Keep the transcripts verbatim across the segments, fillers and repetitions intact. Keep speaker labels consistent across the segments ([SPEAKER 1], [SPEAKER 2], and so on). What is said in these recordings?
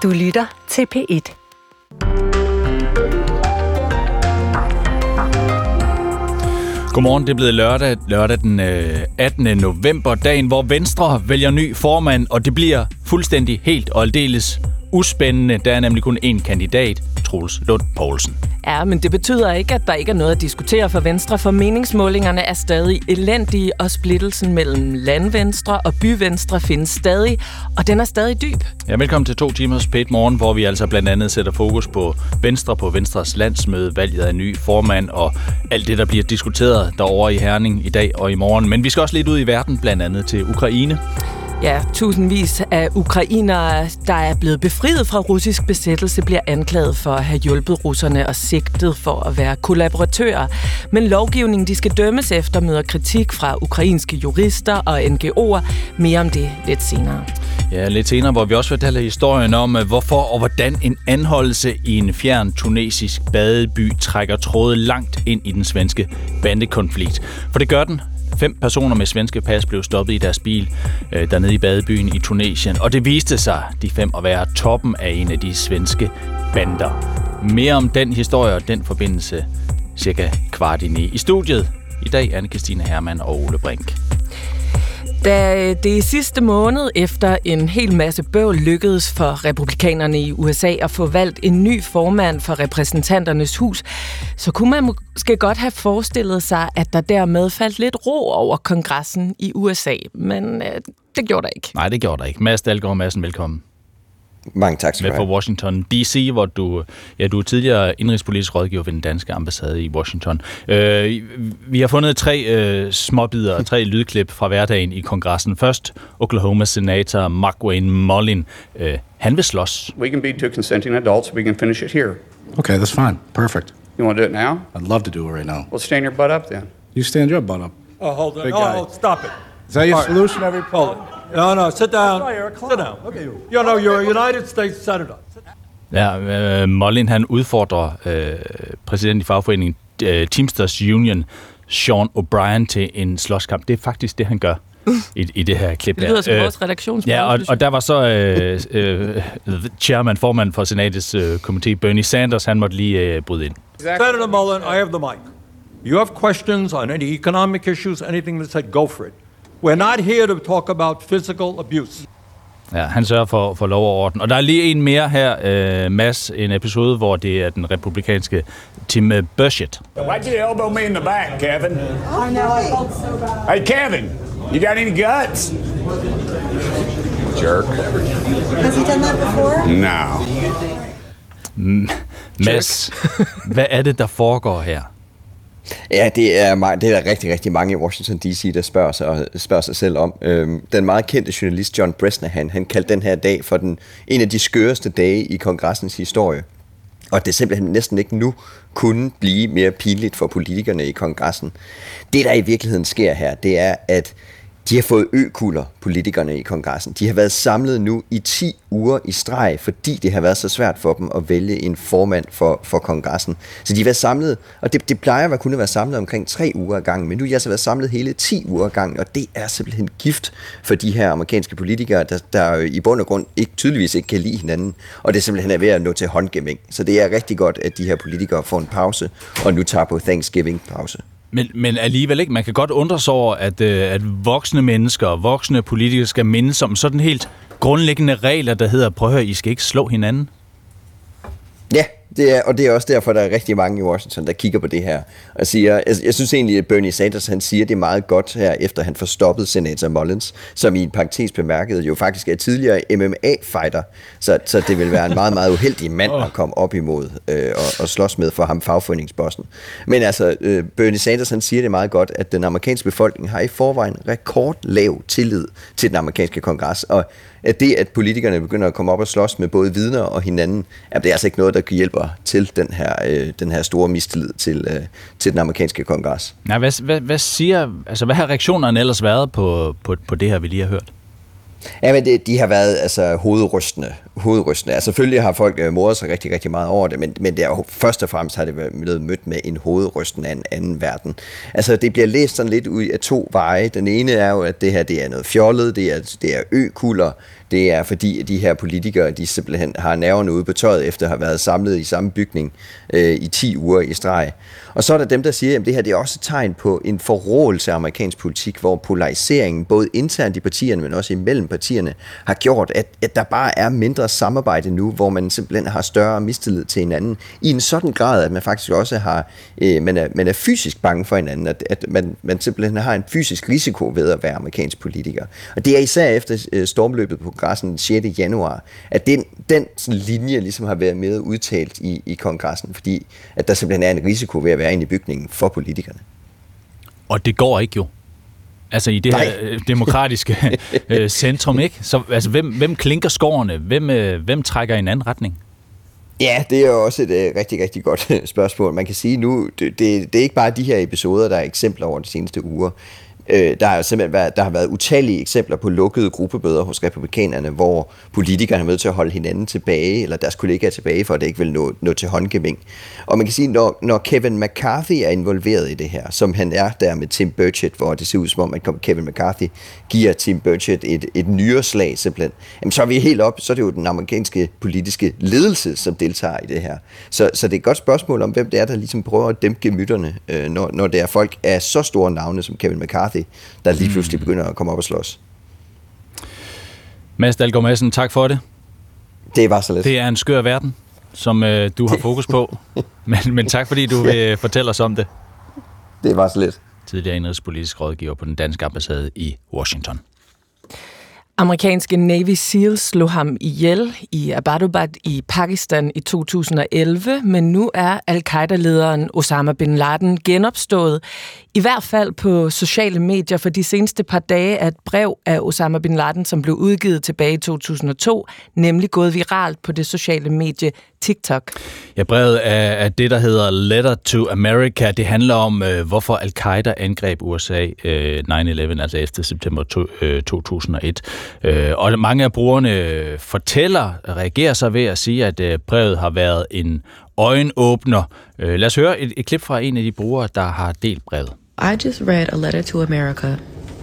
[SPEAKER 1] Du lytter til P et.
[SPEAKER 2] Godmorgen, det er blevet lørdag, lørdag den attende november, dagen hvor Venstre vælger ny formand, og det bliver fuldstændig helt og aldeles uspændende. Der er nemlig kun én kandidat, Troels Lund Poulsen.
[SPEAKER 3] Ja, men det betyder ikke, at der ikke er noget at diskutere for Venstre, for meningsmålingerne er stadig elendige, og splittelsen mellem landvenstre og byvenstre findes stadig, og den er stadig dyb.
[SPEAKER 2] Ja, velkommen til to timers P et Morgen, hvor vi altså blandt andet sætter fokus på Venstre, på Venstres landsmøde, valget af ny formand og alt det, der bliver diskuteret derovre i Herning i dag og i morgen. Men vi skal også lidt ud i verden, blandt andet til Ukraine.
[SPEAKER 3] Ja, tusindvis af ukrainere, der er blevet befriet fra russisk besættelse, bliver anklaget for at have hjulpet russerne og sigtet for at være kollaboratører. Men lovgivningen, de skal dømmes efter, møder kritik fra ukrainske jurister og N G O'er. Mere om det lidt senere.
[SPEAKER 2] Ja, lidt senere, hvor vi også fortæller historien om, hvorfor og hvordan en anholdelse i en fjern tunesisk badeby trækker tråde langt ind i den svenske bandekonflikt. For det gør den. Fem personer med svenske pas blev stoppet i deres bil øh, dernede i badebyen i Tunesien, og det viste sig, de fem, at være toppen af en af de svenske bander. Mere om den historie og den forbindelse cirka kvart i ni. I studiet i dag Anne-Christine Hermann og Ole Brink.
[SPEAKER 3] Da det i sidste måned efter en hel masse bøvl lykkedes for republikanerne i U S A at få valgt en ny formand for repræsentanternes hus, så kunne man måske godt have forestillet sig, at der dermed faldt lidt ro over kongressen i U S A. Men øh, det gjorde der ikke.
[SPEAKER 2] Nej, det gjorde der ikke. Mads Dalgaard Madsen, velkommen.
[SPEAKER 4] Mange tak skal du
[SPEAKER 2] have. Med fra Washington D C, hvor du, ja, du er tidligere indrigspolitisk rådgiver ved den danske ambassade i Washington. Øh, vi har fundet tre øh, småbidder, tre lydklip fra hverdagen i kongressen. Først Oklahoma senator McWayne Mullin. Øh, han vil slås.
[SPEAKER 5] We can be two consenting adults. We can finish it here.
[SPEAKER 6] Okay, that's fine. Perfect.
[SPEAKER 5] You want to do it now?
[SPEAKER 6] I'd love to do it right now.
[SPEAKER 5] Well, stand your butt up then.
[SPEAKER 6] You stand your butt up.
[SPEAKER 7] Oh, hold on.
[SPEAKER 6] Big
[SPEAKER 7] Oh,
[SPEAKER 6] guy.
[SPEAKER 7] oh, stop it.
[SPEAKER 6] Is that your
[SPEAKER 7] All right.
[SPEAKER 6] solution every problem?
[SPEAKER 7] No, no, sit down. Sit down. Okay, you. You know, you're a United States Senator.
[SPEAKER 2] Ja, øh, Mullin, han udfordrer øh, præsident i fagforeningen øh, Teamsters Union, Sean O'Brien, til en slåskamp. Det er faktisk det, han gør i, i det her klip.
[SPEAKER 3] Det lyder som
[SPEAKER 2] øh,
[SPEAKER 3] vores redaktionsprogram.
[SPEAKER 2] Ja, og, og der var så øh, øh, chairman, formand for senatets øh, komité, Bernie Sanders, han måtte lige øh, bryde ind.
[SPEAKER 7] Exactly. Senator Mullin, I have the mic. You have questions on any economic issues, anything that said, go for it. We're not here to talk about physical abuse.
[SPEAKER 2] Ja, han sørger for, for lov og orden. Og der er lige en mere her, øh, Mads, en episode, hvor det er den republikanske Tim Burchett.
[SPEAKER 8] Why'd you elbow me in the back, Kevin? I know, I felt so bad. Hey, Kevin, you got any guts? Jerk.
[SPEAKER 9] Has he done that before?
[SPEAKER 8] No.
[SPEAKER 2] Mm, Mads, hvad er det, der foregår her?
[SPEAKER 4] Ja, det er, meget, det er der rigtig, rigtig mange i Washington D C, der spørger sig, spørger sig selv om. Øhm, den meget kendte journalist John Bresnahan, han kaldte den her dag for den, en af de skøreste dage i kongressens historie. Og det simpelthen næsten ikke nu kunne blive mere pinligt for politikerne i kongressen. Det, der i virkeligheden sker her, det er, at de har fået økugler, politikerne i kongressen. De har været samlet nu i ti uger i streg, fordi det har været så svært for dem at vælge en formand for, for kongressen. Så de har været samlet, og det, det plejer at kunne være samlet omkring tre uger ad gangen, men nu har de altså været samlet hele ti uger ad gangen, og det er simpelthen gift for de her amerikanske politikere, der, der i bund og grund ikke, tydeligvis ikke kan lide hinanden, og det simpelthen er ved at nå til håndgivning. Så det er rigtig godt, at de her politikere får en pause, og nu tager på Thanksgiving-pause.
[SPEAKER 2] Men, men alligevel ikke. Man kan godt undre sig over, at, at voksne mennesker og voksne politikere skal mindes om sådan helt grundlæggende regler, der hedder, prøv at høre, I skal ikke slå hinanden.
[SPEAKER 4] Ja, det er, og det er også derfor, der er rigtig mange i Washington, der kigger på det her og siger, jeg, jeg synes egentlig, at Bernie Sanders, han siger det meget godt her, efter han får stoppet senator Mullins, som i en parentes bemærket jo faktisk er tidligere M M A-fighter, så, så det vil være en meget, meget uheldig mand at komme op imod øh, og, og slås med for ham, fagforeningsbossen. Men altså, øh, Bernie Sanders, han siger det meget godt, at den amerikanske befolkning har i forvejen rekordlav tillid til den amerikanske kongres, og at det, at politikerne begynder at komme op og slås med både vidner og hinanden, at det er altså ikke noget, der hjælper til den her, øh, den her store mistillid til, øh, til den amerikanske kongres.
[SPEAKER 2] Nej, hvad, hvad, hvad siger, altså hvad har reaktionerne ellers været på, på, på det her, vi lige har hørt?
[SPEAKER 4] Ja, men det, de har været altså hovedrystende, hovedrystende. Altså, selvfølgelig har folk øh, mordet sig rigtig, rigtig meget over det, men, men det er jo, først og fremmest har det været mødt med en hovedrystende af en anden verden. Altså, det bliver læst sådan lidt ud af to veje. Den ene er jo, at det her det er noget fjollet, det er, det er ø-kulder, det er fordi, de her politikere, de simpelthen har nerverne ude på tøjet, efter at have været samlet i samme bygning øh, i ti uger i streg. Og så er der dem, der siger, at det her det er også et tegn på en forrådelse af amerikansk politik, hvor polariseringen, både internt i partierne, men også imellem partierne, har gjort, at, at der bare er mindre samarbejde nu, hvor man simpelthen har større mistillid til hinanden, i en sådan grad, at man faktisk også har, øh, man, er, man er fysisk bange for hinanden, at, at man, man simpelthen har en fysisk risiko ved at være amerikansk politiker. Og det er især efter øh, stormløbet på kongressen den sjette januar, at den, den sådan linje ligesom har været mere udtalt i, i kongressen, fordi at der simpelthen er en risiko ved at være inde i bygningen for politikerne.
[SPEAKER 2] Og det går ikke jo. Altså i det Nej. her demokratiske øh, centrum, ikke? Så altså, hvem, hvem klinker skårene? Hvem, øh, hvem trækker i en anden retning?
[SPEAKER 4] Ja, det er jo også et øh, rigtig, rigtig godt spørgsmål. Man kan sige nu, det, det, det er ikke bare de her episoder, der er eksempler over de seneste uger. Øh, der har simpelthen været, der har været utallige eksempler på lukkede gruppemøder hos republikanerne, hvor politikerne er nødt til at holde hinanden tilbage, eller deres kollegaer tilbage, for at det ikke vil nå, nå til håndgivning. Og man kan sige, når, når Kevin McCarthy er involveret i det her, som han er der med Tim Burchett, hvor det ser ud som om, at Kevin McCarthy giver Tim Burchett et, et nyreslag simpelthen, jamen, så er vi helt op, så er det jo den amerikanske politiske ledelse, som deltager i det her. Så, så det er et godt spørgsmål om, hvem det er, der ligesom prøver at dæmpe gemytterne, øh, når, når det er folk af så store navne som Kevin McCarthy, der lige pludselig begynder at komme op og slås.
[SPEAKER 2] Mads Dalgaard Madsen, tak for det.
[SPEAKER 4] Det var så lidt.
[SPEAKER 2] Det er en skør verden, som øh, du har fokus på. men, men tak fordi du vil ja. fortælle os om det.
[SPEAKER 4] Det var så lidt.
[SPEAKER 2] Tidligere indrigspolitisk rådgiver på den danske ambassade i Washington.
[SPEAKER 3] Amerikanske Navy SEALs slog ham ihjel i Abbottabad i Pakistan i to tusind og elleve, men nu er al-Qaida-lederen Osama bin Laden genopstået. I hvert fald på sociale medier, for de seneste par dage er et brev af Osama bin Laden, som blev udgivet tilbage i to tusind og to, nemlig gået viralt på det sociale medie TikTok.
[SPEAKER 2] Ja, brevet er, er det, der hedder Letter to America. Det handler om, øh, hvorfor al-Qaida angreb U S A øh, nine eleven, altså efter september to, øh, to tusind og et. Øh, og mange af brugerne fortæller, reagerer sig ved at sige, at øh, brevet har været en øjenåbner. Øh, lad os høre et, et klip fra en af de brugere, der har delt brevet.
[SPEAKER 1] I just read a letter to America,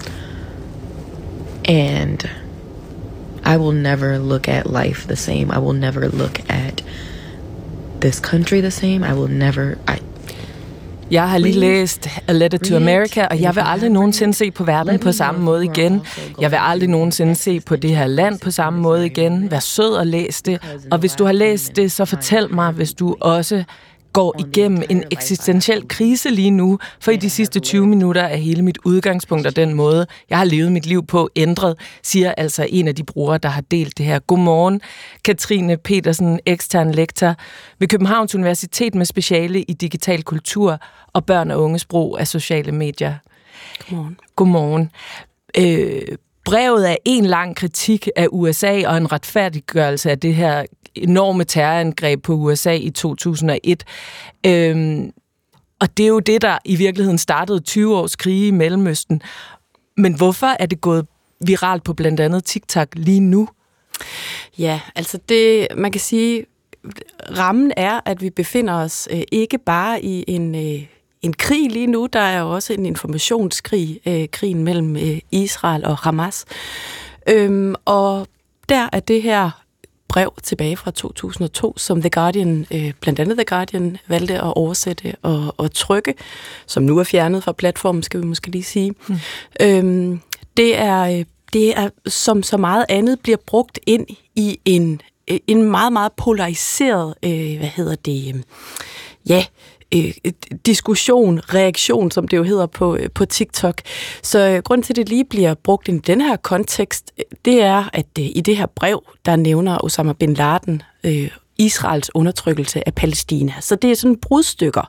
[SPEAKER 1] and I will never look at life the same. I will never look at this country the same. I will never... I,
[SPEAKER 3] Jeg har lige læst A Letter to America, og jeg vil aldrig nogensinde se på verden på samme måde igen. Jeg vil aldrig nogensinde se på det her land på samme måde igen. Vær sød og læs det. Og hvis du har læst det, så fortæl mig, hvis du også går igennem en eksistentiel krise lige nu, for i de sidste tyve minutter er hele mit udgangspunkt og den måde, jeg har levet mit liv på, ændret, siger altså en af de brugere, der har delt det her. Godmorgen, Katrine Petersen, ekstern lektor ved Københavns Universitet med speciale i digital kultur og børn og unges brug af sociale medier.
[SPEAKER 10] Godmorgen.
[SPEAKER 3] Godmorgen. Øh, brevet er en lang kritik af U S A og en retfærdiggørelse af det her enorme terrorangreb på U S A i to tusind og et. Øhm, og det er jo det, der i virkeligheden startede tyve års krige i Mellemøsten. Men hvorfor er det gået viralt på blandt andet TikTok lige nu?
[SPEAKER 10] Ja, altså det, man kan sige, rammen er, at vi befinder os øh, ikke bare i en, øh, en krig lige nu, der er jo også en informationskrig, øh, krigen mellem øh, Israel og Hamas. Øhm, og der er det her brev tilbage fra to tusind og to, som The Guardian, øh, blandt andet The Guardian, valgte at oversætte og, og trykke, som nu er fjernet fra platformen, skal vi måske lige sige. Mm. Øhm, det er, det er, som så meget andet, bliver brugt ind i en, en meget, meget polariseret, øh, hvad hedder det, øh, ja, øh, diskussion, reaktion, som det jo hedder på, øh, på TikTok. Så øh, grunden til, at det lige bliver brugt i den her kontekst, det er, at øh, i det her brev, der nævner Osama bin Laden øh, Israels undertrykkelse af Palæstina. Så det er sådan brudstykker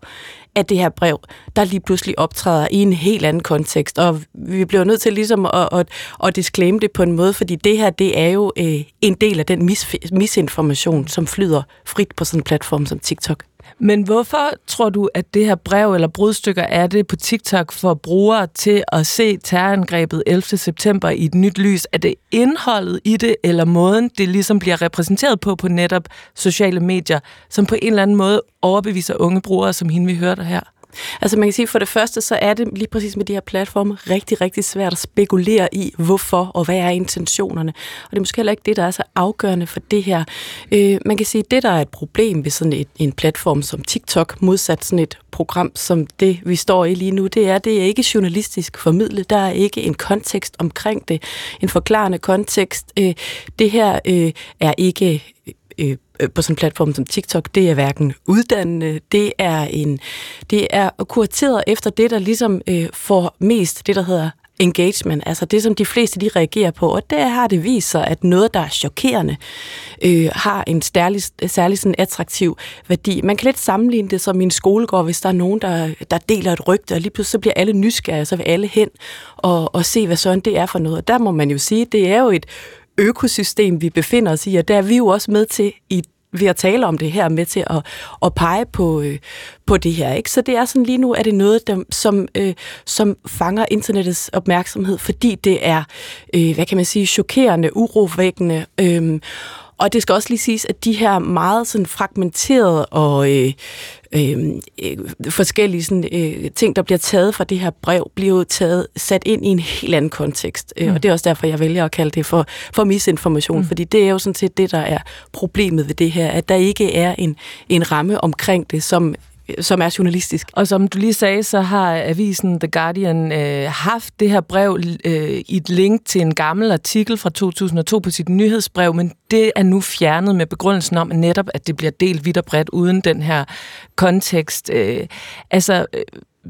[SPEAKER 10] af det her brev, der lige pludselig optræder i en helt anden kontekst. Og vi bliver nødt til ligesom at, at, at disclaim det på en måde, fordi det her, det er jo øh, en del af den mis- misinformation, som flyder frit på sådan en platform som TikTok.
[SPEAKER 3] Men hvorfor tror du, at det her brev eller brudstykker er det på TikTok for brugere til at se terrorangrebet ellevte september i et nyt lys? Er det indholdet i det, eller måden, det ligesom bliver repræsenteret på på netop sociale medier, som på en eller anden måde overbeviser unge brugere, som hende vi hørte her?
[SPEAKER 10] Altså man kan sige, for det første, så er det lige præcis med de her platforme rigtig, rigtig svært at spekulere i, hvorfor og hvad er intentionerne. Og det er måske heller ikke det, der er så afgørende for det her. Øh, man kan sige, at det, der er et problem ved sådan et, en platform som TikTok, modsat sådan et program som det, vi står i lige nu, det er, det er ikke journalistisk formidlet. Der er ikke en kontekst omkring det, en forklarende kontekst. Øh, det her øh, er ikke øh, på sådan en platform som TikTok, det er hverken uddannende, det er en, det er kurateret efter det, der ligesom øh, får mest det, der hedder engagement, altså det, som de fleste de reagerer på, og der har det vist sig, at noget, der er chokerende, øh, har en særlig, særlig sådan attraktiv værdi. Man kan lidt sammenligne det som i en skolegård, hvis der er nogen, der, der deler et rygte, og lige pludselig så bliver alle nysgerrige, så vil alle hen og, og se, hvad sådan det er for noget. Og der må man jo sige, det er jo et økosystem, vi befinder os i, og der er vi jo også med til i ved at tale om det her, med til at, at pege på, øh, på det her. Ikke? Så det er sådan lige nu, er det noget, der, som, øh, som fanger internettets opmærksomhed, fordi det er, øh, hvad kan man sige, chokerende, urovækkende. Øh, og det skal også lige siges, at de her meget sådan fragmenterede og øh, øh, forskellige sådan, øh, ting, der bliver taget fra det her brev, bliver jo taget, sat ind i en helt anden kontekst. Mm. Og det er også derfor, jeg vælger at kalde det for, for misinformation, mm. fordi det er jo sådan set det, der er problemet ved det her, at der ikke er en, en ramme omkring det, som som er journalistisk.
[SPEAKER 3] Og som du lige sagde, så har avisen The Guardian øh, haft det her brev øh, i et link til en gammel artikel fra to tusind og to på sit nyhedsbrev, men det er nu fjernet med begrundelsen om, at netop, at det bliver delt vidt og bredt uden den her kontekst. Øh, altså, øh,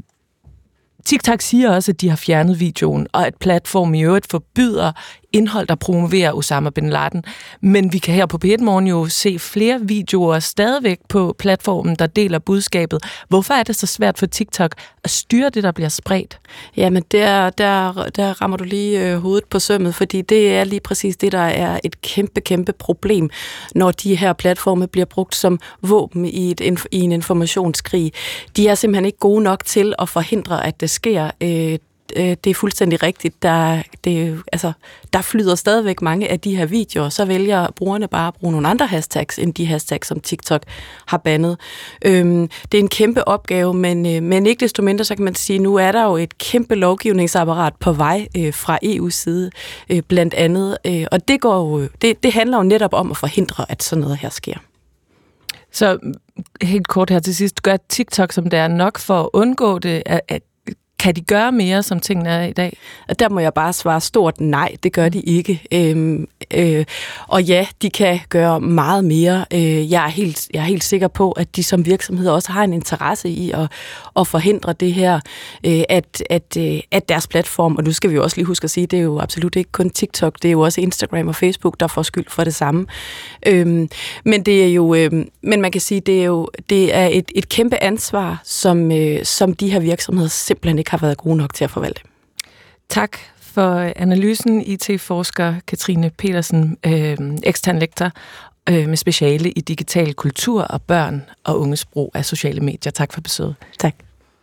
[SPEAKER 3] TikTok siger også, at de har fjernet videoen, og at platformen i øvrigt forbyder indhold, der promoverer Osama bin Laden. Men vi kan her på P et Morgen jo se flere videoer stadigvæk på platformen, der deler budskabet. Hvorfor er det så svært for TikTok at styre det, der bliver spredt?
[SPEAKER 10] Jamen, der, der, der rammer du lige øh, hovedet på sømmet, fordi det er lige præcis det, der er et kæmpe, kæmpe problem, når de her platforme bliver brugt som våben i, et, i en informationskrig. De er simpelthen ikke gode nok til at forhindre, at det sker. Øh, Det er fuldstændig rigtigt. Der, det, altså, der flyder stadigvæk mange af de her videoer, så vælger brugerne bare at bruge nogle andre hashtags, end de hashtags, som TikTok har bandet. Øhm, det er en kæmpe opgave, men, øh, men ikke desto mindre, så kan man sige, nu er der jo et kæmpe lovgivningsapparat på vej øh, fra E U's side, øh, blandt andet. Øh, og det, går jo, det, det handler jo netop om at forhindre, at sådan noget her sker.
[SPEAKER 3] Så helt kort her til sidst, gør TikTok, som det er nok for at undgå det, at kan de gøre mere, som tingene er i dag?
[SPEAKER 10] Der må jeg bare svare stort nej, det gør de ikke. Øhm, øh, og ja, de kan gøre meget mere. Øh, jeg, er helt, jeg er helt sikker på, at de som virksomheder også har en interesse i at, at forhindre det her, øh, at, at, øh, at deres platform, og nu skal vi jo også lige huske at sige, det er jo absolut ikke kun TikTok, det er jo også Instagram og Facebook, der får skyld for det samme. Øhm, men det er jo, øh, men man kan sige, det er jo det er et, et kæmpe ansvar, som, øh, som de her virksomheder simpelthen ikke har været gode nok til at forvalte.
[SPEAKER 3] Tak for analysen, I T-forsker Katrine Petersen, øh, ekstern lektor øh, med speciale i digital kultur og børn og unges brug af sociale medier. Tak for besøget.
[SPEAKER 10] Tak.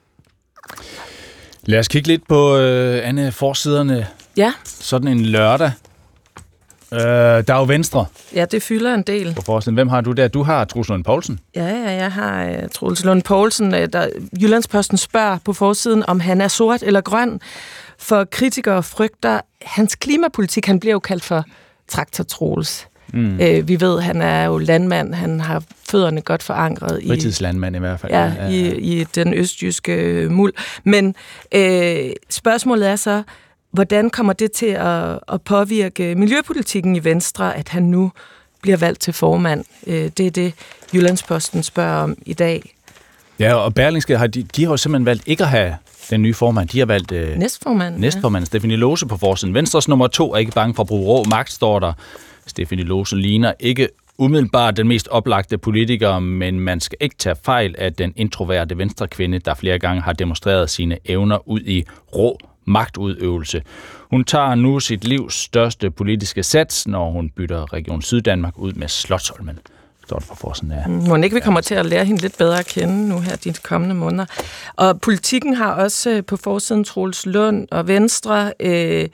[SPEAKER 2] Lad os kigge lidt på øh, Anne, forsiderne.
[SPEAKER 3] Ja.
[SPEAKER 2] Sådan en lørdag. Øh, der er jo Venstre.
[SPEAKER 3] Ja, det fylder en del.
[SPEAKER 2] På forsiden. Hvem har du der? Du har Troels Lund Poulsen.
[SPEAKER 3] Ja, ja, jeg har uh, Troels Lund Poulsen. Uh, der, Jyllandsposten spørger på forsiden, om han er sort eller grøn. For kritikere frygter hans klimapolitik. Han bliver jo kaldt for Traktor Troels. Mm. Uh, vi ved, han er jo landmand. Han har fødderne godt forankret i...
[SPEAKER 2] Fritidslandmand i hvert fald.
[SPEAKER 3] Ja, ja, ja. I, i den østjyske muld. Men uh, spørgsmålet er så, hvordan kommer det til at, at påvirke miljøpolitikken i Venstre, at han nu bliver valgt til formand? Det er det, Jyllandsposten spørger om i dag.
[SPEAKER 2] Ja, og Berlingske har, de, de har jo simpelthen valgt ikke at have den nye formand. De har valgt øh,
[SPEAKER 3] næstformanden,
[SPEAKER 2] næstformanden ja. Stephanie Lose på forsiden. Venstres nummer to er ikke bange for at bruge rå magt, står der. Stephanie Lose ligner ikke umiddelbart den mest oplagte politiker, men man skal ikke tage fejl af den introverte venstrekvinde, der flere gange har demonstreret sine evner ud i rå magtudøvelse. Hun tager nu sit livs største politiske sats, når hun bytter Region Syddanmark ud med Slotsholmen. Står det på forsiden af.
[SPEAKER 3] Må ikke vi kommer til at lære hende lidt bedre at kende nu her de kommende måneder. Og politikken har også på forsiden Troels Lund og Venstre, øh,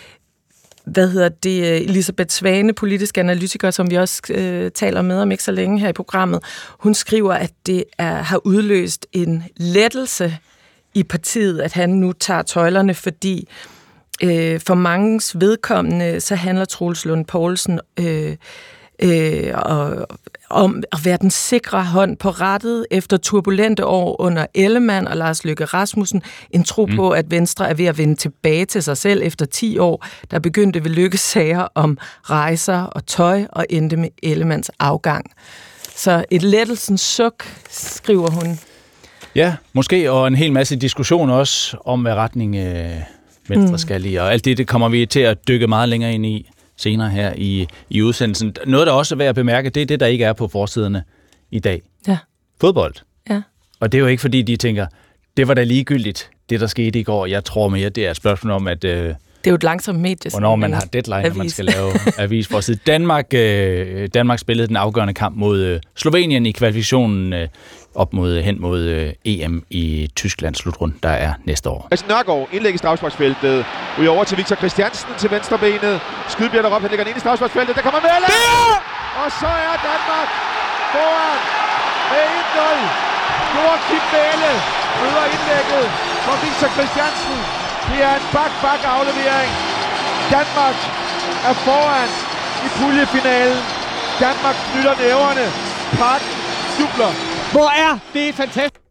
[SPEAKER 3] hvad hedder det, Elisabeth Svane, politisk analytiker, som vi også øh, taler med om ikke så længe her i programmet. Hun skriver, at det er, har udløst en lettelse i partiet, at han nu tager tøjlerne, fordi øh, for manges vedkommende, så handler Troels Lund Poulsen øh, øh, og, om at være den sikre hånd på rattet efter turbulente år under Ellemann og Lars Løkke Rasmussen. En tro mm. på, at Venstre er ved at vende tilbage til sig selv efter ti år, der begyndte ved Løkkes sager om rejser og tøj og endte med Ellemanns afgang. Så et lettelsens suk, skriver hun.
[SPEAKER 2] Ja, måske, og en hel masse diskussion også om, hvad retning øh, Venstre mm. skal i, og alt det, det kommer vi til at dykke meget længere ind i senere her i, i udsendelsen. Noget, der også er værd at bemærke, det er det, der ikke er på forsiderne i dag.
[SPEAKER 3] Ja.
[SPEAKER 2] Fodbold.
[SPEAKER 3] Ja.
[SPEAKER 2] Og det er jo ikke, fordi de tænker, det var da ligegyldigt, det der skete i går. Jeg tror mere, det er et spørgsmål om, at øh,
[SPEAKER 3] det er jo et langsomt medie.
[SPEAKER 2] Hvornår man har deadline, når man skal lave avis for side. Danmark, øh, Danmark spillede den afgørende kamp mod øh, Slovenien i kvalifikationen øh, op mod, hen mod øh, E M i Tyskland slutrunde, der er næste år.
[SPEAKER 11] Nørgaard indlæg i strafsparksfeltet. Ud over til Victor Christiansen til venstrebenet. Skyd bliver der op, han lægger den ind i strafsparksfeltet. Der kommer Mæhle! Og så er Danmark foran med et nul. Joachim Mæhle møder indlægget fra Victor Christiansen. Det er en bak-bak-aflevering. Danmark er foran i puljefinalen. Danmark knytter næverne. Parken jubler.
[SPEAKER 12] Hvor er det fantastisk?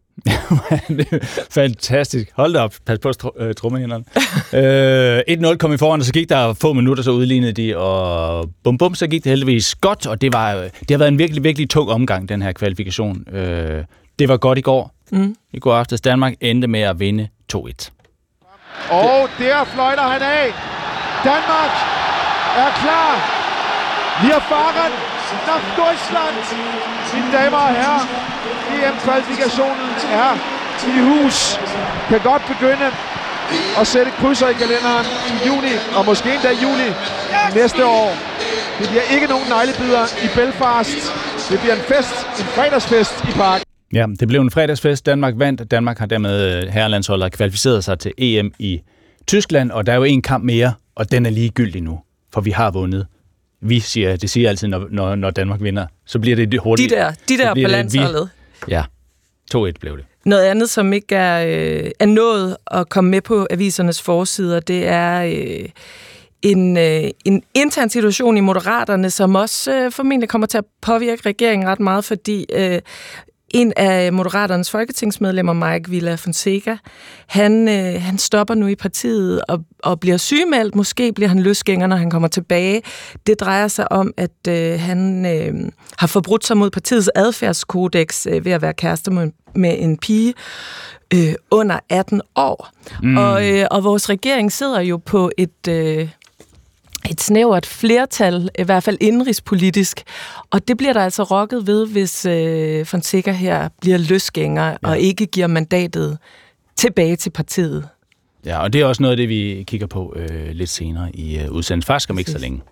[SPEAKER 2] Fantastisk. Hold da op. Pas på uh, trummehænderne. uh, et nul kom i foran, og så gik der få minutter, så udlignede de, og bum bum, så gik det heldigvis godt, og det, var, det har været en virkelig, virkelig tung omgang, den her kvalifikation. Uh, det var godt i går. Mm. I går aftes Danmark endte med at vinde to et.
[SPEAKER 11] Og der fløjter han af. Danmark er klar. Vi er fahren nach Deutschland. Mine damer og herrer, E M-kvalifikationen er i hus. Kan godt begynde at sætte krydser i kalenderen i juni, og måske endda juli næste år. Det bliver ikke nogen neglebider i Belfast. Det bliver en fest, en fredagsfest i parken.
[SPEAKER 2] Ja, det blev en fredagsfest. Danmark vandt. Danmark har dermed herrelandsholdet kvalificeret sig til E M i Tyskland, og der er jo en kamp mere, og den er ligegyldig nu, for vi har vundet. Vi siger, det siger altid, når, når, når Danmark vinder, så bliver det hurtigt.
[SPEAKER 3] De der, de der på landsholdet.
[SPEAKER 2] Ja, to et blev det.
[SPEAKER 3] Noget andet, som ikke er, øh, er nået at komme med på avisernes forsider, det er øh, en, øh, en intern situation i Moderaterne, som også øh, formentlig kommer til at påvirke regeringen ret meget, fordi øh, en af Moderaternes folketingsmedlemmer, Mike Villa Fonseca, han, øh, han stopper nu i partiet og, og bliver sygemeldt. Måske bliver han løsgænger, når han kommer tilbage. Det drejer sig om, at øh, han øh, har forbrudt sig mod partiets adfærdskodex øh, ved at være kæreste med, med en pige øh, under atten år. Mm. Og, øh, og vores regering sidder jo på et... Øh, et snævert flertal, i hvert fald indrigspolitisk, og det bliver der altså rokket ved, hvis øh, Fonseca her bliver løsgænger ja. og ikke giver mandatet tilbage til partiet.
[SPEAKER 2] Ja, og det er også noget af det, vi kigger på øh, lidt senere i øh, udsendelsen. Faktisk om ikke så længe.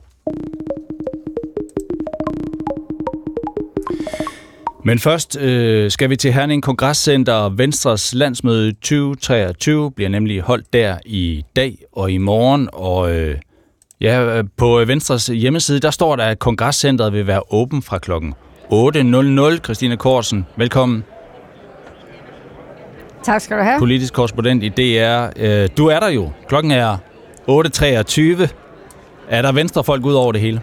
[SPEAKER 2] Men først øh, skal vi til Herning Kongresscenter. Venstres landsmøde tyve treogtyve bliver nemlig holdt der i dag og i morgen, og øh, ja, på Venstres hjemmeside, der står der, at kongresscenteret vil være åben fra klokken otte nul nul. Christina Korsen, velkommen.
[SPEAKER 13] Tak skal du have.
[SPEAKER 2] Politisk korrespondent i D R. Du er der jo. Klokken er otte treogtyve. Er der venstrefolk ud over det hele?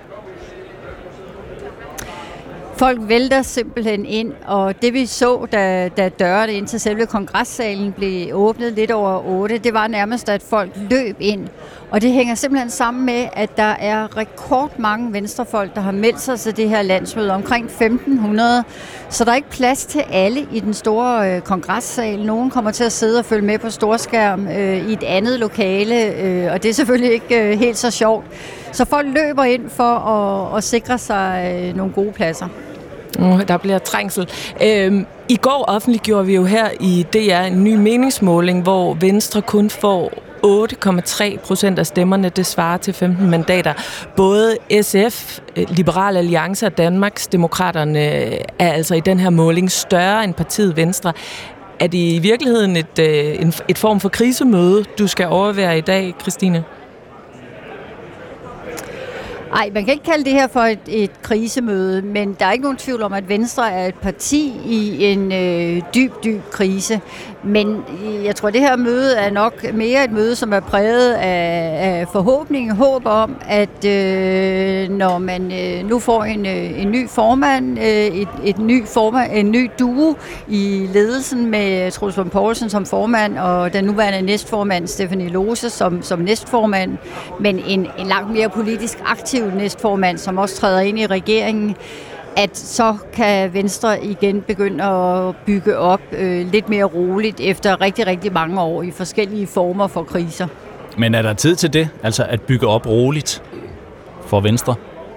[SPEAKER 13] Folk vælter simpelthen ind, og det vi så, da, da dørene ind til selve kongressalen blev åbnet lidt over otte, det var nærmest, at folk løb ind. Og det hænger simpelthen sammen med, at der er rekordmange venstrefolk, der har meldt sig til det her landsmøde, omkring femten hundrede. Så der er ikke plads til alle i den store øh, kongressal. Nogen kommer til at sidde og følge med på storskærm øh, i et andet lokale, øh, og det er selvfølgelig ikke øh, helt så sjovt. Så folk løber ind for at, at sikre sig øh, nogle gode pladser.
[SPEAKER 3] Uh, der bliver trængsel. Øhm, I går offentliggjorde vi jo her i D R en ny meningsmåling, hvor Venstre kun får otte komma tre procent af stemmerne. Det svarer til femten mandater. Både S F, Liberal Alliance og Danmarks Demokraterne er altså i den her måling større end partiet Venstre. Er det i virkeligheden et, et, et form for krisemøde, du skal overvære i dag, Christine?
[SPEAKER 13] Nej, man kan ikke kalde det her for et, et krisemøde, men der er ikke nogen tvivl om, at Venstre er et parti i en øh, dyb, dyb krise. Men jeg tror, at det her møde er nok mere et møde, som er præget af, af forhåbning og håb om, at øh, når man øh, nu får en, øh, en ny formand, øh, et, et ny formand, en ny duo i ledelsen med Troels Lund Poulsen som formand og den nuværende næstformand Stephanie Lose som, som næstformand, men en, en langt mere politisk aktiv næstformand, som også træder ind i regeringen, at så kan Venstre igen begynde at bygge op øh, lidt mere roligt efter rigtig, rigtig mange år i forskellige former for kriser.
[SPEAKER 2] Men er der tid til det? Altså at bygge op roligt for Venstre?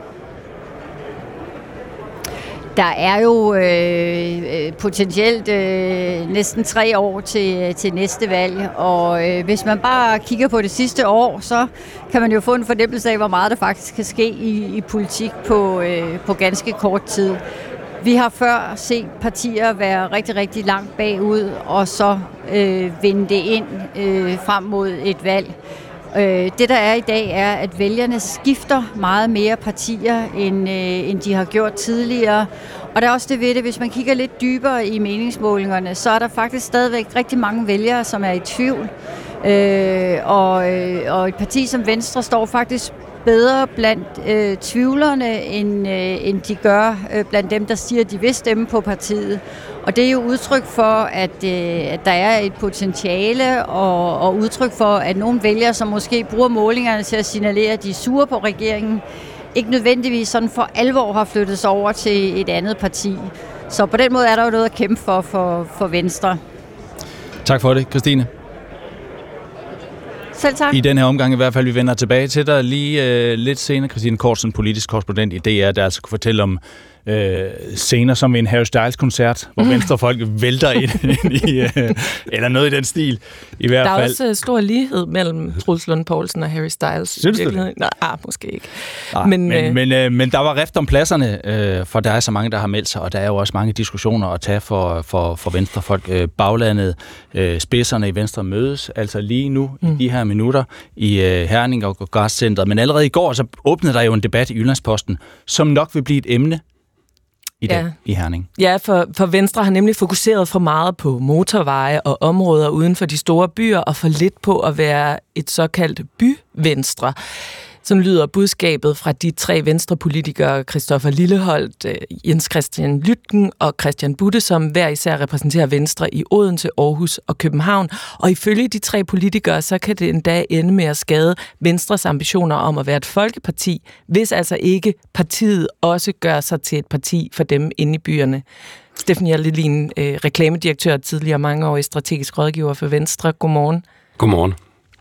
[SPEAKER 13] Der er jo øh, potentielt øh, næsten tre år til, til næste valg, og øh, hvis man bare kigger på det sidste år, så kan man jo få en fornemmelse af, hvor meget der faktisk kan ske i, i politik på, øh, på ganske kort tid. Vi har før set partier være rigtig, rigtig langt bagud, og så øh, vende det ind øh, frem mod et valg. Det, der er i dag, er, at vælgerne skifter meget mere partier, end, øh, end de har gjort tidligere. Og der er også det ved det, hvis man kigger lidt dybere i meningsmålingerne, så er der faktisk stadigvæk rigtig mange vælgere, som er i tvivl. Øh, og, øh, og et parti som Venstre står faktisk bedre blandt øh, tvivlerne, end, øh, end de gør øh, blandt dem, der siger, at de vil stemme på partiet. Og det er jo udtryk for, at, øh, at der er et potentiale, og, og udtryk for, at nogle vælgere, som måske bruger målingerne til at signalere, at de er sure på regeringen, ikke nødvendigvis sådan for alvor har flyttet sig over til et andet parti. Så på den måde er der jo noget at kæmpe for for, for Venstre.
[SPEAKER 2] Tak for det, Christine.
[SPEAKER 13] Selv tak.
[SPEAKER 2] I den her omgang i hvert fald, vi vender tilbage til dig lige øh, lidt senere. Christine Kortsen, politisk korrespondent i D R, der altså kunne fortælle om øh, scener som en Harry Styles-koncert, hvor mm. venstrefolk vælter ind, ind i, øh, eller noget i den stil, i hvert
[SPEAKER 3] der er
[SPEAKER 2] fald.
[SPEAKER 3] også uh, stor lighed mellem Troels Lund Poulsen og Harry Styles.
[SPEAKER 2] Synes du det?
[SPEAKER 3] Nej, ah, måske ikke.
[SPEAKER 2] Nej, men, men, øh, men, øh, men der var rift om pladserne, øh, for der er så mange, der har meldt sig, og der er jo også mange diskussioner at tage for, for, for venstrefolk. Øh, baglandet, øh, spidserne i Venstre mødes, altså lige nu, mm. i de her minutter, i øh, Herning og Kongresscentret. Men allerede i går, så åbnede der jo en debat i Jyllandsposten, som nok vil blive et emne i dag, ja. i Herning.
[SPEAKER 3] Ja, for, for Venstre har nemlig fokuseret for meget på motorveje og områder uden for de store byer, og for lidt på at være et såkaldt byvenstre. Sådan lyder budskabet fra de tre venstrepolitikere, Christoffer Lilleholt, Jens Christian Lytken og Christian Budde, som hver især repræsenterer Venstre i Odense, Aarhus og København. Og ifølge de tre politikere, så kan det endda ende med at skade Venstres ambitioner om at være et folkeparti, hvis altså ikke partiet også gør sig til et parti for dem inde i byerne. Stephanie Lelin, øh, reklamedirektør og tidligere mangeårig strategisk rådgiver for Venstre. Godmorgen.
[SPEAKER 14] Godmorgen.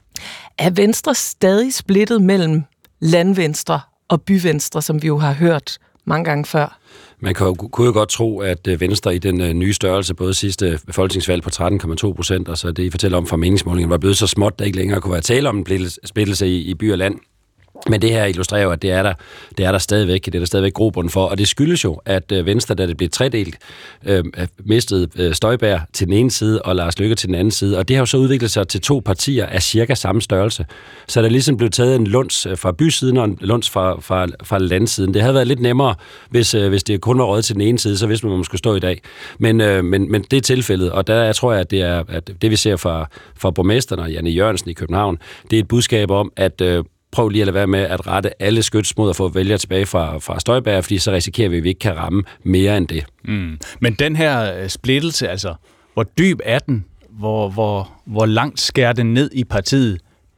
[SPEAKER 3] Er Venstre stadig splittet mellem landvenstre og byvenstre, som vi jo har hørt mange gange før?
[SPEAKER 14] Man kunne jo godt tro, at Venstre i den nye størrelse, både sidste folketingsvalg på tretten komma to procent, og så det, I fortæller om fra meningsmålingen, var blevet så småt, der ikke længere kunne være tale om en splittelse i, i by og land. Men det her illustrerer jo, at det er der, det er der stadigvæk, det er der stadigvæk grobund for, og det skyldes jo, at Venstre, da det blev tredelt, øh, mistede Støjberg til den ene side, og Lars Løkke til den anden side, og det har jo så udviklet sig til to partier af cirka samme størrelse. Så der ligesom blev taget en lunds fra bysiden og en lunds fra, fra, fra landsiden. Det havde været lidt nemmere, hvis, hvis det kun var røget til den ene side, så vidste man, hvor man skulle stå i dag. Men, øh, men, men det er tilfældet, og der jeg tror jeg, at det, er, at det vi ser fra, fra borgmesteren og Janne Jørgensen i København, det er et budskab om, at øh, prøv lige at lade være med at rette alle skyts mod at få vælgere tilbage fra, fra Støjberg, fordi så risikerer vi, at vi ikke kan ramme mere end det.
[SPEAKER 2] Mm. Men den her splittelse, altså, hvor dyb er den? Hvor, hvor, hvor langt skærer den ned i partiet?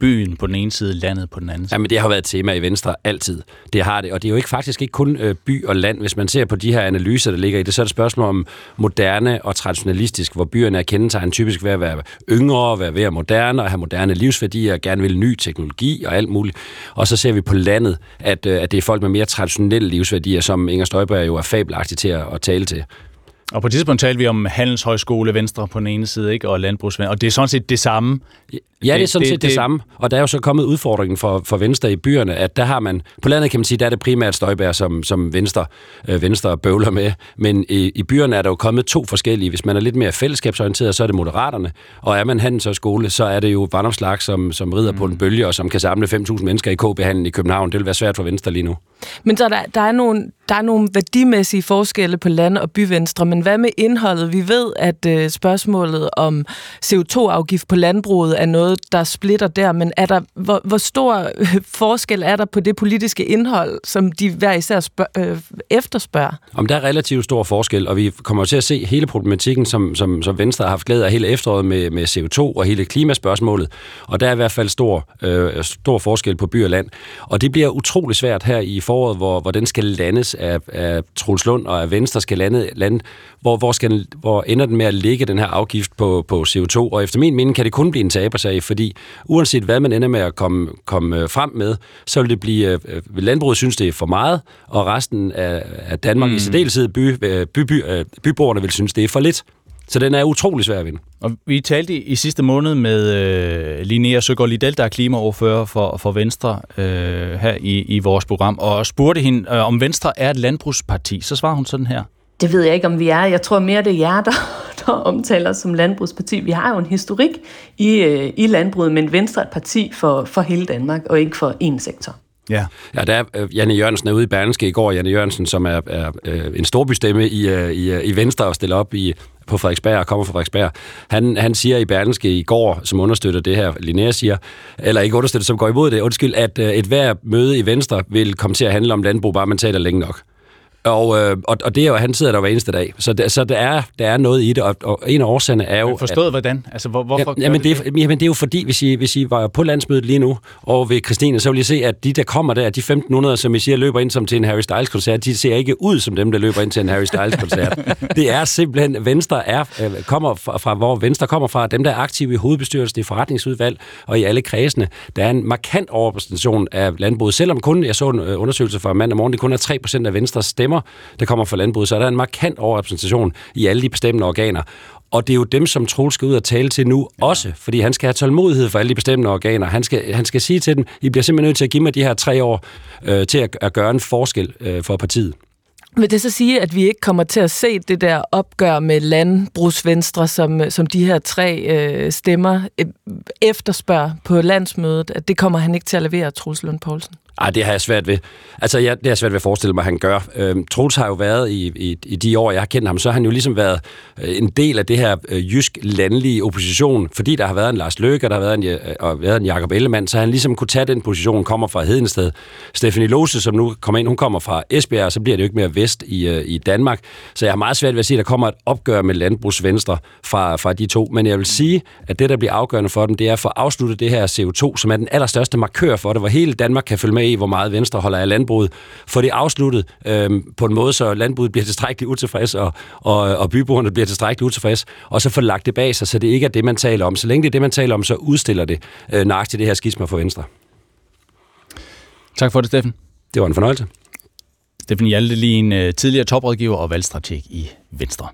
[SPEAKER 2] byen på den ene side, landet på den anden side?
[SPEAKER 14] Jamen, det har været et tema i Venstre altid. Det har det, og det er jo ikke faktisk ikke kun øh, by og land. Hvis man ser på de her analyser, der ligger i det, så er det et spørgsmål om moderne og traditionalistisk, hvor byerne er kendetegnet typisk ved at være yngre, være ved at moderne og have moderne livsværdier, og gerne vil ny teknologi og alt muligt. Og så ser vi på landet, at, øh, at det er folk med mere traditionelle livsværdier, som Inger Støjberg jo er fabelagtig til at, at tale til.
[SPEAKER 2] Og på et tidspunkt talte vi om handelshøjskole Venstre på den ene side, ikke, og landbrugsvenstre, og det er sådan set det samme.
[SPEAKER 14] Ja, det er sådan det, set det, det samme, og der er jo så kommet udfordringen for, for Venstre i byerne, at der har man, på landet kan man sige, der er det primært Støjberg, som, som Venstre, øh, Venstre bøvler med, men i, i byerne er der jo kommet to forskellige. Hvis man er lidt mere fællesskabsorienteret, så er det Moderaterne, og er man handelshøjskole, så er det jo Vandomslag, som, som rider mm. på en bølge, og som kan samle fem tusind mennesker i K B-handlen i København. Det vil være svært for Venstre lige nu.
[SPEAKER 3] Men så der, der, er nogle, der er nogle værdimæssige forskelle på land- og byvenstre, men hvad med indholdet? Vi ved, at øh, spørgsmålet om C O to afgift på landbruget er noget, der splitter der, men er der, hvor, hvor stor forskel er der på det politiske indhold, som de hver især spørg, øh, efterspørger?
[SPEAKER 14] Om der er relativt stor forskel, og vi kommer til at se hele problematikken, som, som, som Venstre har haft glæde af hele efteråret med, med C O to og hele klimaspørgsmålet, og der er i hvert fald stor, øh, stor forskel på by og land, og det bliver utrolig svært her i foråret, hvor, hvor den skal landes af, af Troels Lund, og af Venstre skal lande, lande, hvor, hvor, skal, hvor ender den med at lægge den her afgift på, på C O to, og efter min mening kan det kun blive en tabersag, fordi uanset hvad man ender med at komme, komme frem med, så vil det blive, landbruget synes det er for meget, og resten af, af Danmark, mm. i særdeleshed by, by, by, byborgerne vil synes det er for lidt. Så den er utrolig svær at vinde.
[SPEAKER 2] Og vi talte i, i sidste måned med øh, Linnea Søgaard-Lidell, der er klimaordfører for, for Venstre øh, her i, i vores program, og spurgte hende, øh, om Venstre er et landbrugsparti. Så svarer hun sådan her.
[SPEAKER 15] Det ved jeg ikke, om vi er. Jeg tror mere, det er jer, der, der omtaler os som landbrugsparti. Vi har jo en historik i, øh, i landbruget, men Venstre er et parti for, for hele Danmark, og ikke for én sektor.
[SPEAKER 14] Ja, ja der er, uh, Janne Jørgensen er ude i Berlingske i går. Janne Jørgensen, som er, er uh, en storbystemme i, uh, i, uh, i Venstre og stiller op i, på Frederiksberg og kommer fra Frederiksberg. Han, han siger i Berlingske i går, som understøtter det her, Linnea siger, eller ikke understøtter, som går imod det, undskyld, at uh, et hver møde i Venstre vil komme til at handle om landbrug, bare man taler længe nok. Og, øh, og, og det er jo, han sidder der hver eneste dag. Så, der, så der, er, der er noget i det, og, og en af årsagerne er jo...
[SPEAKER 2] Men forstået at, hvordan? Altså, hvor, hvorfor
[SPEAKER 14] ja, jamen, det, det? Jamen, det er jo fordi, hvis I, hvis I var på landsmødet lige nu, og ved Christine, så vil I se, at de, der kommer der, de femten hundrede, som I siger, løber ind som til en Harry Styles-koncert, de ser ikke ud som dem, der løber ind til en Harry Styles-koncert. Det er simpelthen, Venstre er, øh, kommer fra, fra, hvor Venstre kommer fra, dem, der er aktive i hovedbestyrelsen, i forretningsudvalg og i alle kredsene. Der er en markant overrepræsentation af landbruget. Selvom kun, jeg så en undersøgelse fra mandag morgen, det kun er tre procent af Venstres stemmer, der kommer for landbruget, så er der en markant overrepræsentation i alle de bestemmende organer. Og det er jo dem, som Troels skal ud og tale til nu ja. også, fordi han skal have tålmodighed for alle de bestemmende organer. Han skal, han skal sige til dem, I bliver simpelthen nødt til at give mig de her tre år øh, til at, at gøre en forskel øh, for partiet.
[SPEAKER 3] Vil det så sige, at vi ikke kommer til at se det der opgør med landbrugsvenstre, som, som de her tre øh, stemmer øh, efterspørger på landsmødet, at det kommer han ikke til at levere, Troels Lund Poulsen?
[SPEAKER 14] Ej, det har jeg svært ved. Altså, jeg, det har jeg svært ved at forestille mig, at han gør. Øhm, Troels har jo været i, i, i de år, jeg har kendt ham, så har han jo ligesom været øh, en del af det her øh, jysk landlige opposition, fordi der har været en Lars Løkke, og der har været en, øh, og været en Jakob Ellemann, så han ligesom kunne tage den position, kommer fra Hedensted. Stephanie Lose, som nu kommer ind, hun kommer fra Esbjerg, og så bliver det jo ikke mere vest i, øh, i Danmark. Så jeg har meget svært ved at sige, at der kommer et opgør med landbrugsvenstre fra, fra de to. Men jeg vil sige, at det, der bliver afgørende for dem, det er at få afsluttet det her C O to, som er den allerstørste markør for det, hvor hele Danmark kan følge med i, hvor meget Venstre holder af landbruget. Få det afsluttet øhm, på en måde, så landbruget bliver tilstrækkeligt utilfreds, og, og, og byboerne bliver tilstrækkeligt utilfreds, og så få lagt det bag sig, så det ikke er det, man taler om. Så længe det er det, man taler om, så udstiller det øh, nøjagtigt det her skisma for Venstre.
[SPEAKER 2] Tak for det, Steffen.
[SPEAKER 14] Det var en fornøjelse.
[SPEAKER 2] Steffen Hjalte, lige en uh, tidligere toprådgiver og valgstrateg i Venstre.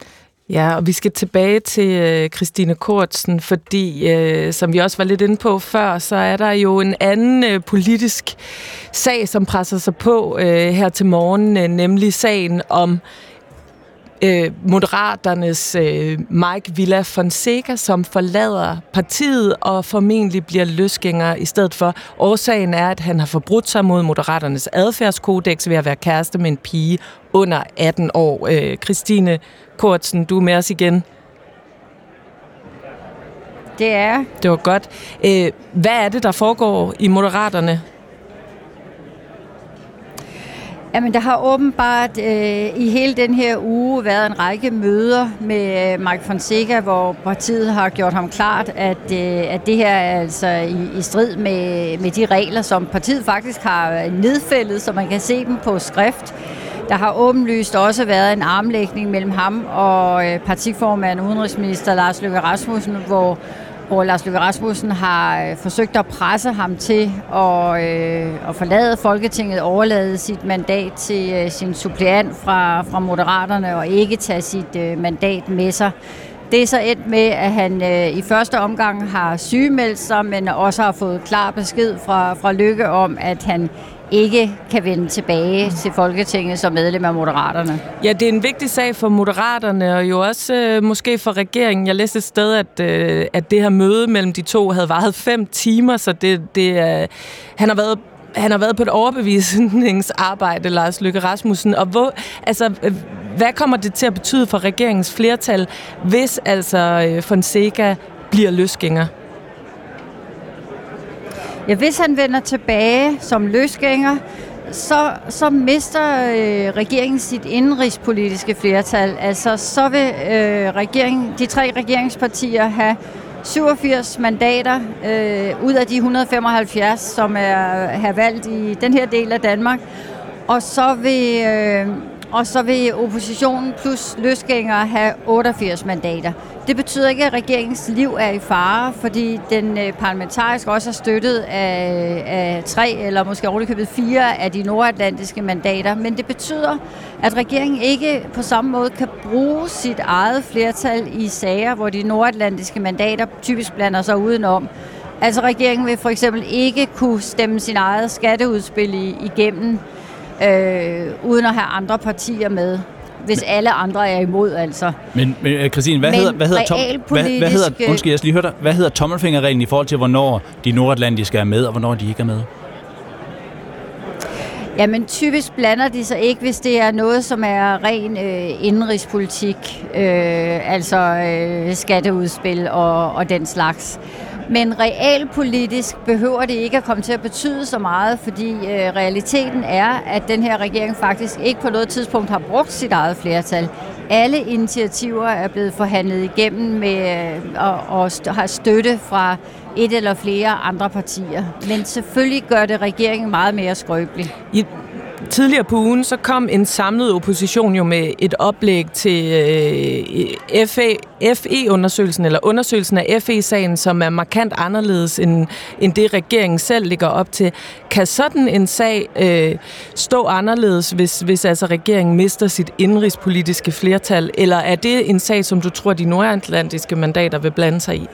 [SPEAKER 3] Ja, og vi skal tilbage til øh, Christine Kortsen, fordi, øh, som vi også var lidt inde på før, så er der jo en anden øh, politisk sag, som presser sig på øh, her til morgen, øh, nemlig sagen om øh, Moderaternes øh, Mike Villa Fonseca, som forlader partiet og formentlig bliver løsgænger i stedet for. Årsagen er, at han har forbrudt sig mod Moderaternes adfærdskodex ved at være kæreste med en pige under atten år. Øh, Christine Kortsen, du er med os igen.
[SPEAKER 13] Det er.
[SPEAKER 3] Det var godt. Øh, hvad er det, der foregår i Moderaterne?
[SPEAKER 13] Jamen, der har åbenbart øh, i hele den her uge været en række møder med Mike Fonseca, hvor partiet har gjort ham klart, at, øh, at det her er altså i, i strid med, med de regler, som partiet faktisk har nedfældet, så man kan se dem på skrift. Der har åbenlyst også været en armlægning mellem ham og øh, partiformand og udenrigsminister Lars Løkke Rasmussen, hvor hvor Lars Løkke Rasmussen har øh, forsøgt at presse ham til at, øh, at forlade Folketinget, overlade sit mandat til øh, sin suppleant fra, fra Moderaterne og ikke tage sit øh, mandat med sig. Det er så endt med, at han øh, i første omgang har sygemeldt sig, men også har fået klar besked fra, fra Løkke om, at han ikke kan vende tilbage til Folketinget som medlem af Moderaterne.
[SPEAKER 3] Ja, det er en vigtig sag for Moderaterne, og jo også øh, måske for regeringen. Jeg læste et sted, at, øh, at det her møde mellem de to havde varet fem timer, så det, det, øh, han har været Han har været på et overbevisningsarbejde, Lars Løkke Rasmussen. Og hvor, altså, hvad kommer det til at betyde for regeringens flertal, hvis altså Fonseca bliver løsgænger?
[SPEAKER 13] Ja, hvis han vender tilbage som løsgænger, så, så mister øh, regeringen sit indenrigspolitiske flertal. Altså, så vil øh, regeringen, de tre regeringspartier have syvogfirs mandater øh, ud af de et hundrede og femoghalvfjerds, som er har valgt i den her del af Danmark. Og så vil, øh, og så vil oppositionen plus løsgængere have otteogfirs mandater. Det betyder ikke, at regeringens liv er i fare, fordi den øh, parlamentarisk også er støttet af, af tre eller måske ovenikøbet fire af de nordatlantiske mandater. Men det betyder, at regeringen ikke på samme måde kan bruge sit eget flertal i sager, hvor de nordatlantiske mandater typisk blander sig udenom. Altså regeringen vil for eksempel ikke kunne stemme sin eget skatteudspil i, igennem, øh, uden at have andre partier med. Hvis alle andre er imod, altså.
[SPEAKER 2] Men, men Christine, hvad, hedder, hvad, hedder, tom, hvad, hvad hedder, undskyld, jeg skal lige høre dig, hvad hedder tommelfingerreglen i forhold til, hvornår de nordatlantiske er med, og hvornår de ikke er med?
[SPEAKER 13] Jamen, typisk blander de sig ikke, hvis det er noget, som er ren øh, indenrigspolitik, øh, altså øh, skatteudspil og, og den slags. Men realpolitisk behøver det ikke at komme til at betyde så meget, fordi øh, realiteten er, at den her regering faktisk ikke på noget tidspunkt har brugt sit eget flertal. Alle initiativer er blevet forhandlet igennem med, øh, og, og st- har støtte fra et eller flere andre partier. Men selvfølgelig gør det regeringen meget mere skrøbelig.
[SPEAKER 3] I tidligere på ugen så kom en samlet opposition jo med et oplæg til øh, F E-undersøgelsen, eller undersøgelsen af F E-sagen, som er markant anderledes end, end det, regeringen selv ligger op til. Kan sådan en sag øh, stå anderledes, hvis, hvis altså regeringen mister sit indenrigspolitiske flertal, eller er det en sag, som du tror, de nordatlantiske mandater vil blande sig i?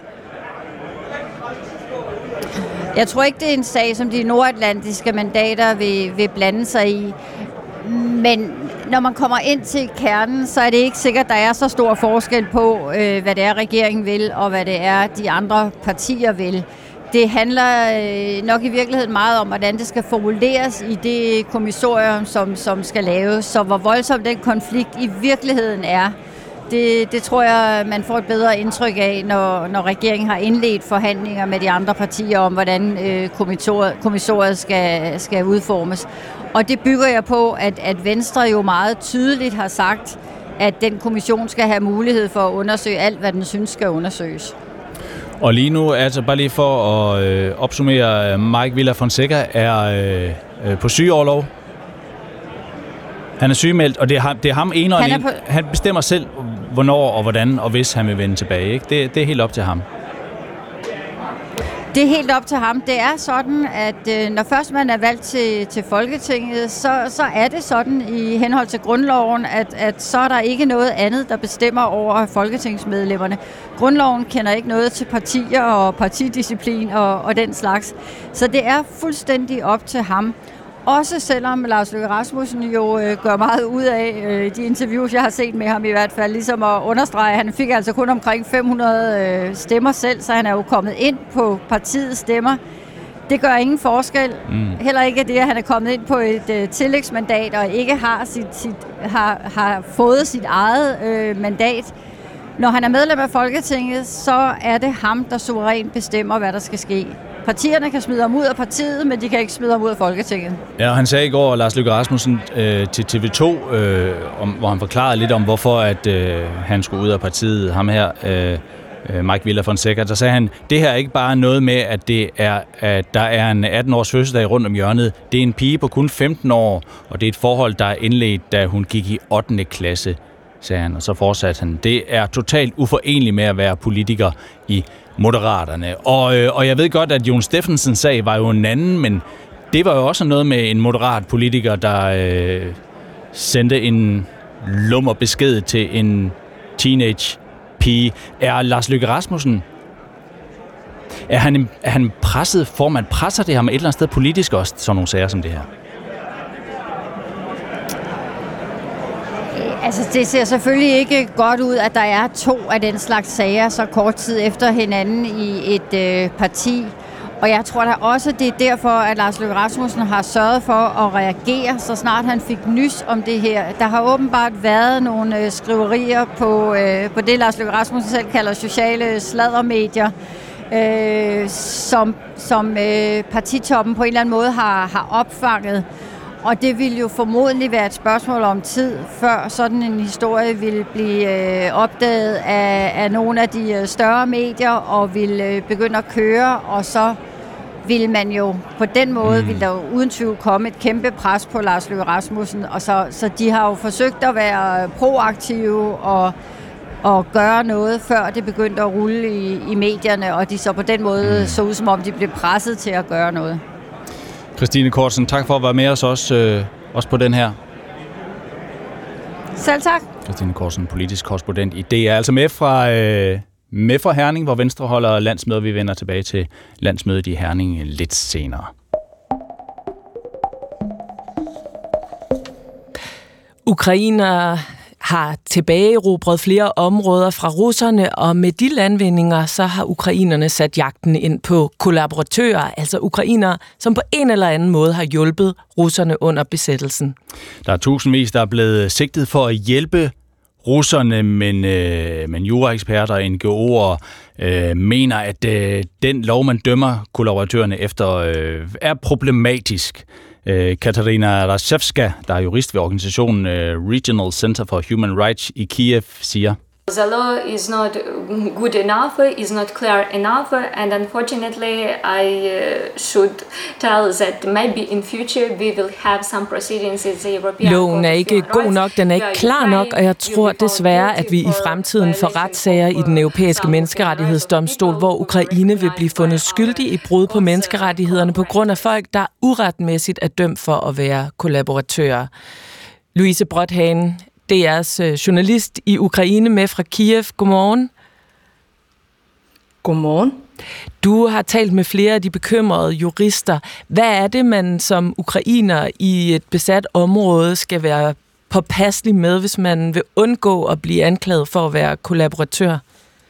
[SPEAKER 13] Jeg tror ikke, det er en sag, som de nordatlantiske mandater vil, vil blande sig i. Men når man kommer ind til kernen, så er det ikke sikkert, at der er så stor forskel på, øh, hvad det er, regeringen vil, og hvad det er, de andre partier vil. Det handler øh, nok i virkeligheden meget om, hvordan det skal formuleres i det kommissorium, som, som skal laves. Så hvor voldsom den konflikt i virkeligheden er, Det, det tror jeg, man får et bedre indtryk af, når, når regeringen har indledt forhandlinger med de andre partier om, hvordan øh, kommissoriet skal, skal udformes. Og det bygger jeg på, at, at Venstre jo meget tydeligt har sagt, at den kommission skal have mulighed for at undersøge alt, hvad den synes skal undersøges.
[SPEAKER 2] Og lige nu, altså bare lige for at øh, opsummere, Mike Villa Fonseca er øh, øh, på sygeorlov. Han er sygemeldt, og det er ham, det er ham ene og
[SPEAKER 13] han,
[SPEAKER 2] alene.
[SPEAKER 13] på...
[SPEAKER 2] Han bestemmer selv, hvornår og hvordan og hvis han vil vende tilbage. Ikke? Det, det er helt op til ham.
[SPEAKER 13] Det er helt op til ham. Det er sådan, at øh, når først man er valgt til, til Folketinget, så, så er det sådan i henhold til grundloven, at, at så er der ikke noget andet, der bestemmer over folketingsmedlemmerne. Grundloven kender ikke noget til partier og partidisciplin og, og den slags. Så det er fuldstændig op til ham. Også selvom Lars Løkke Rasmussen jo øh, gør meget ud af øh, de interviews, jeg har set med ham i hvert fald, ligesom at understrege, han fik altså kun omkring fem hundrede øh, stemmer selv, så han er jo kommet ind på partiets stemmer. Det gør ingen forskel. Mm. Heller ikke det, at han er kommet ind på et øh, tillægsmandat og ikke har, sit, sit, har, har fået sit eget øh, mandat. Når han er medlem af Folketinget, så er det ham, der suverænt bestemmer, hvad der skal ske. partierne kan smide ham ud af partiet, men de kan ikke smide ham ud af Folketinget.
[SPEAKER 2] Ja, og han sagde i går, Lars Løkke Rasmussen, øh, til T V to, øh, om, hvor han forklarede lidt om, hvorfor at, øh, han skulle ud af partiet, ham her, øh, Mike Villa Fonseca, der sagde han, det her er ikke bare noget med, at, det er, at der er en atten-års fødselsdag rundt om hjørnet. Det er en pige på kun femten år, og det er et forhold, der er indledt, da hun gik i ottende klasse, sagde han. Og så fortsatte han, det er totalt uforenligt med at være politiker i Moderaterne. Og, øh, og jeg ved godt, at Jon Stephensens sag var jo en anden, men det var jo også noget med en moderat politiker, der øh, sendte en lummer besked til en teenage pige. Er Lars Løkke Rasmussen, er han, er han presset formand? Presser det ham et eller andet sted politisk også, sådan nogle sager som det her?
[SPEAKER 13] Altså, det ser selvfølgelig ikke godt ud, at der er to af den slags sager så kort tid efter hinanden i et øh, parti. Og jeg tror da også, det er derfor, at Lars Løkke Rasmussen har sørget for at reagere, så snart han fik nys om det her. Der har åbenbart været nogle øh, skriverier på, øh, på det, Lars Løkke Rasmussen selv kalder sociale sladdermedier, øh, som, som øh, partitoppen på en eller anden måde har, har opfanget. Og det ville jo formodentlig være et spørgsmål om tid, før sådan en historie ville blive øh, opdaget af, af nogle af de øh, større medier og ville øh, begynde at køre, og så ville man jo på den måde, ville der jo uden tvivl komme et kæmpe pres på Lars Løkke Rasmussen. Og så, så de har jo forsøgt at være proaktive og, og gøre noget, før det begyndte at rulle i, i medierne, og de så på den måde så ud, som om de blev presset til at gøre noget.
[SPEAKER 2] Christine Kortsen, tak for at være med os også, øh, også på den her.
[SPEAKER 13] Selv tak.
[SPEAKER 2] Christine Kortsen, politisk korrespondent i D R, altså med fra, øh, med fra Herning, hvor Venstre holder landsmøde. Vi vender tilbage til landsmødet i Herning lidt senere.
[SPEAKER 3] Ukrainer har tilbageerobret flere områder fra russerne, og med de landvindinger, så har ukrainerne sat jagten ind på kollaboratører, altså ukrainere, som på en eller anden måde har hjulpet russerne under besættelsen.
[SPEAKER 2] Der er tusindvis, der er blevet sigtet for at hjælpe russerne, men, øh, men juraeksperter og N G O'er øh, mener, at øh, den lov, man dømmer kollaboratørerne efter, øh, er problematisk. Katarina Rashevska, der er jurist ved organisationen Regional Center for Human Rights i Kiev, siger:
[SPEAKER 16] The law is not good enough, is not clear enough, and unfortunately I uh, should tell that maybe in future we will have some proceedings in the European Court.
[SPEAKER 3] Loven er ikke god nok, den er ikke klar nok, og jeg tror desværre, at vi i fremtiden får retssager i den europæiske menneskerettighedsdomstol, hvor Ukraine vil blive fundet skyldig i brud på menneskerettighederne på grund af folk, der uretmæssigt er dømt for at være kollaboratører. Louise Brothagen, D R's journalist i Ukraine med fra Kiev. Godmorgen.
[SPEAKER 15] Godmorgen.
[SPEAKER 3] Du har talt med flere af de bekymrede jurister. Hvad er det, man som ukrainer i et besat område skal være påpasselig med, hvis man vil undgå at blive anklaget for at være kollaboratør?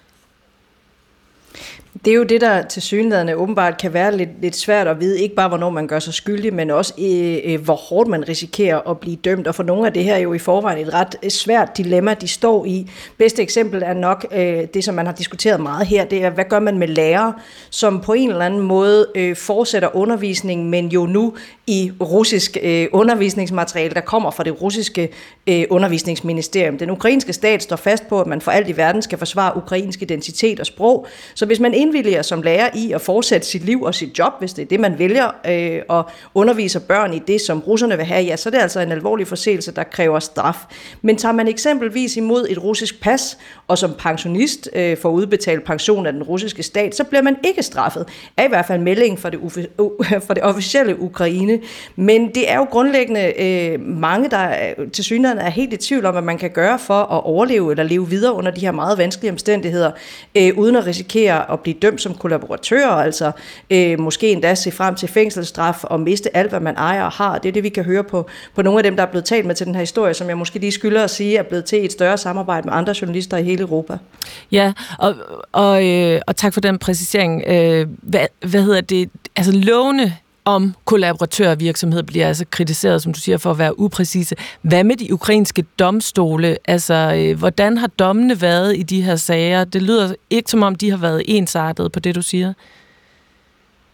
[SPEAKER 17] Det er jo det, der tilsyneladende åbenbart kan være lidt, lidt svært at vide, ikke bare hvornår man gør sig skyldig, men også øh, hvor hårdt man risikerer at blive dømt. Og for nogle af det her er jo i forvejen et ret svært dilemma, de står i. Bedste eksempel er nok øh, det, som man har diskuteret meget her, det er, hvad gør man med lærere, som på en eller anden måde øh, fortsætter undervisningen, men jo nu i russisk øh, undervisningsmateriale, der kommer fra det russiske øh, undervisningsministerium. Den ukrainske stat står fast på, at man for alt i verden skal forsvare ukrainsk identitet og sprog. Så hvis man indvilliger som lærer i at fortsætte sit liv og sit job, hvis det er det, man vælger, øh, og underviser børn i det, som russerne vil have, ja, så er det altså en alvorlig forseelse, der kræver straf. Men tager man eksempelvis imod et russisk pas, og som pensionist øh, får udbetalt pension af den russiske stat, så bliver man ikke straffet. Er i hvert fald meldingen fra det, uffe, uh, fra det officielle Ukraine. Men det er jo grundlæggende øh, mange, der tilsyneladende er helt i tvivl om, hvad man kan gøre for at overleve eller leve videre under de her meget vanskelige omstændigheder, øh, uden at risikere at blive dømt som kollaboratører, altså øh, måske endda se frem til fængselsstraf og miste alt, hvad man ejer og har. Det er det, vi kan høre på, på nogle af dem, der er blevet talt med til den her historie, som jeg måske lige skylder at sige, er blevet til et større samarbejde med andre journalister i hele Europa.
[SPEAKER 3] Ja, og, og, øh, og tak for den præcisering. Øh, hvad, hvad hedder det? Altså lovene om kollaboratørvirksomhed bliver altså kritiseret, som du siger, for at være upræcise. Hvad med de ukrainske domstole? Altså, øh, hvordan har dommene været i de her sager? Det lyder ikke som om, de har været ensartede på det, du siger.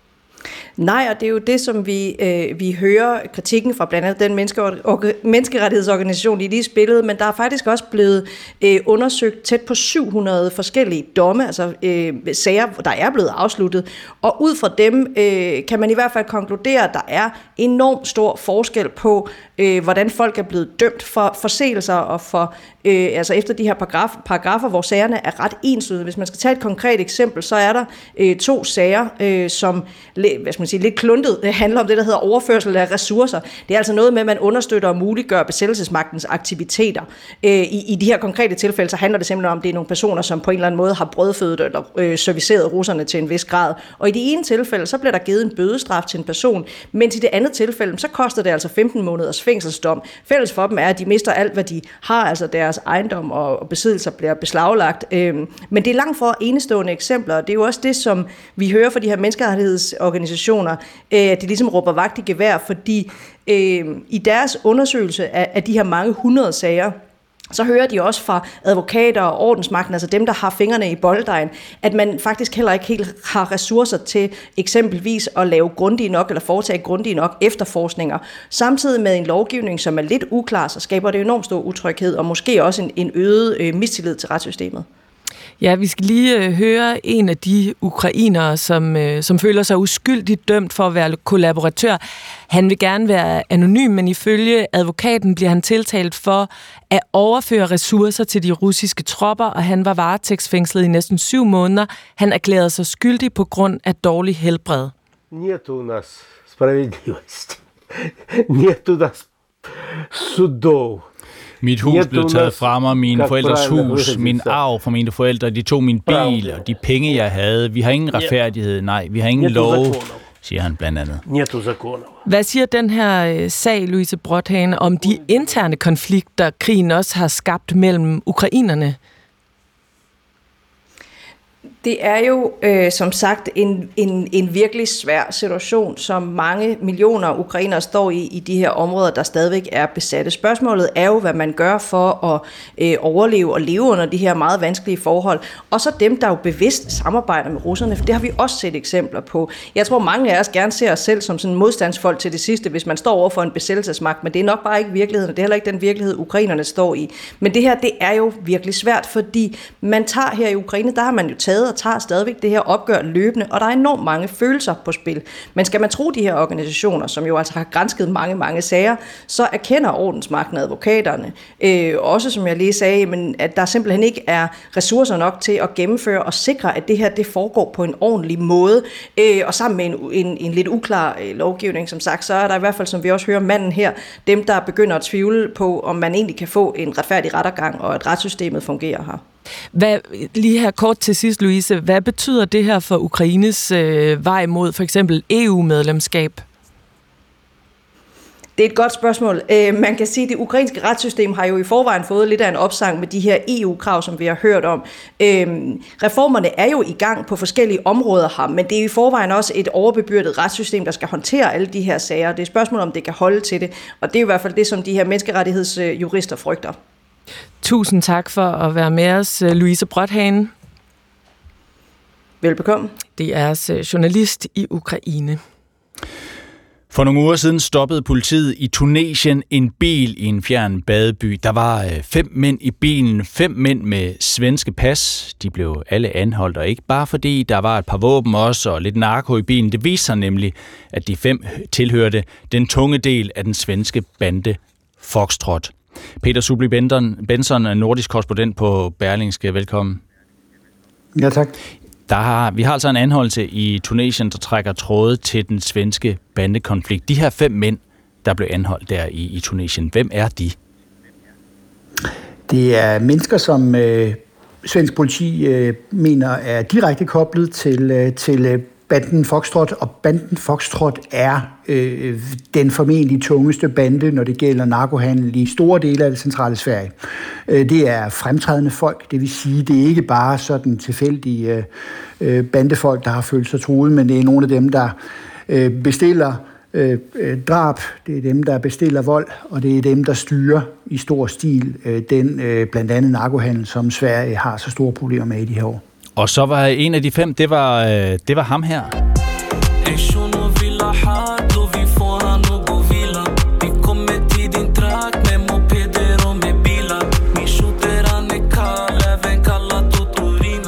[SPEAKER 17] Nej, og det er jo det, som vi, øh, vi hører kritikken fra blandt andet den menneske- menneskerettighedsorganisation, de lige spillede, men der er faktisk også blevet øh, undersøgt tæt på syv hundrede forskellige domme, altså øh, sager, der er blevet afsluttet, og ud fra dem øh, kan man i hvert fald konkludere, at der er enormt stor forskel på, øh, hvordan folk er blevet dømt for forseelser og for, øh, altså efter de her paragraf, paragrafer, hvor sagerne er ret enslydende. Hvis man skal tage et konkret eksempel, så er der øh, to sager, øh, som hvad skal man sige, lidt kluntet. Det handler om det, der hedder overførsel af ressourcer. Det er altså noget med, at man understøtter og muliggør besættelsesmagtens aktiviteter. I, I de her konkrete tilfælde, så handler det simpelthen om, at det er nogle personer, som på en eller anden måde har brødfødet eller øh, serviceret russerne til en vis grad. Og i det ene tilfælde, så bliver der givet en bødestraf til en person, mens i det andet tilfælde, så koster det altså femten måneders fængselsdom. Fælles for dem er, at de mister alt, hvad de har, altså deres ejendom og besiddelser bliver beslaglagt. Men det er langt fra enestående eksempler, og det er jo også det, som vi hører fra de her menneskerettighedsorganisationer, at de ligesom råber vagt i gevær, fordi øh, i deres undersøgelse af, af de her mange hundrede sager, så hører de også fra advokater og ordensmagten, altså dem, der har fingrene i bolddejen, at man faktisk heller ikke helt har ressourcer til eksempelvis at lave grundige nok, eller foretage grundige nok efterforskninger. Samtidig med en lovgivning, som er lidt uklar, så skaber det enormt stor utryghed, og måske også en, en øget øh, mistillid til retssystemet.
[SPEAKER 3] Ja, vi skal lige øh, høre en af de ukrainere, som, øh, som føler sig uskyldigt dømt for at være kollaboratør. Han vil gerne være anonym, men ifølge advokaten bliver han tiltalt for at overføre ressourcer til de russiske tropper, og han var varetægtsfængslet i næsten syv måneder. Han erklærede sig skyldig på grund af dårlig helbred.
[SPEAKER 18] Нет у нас справедливости. Нет у нас судов.
[SPEAKER 2] Mit hus blev taget fra mig, mine forældres hus, min arv fra mine forældre, de tog min bil og de penge, jeg havde. Vi har ingen retfærdighed, nej, vi har ingen lov, siger han blandt andet.
[SPEAKER 3] Hvad siger den her sag, Louise Brothane, om de interne konflikter, krigen også har skabt mellem ukrainerne?
[SPEAKER 17] Det er jo øh, som sagt en, en, en virkelig svær situation, som mange millioner ukrainere står i i de her områder, der stadigvæk er besatte. Spørgsmålet er jo, hvad man gør for at øh, overleve og leve under de her meget vanskelige forhold. Og så dem, der jo bevidst samarbejder med russerne, for det har vi også set eksempler på. Jeg tror, mange af os gerne ser os selv som sådan modstandsfolk til det sidste, hvis man står over for en besættelsesmagt, men det er nok bare ikke virkeligheden, og det er heller ikke den virkelighed, ukrainerne står i. Men det her, det er jo virkelig svært, fordi man tager her i Ukraine, der har man jo taget og tager stadigvæk det her opgør løbende, og der er enormt mange følelser på spil. Men skal man tro de her organisationer, som jo altså har gransket mange, mange sager, så erkender ordensmagten og advokaterne, øh, også som jeg lige sagde, men at der simpelthen ikke er ressourcer nok til at gennemføre og sikre, at det her det foregår på en ordentlig måde, øh, og sammen med en, en, en lidt uklar øh, lovgivning, som sagt, så er der i hvert fald, som vi også hører manden her, dem, der begynder at tvivle på, om man egentlig kan få en retfærdig rettergang, og at retssystemet fungerer her.
[SPEAKER 3] Hvad, lige her kort til sidst, Louise, hvad betyder det her for Ukraines øh, vej mod for eksempel E U-medlemskab?
[SPEAKER 17] Det er et godt spørgsmål. Øh, man kan sige, at det ukrainske retssystem har jo i forvejen fået lidt af en opsang med de her E U-krav, som vi har hørt om. Øh, reformerne er jo i gang på forskellige områder her, men det er i forvejen også et overbebyrdet retssystem, der skal håndtere alle de her sager. Det er et spørgsmål, om det kan holde til det, og det er i hvert fald det, som de her menneskerettighedsjurister frygter.
[SPEAKER 3] Tusind tak for at være med os, Louise Brothane.
[SPEAKER 17] Velbekomme.
[SPEAKER 3] Det er journalist i Ukraine.
[SPEAKER 2] For nogle uger siden stoppede politiet i Tunesien en bil i en fjern badeby. Der var fem mænd i bilen, fem mænd med svenske pas. De blev alle anholdt, og ikke bare fordi der var et par våben også og lidt narko i bilen. Det viste sig nemlig, at de fem tilhørte den tunge del af den svenske bande Foxtrot. Peter Subli Benson er nordisk korrespondent på Berlingske. Velkommen.
[SPEAKER 19] Ja, tak.
[SPEAKER 2] Der har, vi har altså en anholdelse i Tunesien, der trækker tråde til den svenske bandekonflikt. De her fem mænd, der blev anholdt der i, i Tunesien, hvem er de?
[SPEAKER 19] Det er mennesker, som øh, svensk politi øh, mener er direkte koblet til, øh, til øh, banden Foxtrot, og banden Foxtrot er øh, den formentlig tungeste bande, når det gælder narkohandel i store dele af det centrale Sverige. Øh, det er fremtrædende folk, det vil sige, det er ikke bare sådan tilfældige øh, bandefolk, der har følt sig truet, men det er nogle af dem, der øh, bestiller øh, drab, det er dem, der bestiller vold, og det er dem, der styrer i stor stil øh, den øh, blandt andet narkohandel, som Sverige har så store problemer med i de her år.
[SPEAKER 2] Og så var en af de fem, det var, det var ham her.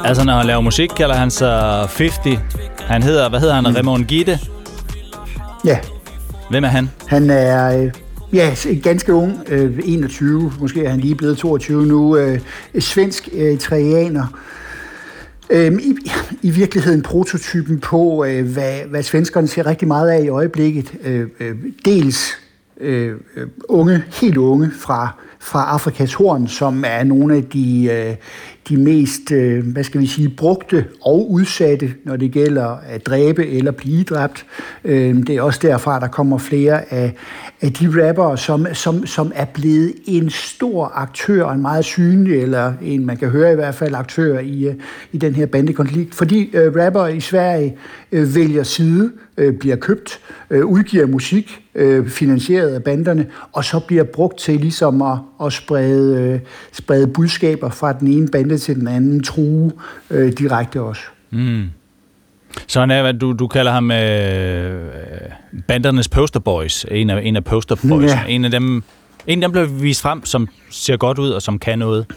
[SPEAKER 2] Altså, når han laver musik, kalder han sig halvtreds. Han hedder, hvad hedder han, mm. Raymond Gitte?
[SPEAKER 19] Ja.
[SPEAKER 2] Hvem er han?
[SPEAKER 19] Han er... Øh Ja, ganske ung, øh, enogtyve, måske er han lige blevet toogtyve nu, øh, svensk eritreaner. Øh, i, I virkeligheden prototypen på, øh, hvad, hvad svenskerne ser rigtig meget af i øjeblikket. Øh, øh, dels øh, unge, helt unge fra, fra Afrikas Horn, som er nogle af de, øh, de mest, øh, hvad skal vi sige, brugte og udsatte, når det gælder at dræbe eller blive dræbt. Øh, det er også derfra, der kommer flere af, af de rappere, som, som, som er blevet en stor aktør, en meget synlig, eller en, man kan høre i hvert fald, aktør i, i den her bandekonflikt. Fordi øh, rappere i Sverige øh, vælger side, øh, bliver købt, øh, udgiver musik, øh, finansieret af banderne, og så bliver brugt til ligesom at, at sprede, øh, sprede budskaber fra den ene bande til den anden, true øh, direkte også.
[SPEAKER 2] Mm. Så han er, du, du kalder ham øh, bandernes posterboys, en af, en af posterboys, ja. en af dem, en af dem bliver vist frem, som ser godt ud og som kan noget.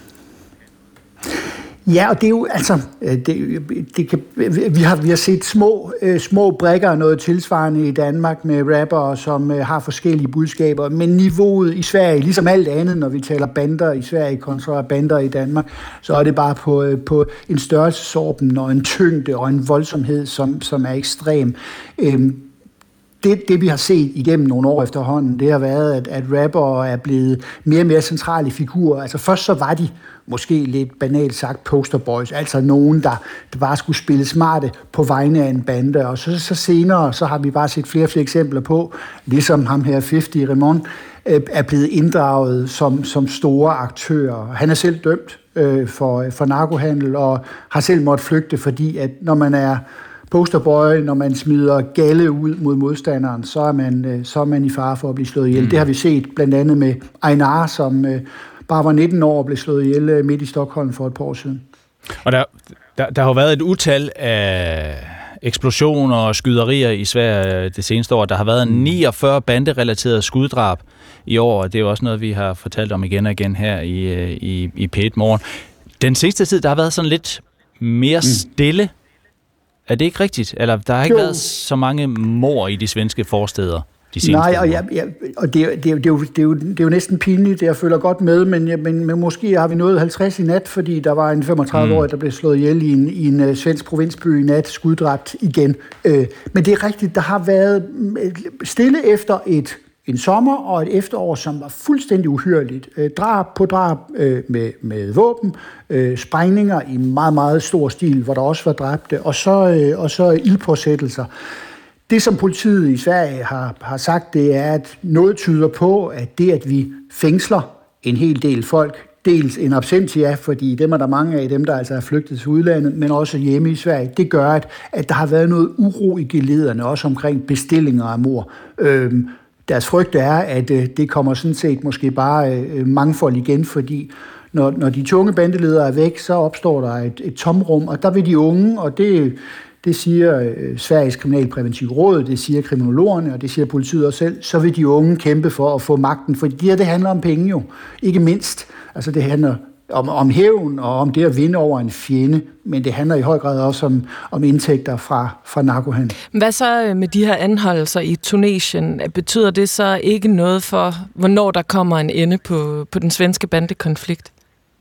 [SPEAKER 19] Ja, og det er jo, altså, det, det kan, vi, har, vi har set små, øh, små brikker og noget tilsvarende i Danmark med rappere, som øh, har forskellige budskaber, men niveauet i Sverige, ligesom alt andet, når vi taler bander i Sverige kontra bander i Danmark, så er det bare på, øh, på en størrelsesorden og en tyngde og en voldsomhed, som, som er ekstrem. Øh, Det, det, vi har set igennem nogle år efterhånden, det har været, at, at rappere er blevet mere og mere centrale figurer. Altså først så var de måske lidt banalt sagt posterboys, altså nogen, der, der bare skulle spille smarte på vegne af en bande. Og så, så senere, så har vi bare set flere og flere eksempler på, ligesom ham her, halvtreds, Raymond, er blevet inddraget som, som store aktører. Han er selv dømt øh, for, for narkohandel og har selv måttet flygte, fordi at når man er posterboy, når man smider galle ud mod modstanderen, så er man, så er man i fare for at blive slået ihjel. Mm. Det har vi set blandt andet med Einar, som øh, bare var nitten år og blev slået ihjel midt i Stockholm for et par år siden.
[SPEAKER 2] Og der, der, der har været et utal af eksplosioner og skyderier i Sverige det seneste år. Der har været niogfyrre banderelaterede skuddrab i år, og det er jo også noget, vi har fortalt om igen og igen her i, i, i P et Morgen. Den seneste tid, der har været sådan lidt mere stille. Mm. Er det ikke rigtigt? Eller der har ikke jo. været så mange mord i de svenske forstæder de seneste
[SPEAKER 19] Nej, og, ja, ja, og det, det, det, det, er jo, det, er jo, det er jo næsten pinligt, det jeg føler godt med, men, men, men måske har vi nået halvtreds i nat, fordi der var en femogtredive-årig, mm. der blev slået ihjel i en, i en uh, svensk provinsby i nat, skuddræbt igen. Uh, men det er rigtigt, der har været stille efter et en sommer og et efterår, som var fuldstændig uhyrligt. Øh, drab på drab øh, med, med våben, øh, sprængninger i meget, meget stor stil, hvor der også var dræbte, og så, øh, og så ildpåsættelser. Det, som politiet i Sverige har, har sagt, det er, at noget tyder på, at det, at vi fængsler en hel del folk, dels en absentia, fordi dem er der mange af dem, der altså er flygtet til udlandet, men også hjemme i Sverige, det gør, at, at der har været noget uro i gelederne, også omkring bestillinger af mord. Øh, Deres frygt er, at øh, det kommer sådan set måske bare øh, mangfold igen, fordi når, når de tunge bandeledere er væk, så opstår der et, et tomrum, og der vil de unge, og det, det siger øh, Sveriges Kriminalpræventive Råd, det siger kriminologerne, og det siger politiet også selv, så vil de unge kæmpe for at få magten, for det her, det handler om penge jo, ikke mindst. Altså det handler om, om hævn og om det at vinde over en fjende, men det handler i høj grad også om, om indtægter fra, fra narkohandel.
[SPEAKER 3] Hvad så med de her anholdelser i Tunesien? Betyder det så ikke noget for, hvornår der kommer en ende på, på den svenske bandekonflikt?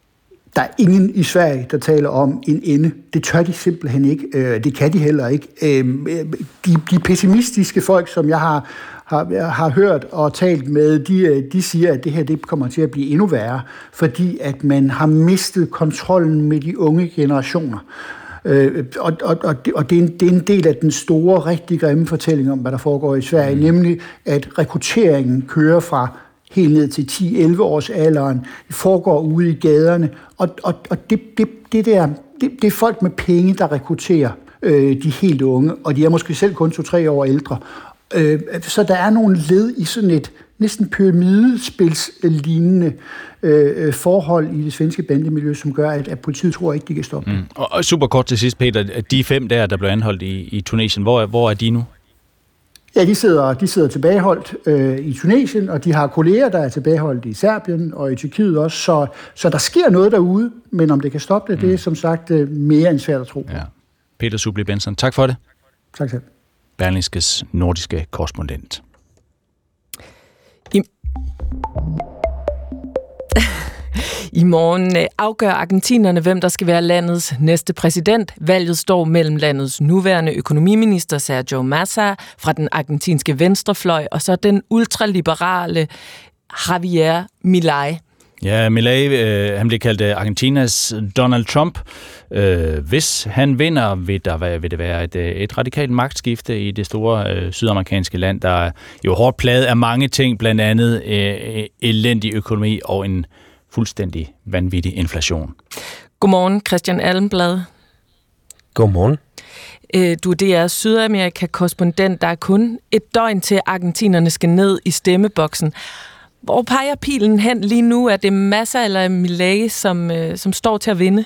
[SPEAKER 19] Der er ingen i Sverige, der taler om en ende. Det tør de simpelthen ikke. Det kan de heller ikke. De, de pessimistiske folk, som jeg har, har, har hørt og talt med, de, de siger, at det her det kommer til at blive endnu værre, fordi at man har mistet kontrollen med de unge generationer. Og, og, og, det, og det, er en, det er en del af den store, rigtig grimme fortælling om, hvad der foregår i Sverige, mm. nemlig at rekrutteringen kører fra helt ned til ti til elleve års alderen, foregår ude i gaderne, og, og, og det, det, det, der, det, det er folk med penge, der rekrutterer øh, de helt unge, og de er måske selv kun to til tre år ældre. Øh, så der er nogle led i sådan et næsten pyramidespilslignende øh, forhold i det svenske bandemiljø, som gør, at, at politiet tror ikke, de kan stoppe. Mm.
[SPEAKER 2] Og, og super kort til sidst, Peter, de fem der, der blev anholdt i, i Tunesien, hvor, hvor er de nu?
[SPEAKER 19] Ja, de sidder, de sidder tilbageholdt øh, i Tunesien, og de har kolleger, der er tilbageholdt i Serbien og i Tyrkiet også, så, så der sker noget derude, men om det kan stoppe det, mm. det er som sagt øh, mere end svært at tro på. Ja.
[SPEAKER 2] Peter Subli Benson, tak for det.
[SPEAKER 19] Tak selv.
[SPEAKER 2] Berlingskes nordiske korrespondent.
[SPEAKER 3] I I morgen afgør argentinerne, hvem der skal være landets næste præsident. Valget står mellem landets nuværende økonomiminister Sergio Massa fra den argentinske venstrefløj, og så den ultraliberale Javier Milei.
[SPEAKER 2] Ja, Milei, øh, han bliver kaldt Argentinas Donald Trump. Øh, hvis han vinder, vil, der, vil det være et, et radikalt magtskifte i det store øh, sydamerikanske land, der er jo hårdt plaget af mange ting, blandt andet øh, elendig økonomi og en fuldstændig vanvittig inflation.
[SPEAKER 3] Godmorgen, Christian Almblad.
[SPEAKER 20] Godmorgen.
[SPEAKER 3] Du er D R's Sydamerika-korrespondent. Der er kun et døgn til, argentinerne skal ned i stemmeboksen. Hvor peger pilen hen lige nu? Er det Massa eller Milei, som, som står til at vinde?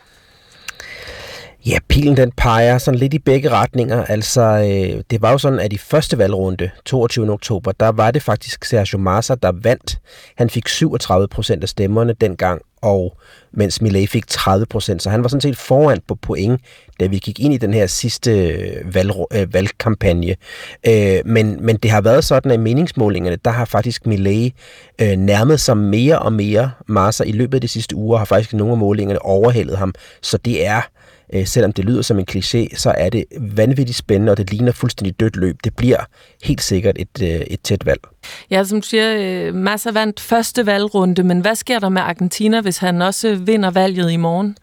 [SPEAKER 20] Ja, pilen den peger sådan lidt i begge retninger. Altså, øh, det var jo sådan, at i første valgrunde, toogtyvende oktober, der var det faktisk Sergio Massa, der vandt. Han fik syvogtredive procent af stemmerne dengang, og mens Milei fik tredive procent. Så han var sådan set foran på point, da vi gik ind i den her sidste valg, øh, valgkampagne. Øh, men, men det har været sådan, at meningsmålingerne, der har faktisk Milei øh, nærmet sig mere og mere Massa i løbet af de sidste uger, har faktisk nogle af målingerne overhældet ham. Så det er, øh, selvom det lyder som en kliché, så er det vanvittigt spændende, og det ligner fuldstændig dødt løb. Det bliver helt sikkert et, øh, et tæt valg.
[SPEAKER 3] Ja, som du siger, Massa vandt første valgrunde, men hvad sker der med Argentina, hvis han også vinder valget i morgen?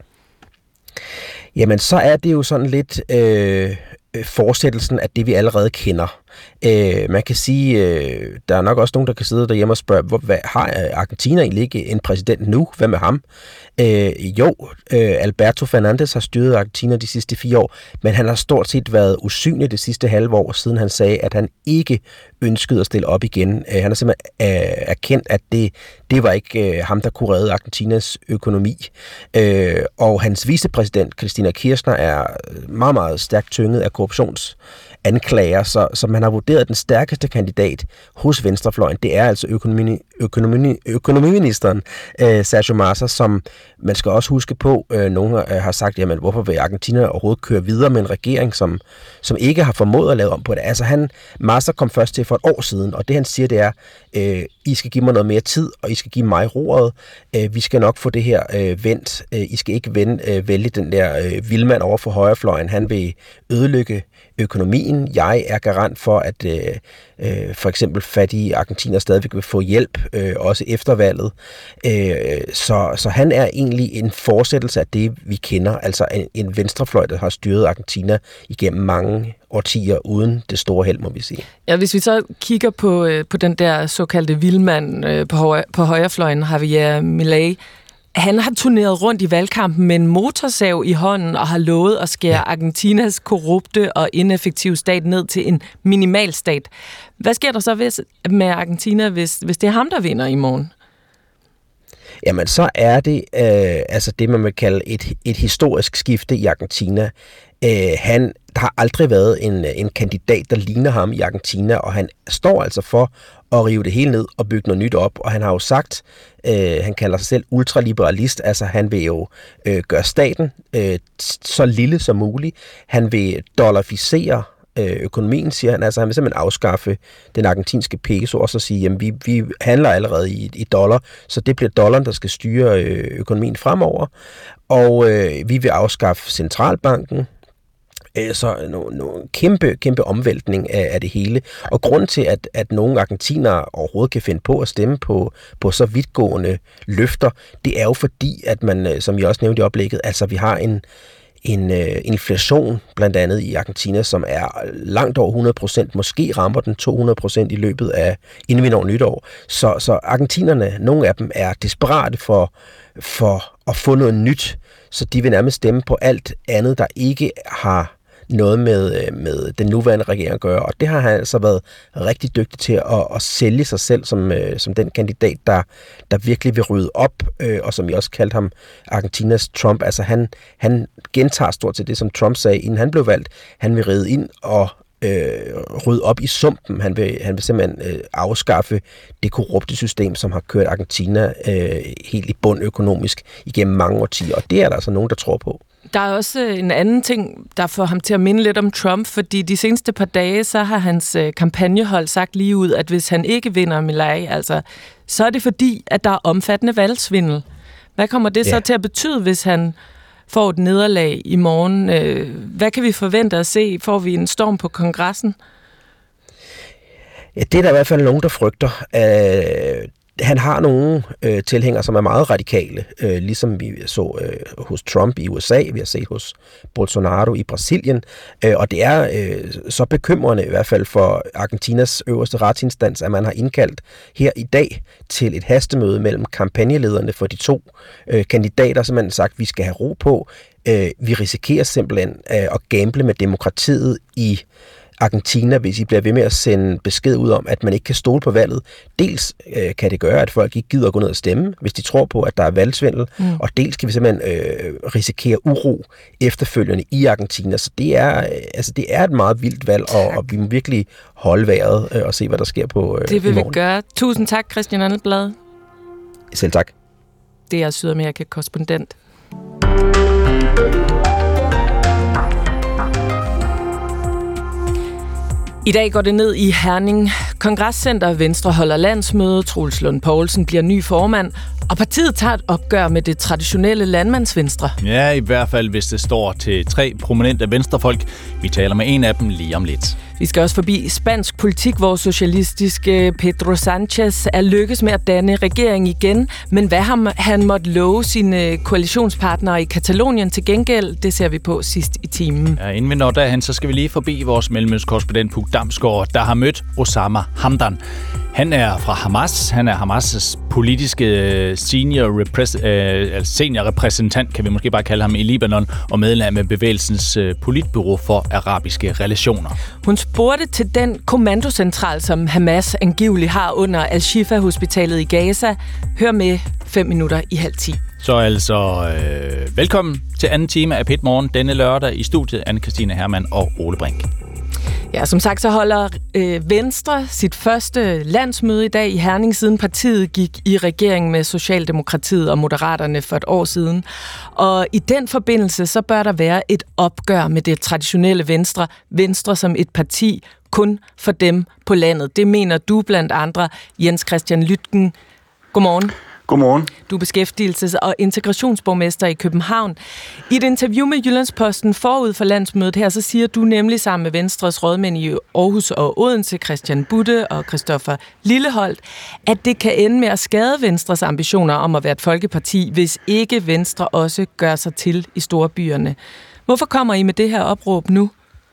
[SPEAKER 20] Jamen, så er det jo sådan lidt øh, fortsættelsen af det, vi allerede kender. Øh, man kan sige, øh, der er nok også nogen, der kan sidde derhjemme og spørge, hvor, hvad, har Argentina egentlig ikke en præsident nu? Hvad med ham? Øh, jo, øh, Alberto Fernandez har styret Argentina de sidste fire år, men han har stort set været usynlig det sidste halve år, siden han sagde, at han ikke ønskede at stille op igen. Øh, han har simpelthen øh, erkendt, at det, det var ikke øh, ham, der kunne redde Argentinas økonomi. Øh, og hans vicepræsident, Cristina Kirchner, er meget, meget stærkt tynget af korruptions anklager, så, så man har vurderet, at den stærkeste kandidat hos venstrefløjen, det er altså økonomi, økonomi, økonomiministeren øh, Sergio Massa, som man skal også huske på, øh, nogen øh, har sagt, jamen hvorfor vil Argentina overhovedet køre videre med en regering, som, som ikke har formået at lave om på det. Altså han, Massa kom først til for et år siden, og det han siger, det er, øh, I skal give mig noget mere tid, og I skal give mig roret. Øh, vi skal nok få det her øh, vendt. Øh, I skal ikke vende, øh, vælge den der øh, vildmand over for højrefløjen. Han vil ødelægge økonomien. Jeg er garant for, at øh, øh, for eksempel fattige argentiner stadigvæk vil få hjælp, øh, også efter valget. Øh, så, så han er egentlig en fortsættelse af det, vi kender, altså en, en venstrefløj, der har styret Argentina igennem mange årtier uden det store held, må vi sige.
[SPEAKER 3] Ja, hvis vi så kigger på, øh, på den der såkaldte vildmand øh, på, høj, på højrefløjen, Javier Milei, han har turneret rundt i valgkampen med en motorsav i hånden og har lovet at skære ja. Argentinas korrupte og ineffektive stat ned til en minimalstat. Hvad sker der så hvis, med Argentina, hvis, hvis det er ham, der vinder i morgen?
[SPEAKER 20] Jamen, så er det øh, altså det, man vil kalde et, et historisk skifte i Argentina. Øh, han der har aldrig været en, en kandidat, der ligner ham i Argentina, og han står altså for at rive det hele ned og bygge noget nyt op. Og han har jo sagt, øh, han kalder sig selv ultraliberalist, altså han vil jo øh, gøre staten øh, så lille som muligt. Han vil dollarificere økonomien, siger han. Altså han vil simpelthen afskaffe den argentinske peso og så sige, jamen vi, vi handler allerede i, i dollar, så det bliver dollaren, der skal styre økonomien fremover. Og øh, vi vil afskaffe centralbanken. Så en no, no, kæmpe, kæmpe omvæltning af, af det hele. Og grunden til, at, at nogle argentinere overhovedet kan finde på at stemme på, på så vidtgående løfter, det er jo fordi, at man, som jeg også nævnte i oplægget, altså vi har en en øh, inflation, blandt andet i Argentina, som er langt over hundrede procent, måske rammer den to hundrede procent i løbet af, inden vi når nytår. Så, så argentinerne, nogle af dem er desperate for, for at få noget nyt, så de vil nærmest stemme på alt andet, der ikke har noget med, med den nuværende regering at gøre, og det har han altså været rigtig dygtig til at, at sælge sig selv som, som den kandidat, der, der virkelig vil rydde op, og som jeg også kaldte ham Argentinas Trump. Altså han, han gentager stort til det, som Trump sagde, inden han blev valgt. Han vil ride ind og øh, rydde op i sumpen. Han vil, han vil simpelthen øh, afskaffe det korrupte system, som har kørt Argentina øh, helt i bund økonomisk igennem mange årtier, og det er der altså nogen, der tror på.
[SPEAKER 3] Der er også en anden ting, der får ham til at minde lidt om Trump, fordi de seneste par dage, så har hans øh, kampagnehold sagt lige ud, at hvis han ikke vinder Milei, altså, så er det fordi, at der er omfattende valgsvindel. Hvad kommer det så ja. til at betyde, hvis han får et nederlag i morgen? Hvad kan vi forvente at se? Får vi en storm på kongressen?
[SPEAKER 20] Ja, det er der i hvert fald nogen, der frygter. Uh, han har nogle uh, tilhængere, som er meget radikale, uh, ligesom vi så uh, hos Trump i U S A, vi har set hos Bolsonaro i Brasilien, uh, og det er uh, så bekymrende i hvert fald for Argentinas øverste retsinstans, at man har indkaldt her i dag til et hastemøde mellem kampagnelederne for de to uh, kandidater, som man har sagt, vi skal have ro på. Uh, vi risikerer simpelthen uh, at gamble med demokratiet i Argentina, hvis I bliver ved med at sende besked ud om, at man ikke kan stole på valget. Dels øh, kan det gøre, at folk ikke gider at gå ned og stemme, hvis de tror på, at der er valgsvindel, mm. og dels kan vi simpelthen øh, risikere uro efterfølgende i Argentina. Så det er, øh, altså, det er et meget vildt valg, og, og vi må virkelig holde vejret øh, og se, hvad der sker på øh,
[SPEAKER 3] Det vil vi gøre. Tusind tak, Christian Andelblad.
[SPEAKER 20] Selv tak.
[SPEAKER 3] Det er Sydamerika-korrespondent. I dag går det ned i Herning. Kongresscenter Venstre holder landsmøde, Troels Lund Poulsen bliver ny formand, og partiet tager et opgør med det traditionelle landmandsvenstre.
[SPEAKER 2] Ja, i hvert fald hvis det står til tre prominente venstrefolk. Vi taler med en af dem lige om lidt.
[SPEAKER 3] Vi skal også forbi spansk politik, hvor socialistiske Pedro Sánchez er lykkes med at danne regering igen. Men hvad har han måtte love sine koalitionspartnere i Katalonien til gengæld, det ser vi på sidst i timen.
[SPEAKER 2] Ja, inden vi når derhen, så skal vi lige forbi vores mellemøstkorrespondent Puk Damsgaard, der har mødt Osama Hamdan. Han er fra Hamas. Han er Hamas' politiske senior, repres- øh, senior repræsentant, kan vi måske bare kalde ham, i Libanon, og medlem af bevægelsens øh, politbureau for arabiske relationer.
[SPEAKER 3] Hun spurgte til den kommandocentral, som Hamas angiveligt har under Al-Shifa-hospitalet i Gaza. Hør med fem minutter i halv ti.
[SPEAKER 2] Så altså øh, velkommen til anden time af Pit Morgen denne lørdag i studiet. Anne-Christine Hermann og Ole Brink.
[SPEAKER 3] Ja, som sagt, så holder øh, Venstre sit første landsmøde i dag i Herning, siden partiet gik i regering med Socialdemokratiet og Moderaterne for et år siden. Og i den forbindelse, så bør der være et opgør med det traditionelle Venstre. Venstre som et parti kun for dem på landet. Det mener du blandt andre, Jens Christian Lytken. Godmorgen.
[SPEAKER 21] Godmorgen.
[SPEAKER 3] Du er beskæftigelses- og integrationsborgmester i København. I et interview med Jyllandsposten forud for landsmødet her, så siger du nemlig sammen med Venstres rådmænd i Aarhus og Odense, Christian Budde og Christoffer Lilleholdt, at det kan ende med at skade Venstres ambitioner om at være et folkeparti, hvis ikke Venstre også gør sig til i storbyerne. Hvorfor kommer I med det her opråb nu?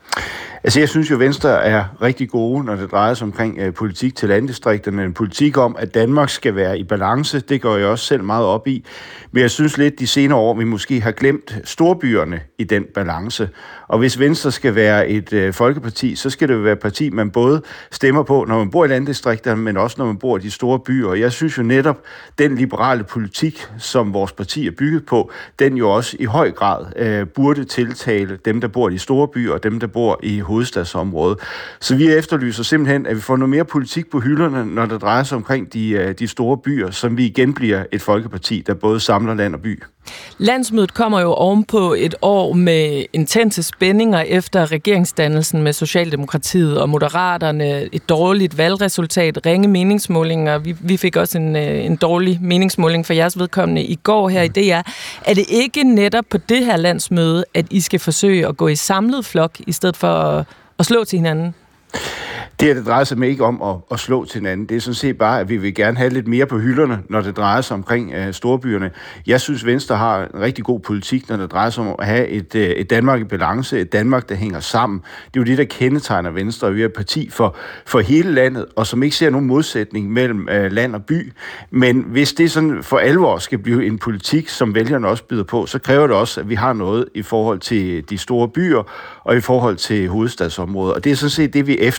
[SPEAKER 21] Altså, jeg synes jo, at Venstre er rigtig gode, når det drejer sig omkring øh, politik til landdistrikterne. En politik om, at Danmark skal være i balance, det går jeg også selv meget op i. Men jeg synes lidt, de senere år, vi måske har glemt storbyerne i den balance. Og hvis Venstre skal være et øh, folkeparti, så skal det være et parti, man både stemmer på, når man bor i landdistrikterne, men også når man bor i de store byer. Og jeg synes jo netop, den liberale politik, som vores parti er bygget på, den jo også i høj grad øh, burde tiltale dem, der bor i de store byer, og dem, der bor i hovedstadsområdet. Så vi efterlyser simpelthen, at vi får noget mere politik på hylderne, når det drejer sig omkring de, de store byer, som vi igen bliver et folkeparti, der både samler land og by.
[SPEAKER 3] Landsmødet kommer jo ovenpå et år med intense spændinger efter regeringsdannelsen med Socialdemokratiet og Moderaterne, et dårligt valgresultat, ringe meningsmålinger. Vi, vi fik også en, en dårlig meningsmåling for jeres vedkommende i går her i D R. Er det ikke netop på det her landsmøde, at I skal forsøge at gå i samlet flok, i stedet for at, at slå til hinanden?
[SPEAKER 21] Det her, det drejer sig ikke om at, at slå til hinanden. Det er sådan set bare, at vi vil gerne have lidt mere på hylderne, når det drejer sig omkring uh, storbyerne. Jeg synes, Venstre har en rigtig god politik, når det drejer sig om at have et, uh, et Danmark i balance, et Danmark, der hænger sammen. Det er jo det, der kendetegner Venstre, og vi er et parti for, for hele landet, og som ikke ser nogen modsætning mellem uh, land og by. Men hvis det sådan for alvor skal blive en politik, som vælgerne også byder på, så kræver det også, at vi har noget i forhold til de store byer, og i forhold til hovedstadsområdet. Og det er sådan set det, vi efterlyser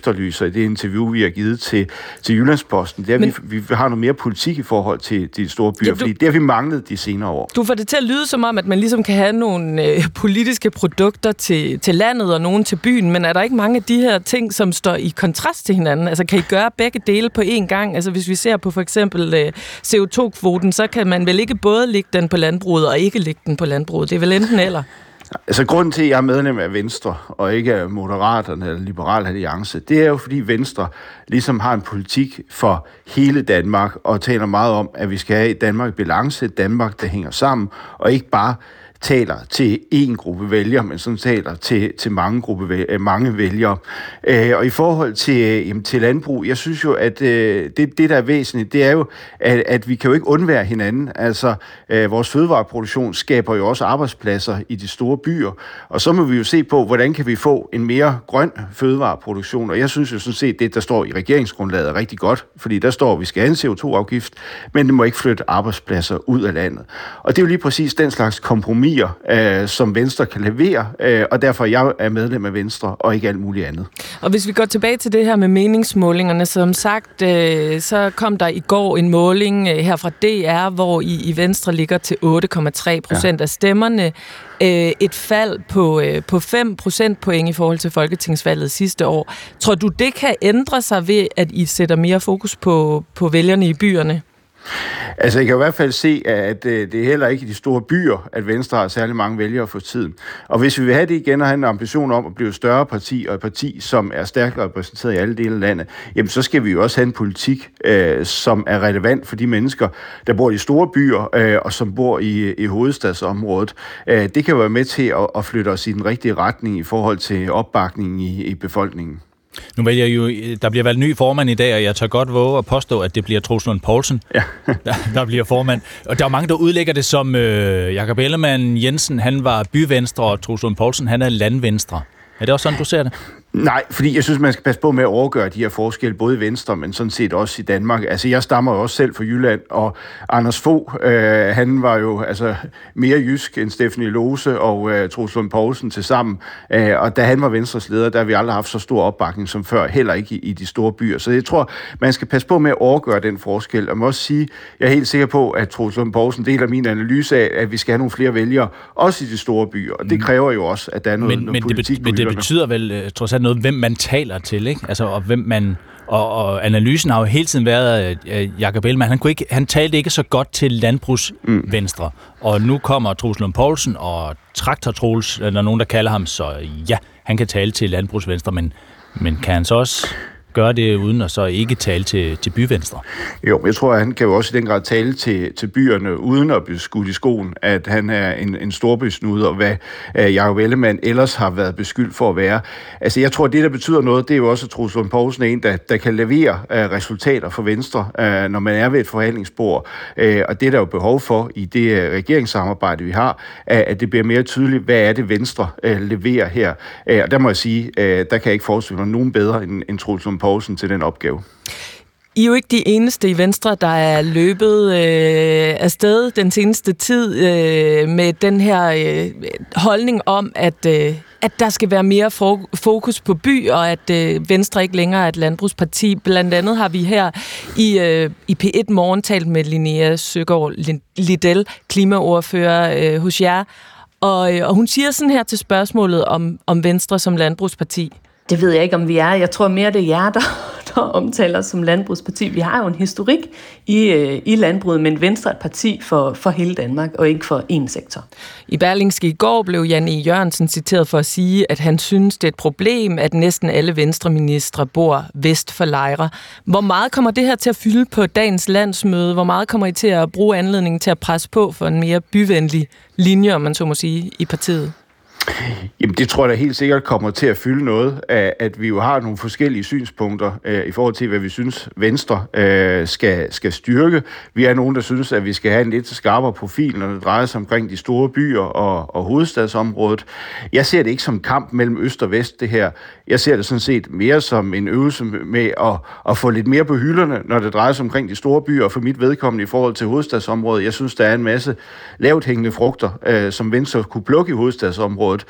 [SPEAKER 21] det interview, vi har givet til, til Jyllandsposten. Det er, Men, vi, vi har noget mere politik i forhold til de store byer, ja, du, fordi det har vi manglet de senere år.
[SPEAKER 3] Du får det til at lyde som om, at man ligesom kan have nogle øh, politiske produkter til, til landet og nogen til byen, men er der ikke mange af de her ting, som står i kontrast til hinanden? Altså kan I gøre begge dele på én gang? Altså hvis vi ser på for eksempel øh, C O to kvoten, så kan man vel ikke både lægge den på landbruget og ikke lægge den på landbruget. Det er vel enten eller?
[SPEAKER 21] Altså grunden til, at jeg er medlem af Venstre, og ikke af Moderaterne eller Liberal Alliance, det er jo fordi Venstre ligesom har en politik for hele Danmark, og taler meget om, at vi skal have et Danmark i balance, et Danmark, der hænger sammen, og ikke bare taler til én gruppe vælgere, men sådan taler til, til mange, gruppe, mange vælgere. Øh, og i forhold til, jamen, til landbrug, jeg synes jo, at øh, det, det, der er væsentligt, det er jo, at, at vi kan jo ikke undvære hinanden. Altså, øh, vores fødevareproduktion skaber jo også arbejdspladser i de store byer, og så må vi jo se på, hvordan kan vi få en mere grøn fødevareproduktion, og jeg synes jo sådan set, det, der står i regeringsgrundlaget, er rigtig godt, fordi der står, at vi skal have en C O to afgift, men det må ikke flytte arbejdspladser ud af landet. Og det er jo lige præcis den slags kompromis, Øh, som Venstre kan levere, øh, og derfor jeg er medlem af Venstre, og ikke alt muligt andet.
[SPEAKER 3] Og hvis vi går tilbage til det her med meningsmålingerne, som sagt, øh, så kom der i går en måling øh, her fra D R, hvor I, i Venstre ligger til otte komma tre procent ja. af stemmerne. Øh, et fald på, øh, på fem procentpoint i forhold til folketingsvalget sidste år. Tror du, det kan ændre sig ved, at I sætter mere fokus på, på vælgerne i byerne?
[SPEAKER 21] Altså, jeg kan i hvert fald se, at det er heller ikke i de store byer, at Venstre har særlig mange vælgere for tiden. Og hvis vi vil have det igen og have en ambition om at blive et større parti, og et parti, som er stærkt repræsenteret i alle dele af landet, jamen så skal vi jo også have en politik, øh, som er relevant for de mennesker, der bor i store byer, øh, og som bor i, i hovedstadsområdet. Øh, det kan være med til at, at flytte os i den rigtige retning i forhold til opbakningen i, i befolkningen.
[SPEAKER 2] Nu vælger jo, der bliver valgt ny formand i dag, og jeg tør godt våge at påstå, at det bliver Troels Lund Poulsen, ja. der, der bliver formand. Og der er mange, der udlægger det som øh, Jakob Ellemann-Jensen, han var byvenstre, og Troels Lund Poulsen, han er landvenstre. Er det også sådan, du ser det?
[SPEAKER 21] Nej, fordi jeg synes, man skal passe på med at overgøre de her forskelle, både i Venstre, men sådan set også i Danmark. Altså, jeg stammer jo også selv fra Jylland, og Anders Fogh, øh, han var jo altså mere jysk end Stephanie Lose og øh, Troels Lund Poulsen til sammen. Øh, og da han var Venstres leder, der har vi aldrig haft så stor opbakning som før, heller ikke i, i de store byer. Så jeg tror, man skal passe på med at overgøre den forskel. Og jeg må også sige, jeg er helt sikker på, at Troels Lund Poulsen deler min analyse af, at vi skal have nogle flere vælgere, også i de store byer. Og det kræver jo også, at der er noget,
[SPEAKER 2] men,
[SPEAKER 21] noget
[SPEAKER 2] men
[SPEAKER 21] politik
[SPEAKER 2] det, men det betyder vel, trods alt noget, hvem man taler til, ikke? Altså, og hvem man... Og, og analysen har jo hele tiden været, at Jakob Ellemann, han, kunne ikke, han talte ikke så godt til landbrugsvenstre. Mm. Og nu kommer Troels Lund Poulsen og Traktor Troels, der er nogen, der kalder ham, så ja, han kan tale til landbrugsvenstre, men, men kan han så også gøre det uden at så ikke tale til, til byvenstre?
[SPEAKER 21] Jo, jeg tror, at han kan jo også i den grad tale til, til byerne, uden at blive skudt i skoen, at han er en, en storbysnuder, og hvad uh, Jakob Ellemann ellers har været beskyldt for at være. Altså, jeg tror, at det, der betyder noget, det er jo også, at Troels Lund Poulsen er en, der, der kan levere uh, resultater for Venstre, uh, når man er ved et forhandlingsbord. Uh, og det er der jo behov for i det uh, regeringssamarbejde, vi har, uh, at det bliver mere tydeligt, hvad er det, Venstre uh, leverer her. Uh, og der må jeg sige, uh, der kan jeg ikke forestille mig nogen bedre end, end Troels Lund Poulsen til den opgave.
[SPEAKER 3] I er jo ikke de eneste i Venstre, der er løbet øh, afsted den seneste tid øh, med den her øh, holdning om, at, øh, at der skal være mere fokus på by, og at øh, Venstre ikke længere er et landbrugsparti. Blandt andet har vi her i, øh, i P et Morgen talt med Linnea Søgaard Lidell, klimaordfører øh, hos jer, og, øh, og hun siger sådan her til spørgsmålet om, om Venstre som landbrugsparti.
[SPEAKER 15] Det ved jeg ikke, om vi er. Jeg tror mere, det er jer, der, der omtaler os som landbrugsparti. Vi har jo en historik i, øh, i landbruget, men Venstre er et parti for, for hele Danmark, og ikke for én sektor.
[SPEAKER 3] I Berlingske i går blev Jan E. Jørgensen citeret for at sige, at han synes, det er et problem, at næsten alle venstreministre bor vest for Lejre. Hvor meget kommer det her til at fylde på dagens landsmøde? Hvor meget kommer I til at bruge anledningen til at presse på for en mere byvenlig linje, om man så må sige, i partiet?
[SPEAKER 21] Jamen, det tror jeg da helt sikkert kommer til at fylde noget, at vi jo har nogle forskellige synspunkter øh, i forhold til, hvad vi synes, Venstre øh, skal, skal styrke. Vi er nogen, der synes, at vi skal have en lidt skarpere profil, når det drejer sig omkring de store byer og, og hovedstadsområdet. Jeg ser det ikke som kamp mellem øst og vest, det her. Jeg ser det sådan set mere som en øvelse med at, at få lidt mere på hylderne, når det drejer sig omkring de store byer, og for mit vedkommende i forhold til hovedstadsområdet. Jeg synes, der er en masse lavt hængende frugter, øh, som Venstre kunne plukke i hovedstadsområdet.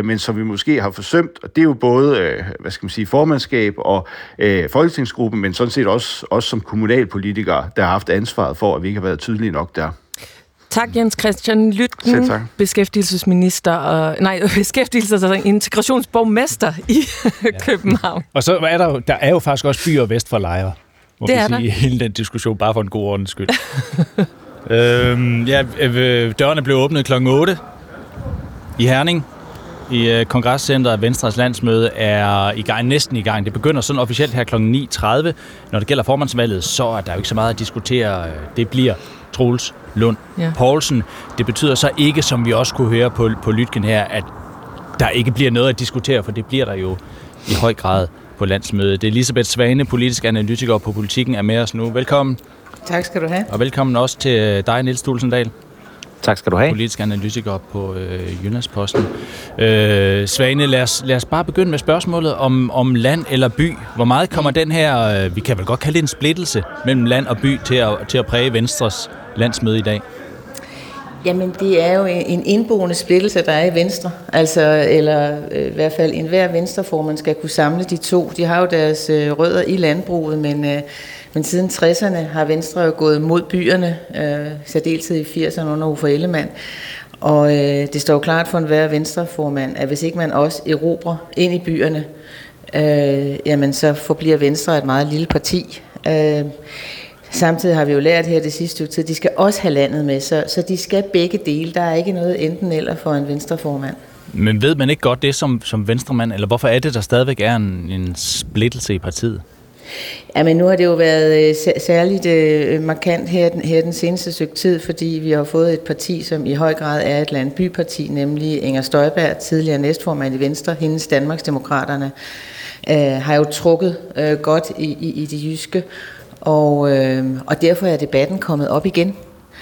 [SPEAKER 21] øh, men som vi måske har forsømt, og det er jo både, øh, hvad skal man sige, formandskab og øh, folketingsgruppen, men sådan set også, også som kommunalpolitikere, der har haft ansvaret for, at vi ikke har været tydelige nok der.
[SPEAKER 3] Tak, Jens Christian Lytken, beskæftigelsesminister og nej, beskæftigelses- og integrationsborgmester i ja. København.
[SPEAKER 2] Og så er der, der er jo faktisk også byer vest for Lejre. Må
[SPEAKER 3] det er
[SPEAKER 2] sige, der. Hele den diskussion, bare for en god ordens skyld. øhm, ja, dørene blev åbnet klokken otte i Herning. I uh, Kongresscenteret. Venstres landsmøde er i gang, næsten i gang. Det begynder sådan officielt her klokken ni tredive. Når det gælder formandsvalget, så er der jo ikke så meget at diskutere. Det bliver Troels Lund ja. Poulsen. Det betyder så ikke, som vi også kunne høre på, på Lytken her, at der ikke bliver noget at diskutere, for det bliver der jo i høj grad på landsmødet. Det er Elisabeth Svane, politisk analytiker på Politikken, er med os nu. Velkommen.
[SPEAKER 5] Tak skal du have.
[SPEAKER 2] Og velkommen også til dig, Niels Tulsendal.
[SPEAKER 22] Tak skal du have.
[SPEAKER 2] Politisk analytiker på øh, Jyllandsposten. Øh, Svane, lad os, lad os bare begynde med spørgsmålet om, om land eller by. Hvor meget kommer den her, øh, vi kan vel godt kalde det en splittelse, mellem land og by til at, til at præge Venstres landsmøde i dag?
[SPEAKER 5] Jamen, det er jo en indboende splittelse, der er i Venstre. Altså, eller øh, i hvert fald enhver venstreformand skal kunne samle de to. De har jo deres øh, rødder i landbruget, men, øh, men siden tresserne har Venstre jo gået mod byerne, øh, særdeleshed i firserne under Uffe Ellemann. Og øh, det står klart for enhver venstreformand, at hvis ikke man også erobrer ind i byerne, øh, jamen så forbliver Venstre et meget lille parti. Øh, Samtidig har vi jo lært her det sidste stykke tid, de skal også have landet med, så, så de skal begge dele. Der er ikke noget enten eller for en venstreformand.
[SPEAKER 2] Men ved man ikke godt det som, som venstremand, eller hvorfor er det, der stadigvæk er en, en splittelse i partiet?
[SPEAKER 5] Ja, men nu har det jo været øh, særligt øh, markant her, her den seneste stykke tid, fordi vi har fået et parti, som i høj grad er et landbyparti, nemlig Inger Støjberg, tidligere næstformand i Venstre, hendes Danmarksdemokraterne, øh, har jo trukket øh, godt i, i, i det jyske. Og, øh, og derfor er debatten kommet op igen.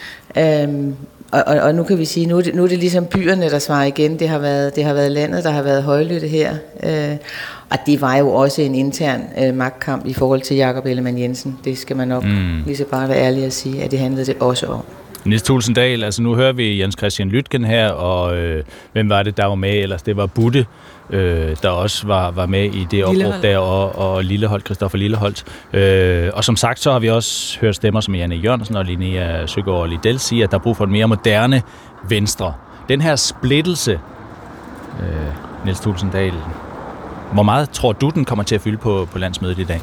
[SPEAKER 5] Øhm, og, og, og nu kan vi sige, nu er, det, nu er det ligesom byerne, der svarer igen. Det har været, det har været landet, der har været højlytte her. Øh, og det var jo også en intern øh, magtkamp i forhold til Jakob Ellemann-Jensen. Det skal man nok mm. lige så bare være ærlig at sige, at det handlede det også om.
[SPEAKER 2] Niels Tulsendal, altså nu hører vi Jens Christian Lytken her, og øh, hvem var det, der var med? Ellers det var Budde, øh, der også var, var med i det opråb der, og, og Lilleholdt, Christoffer Lilleholdt. Øh, og som sagt, så har vi også hørt stemmer som Janne Jørgensen og Linnea Søgaard Lidell sige, at der er brug for en mere moderne Venstre. Den her splittelse, øh, Niels Tulsendal, hvor meget tror du, den kommer til at fylde på, på landsmødet i dag?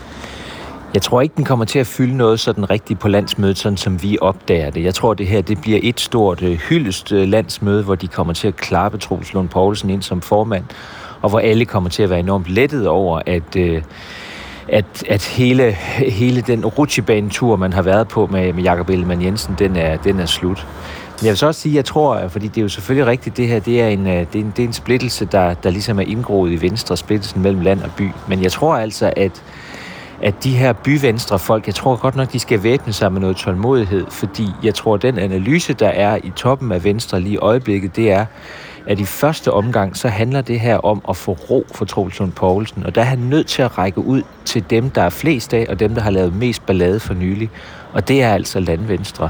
[SPEAKER 22] Jeg tror ikke, den kommer til at fylde noget sådan rigtigt på landsmødet, sådan som vi opdager det. Jeg tror, det her det bliver et stort øh, hyldest øh, landsmøde, hvor de kommer til at klappe Troels Lund Poulsen ind som formand, og hvor alle kommer til at være enormt lettet over, at, øh, at, at hele, hele den rutsjebanetur, man har været på med, med Jakob Ellemann-Jensen, den er, den er slut. Men jeg vil så også sige, jeg tror, fordi det er jo selvfølgelig rigtigt, det her det er en, det er en, det er en splittelse, der, der ligesom er indgroet i Venstre, splittelsen mellem land og by. Men jeg tror altså, at at de her byvenstre folk, jeg tror godt nok, de skal væbne sig med noget tålmodighed, fordi jeg tror, den analyse, der er i toppen af Venstre lige i øjeblikket, det er, at i første omgang, så handler det her om at få ro for Troels Lund Poulsen, og der er han nødt til at række ud til dem, der er flest af, og dem, der har lavet mest ballade for nylig, og det er altså landvenstre.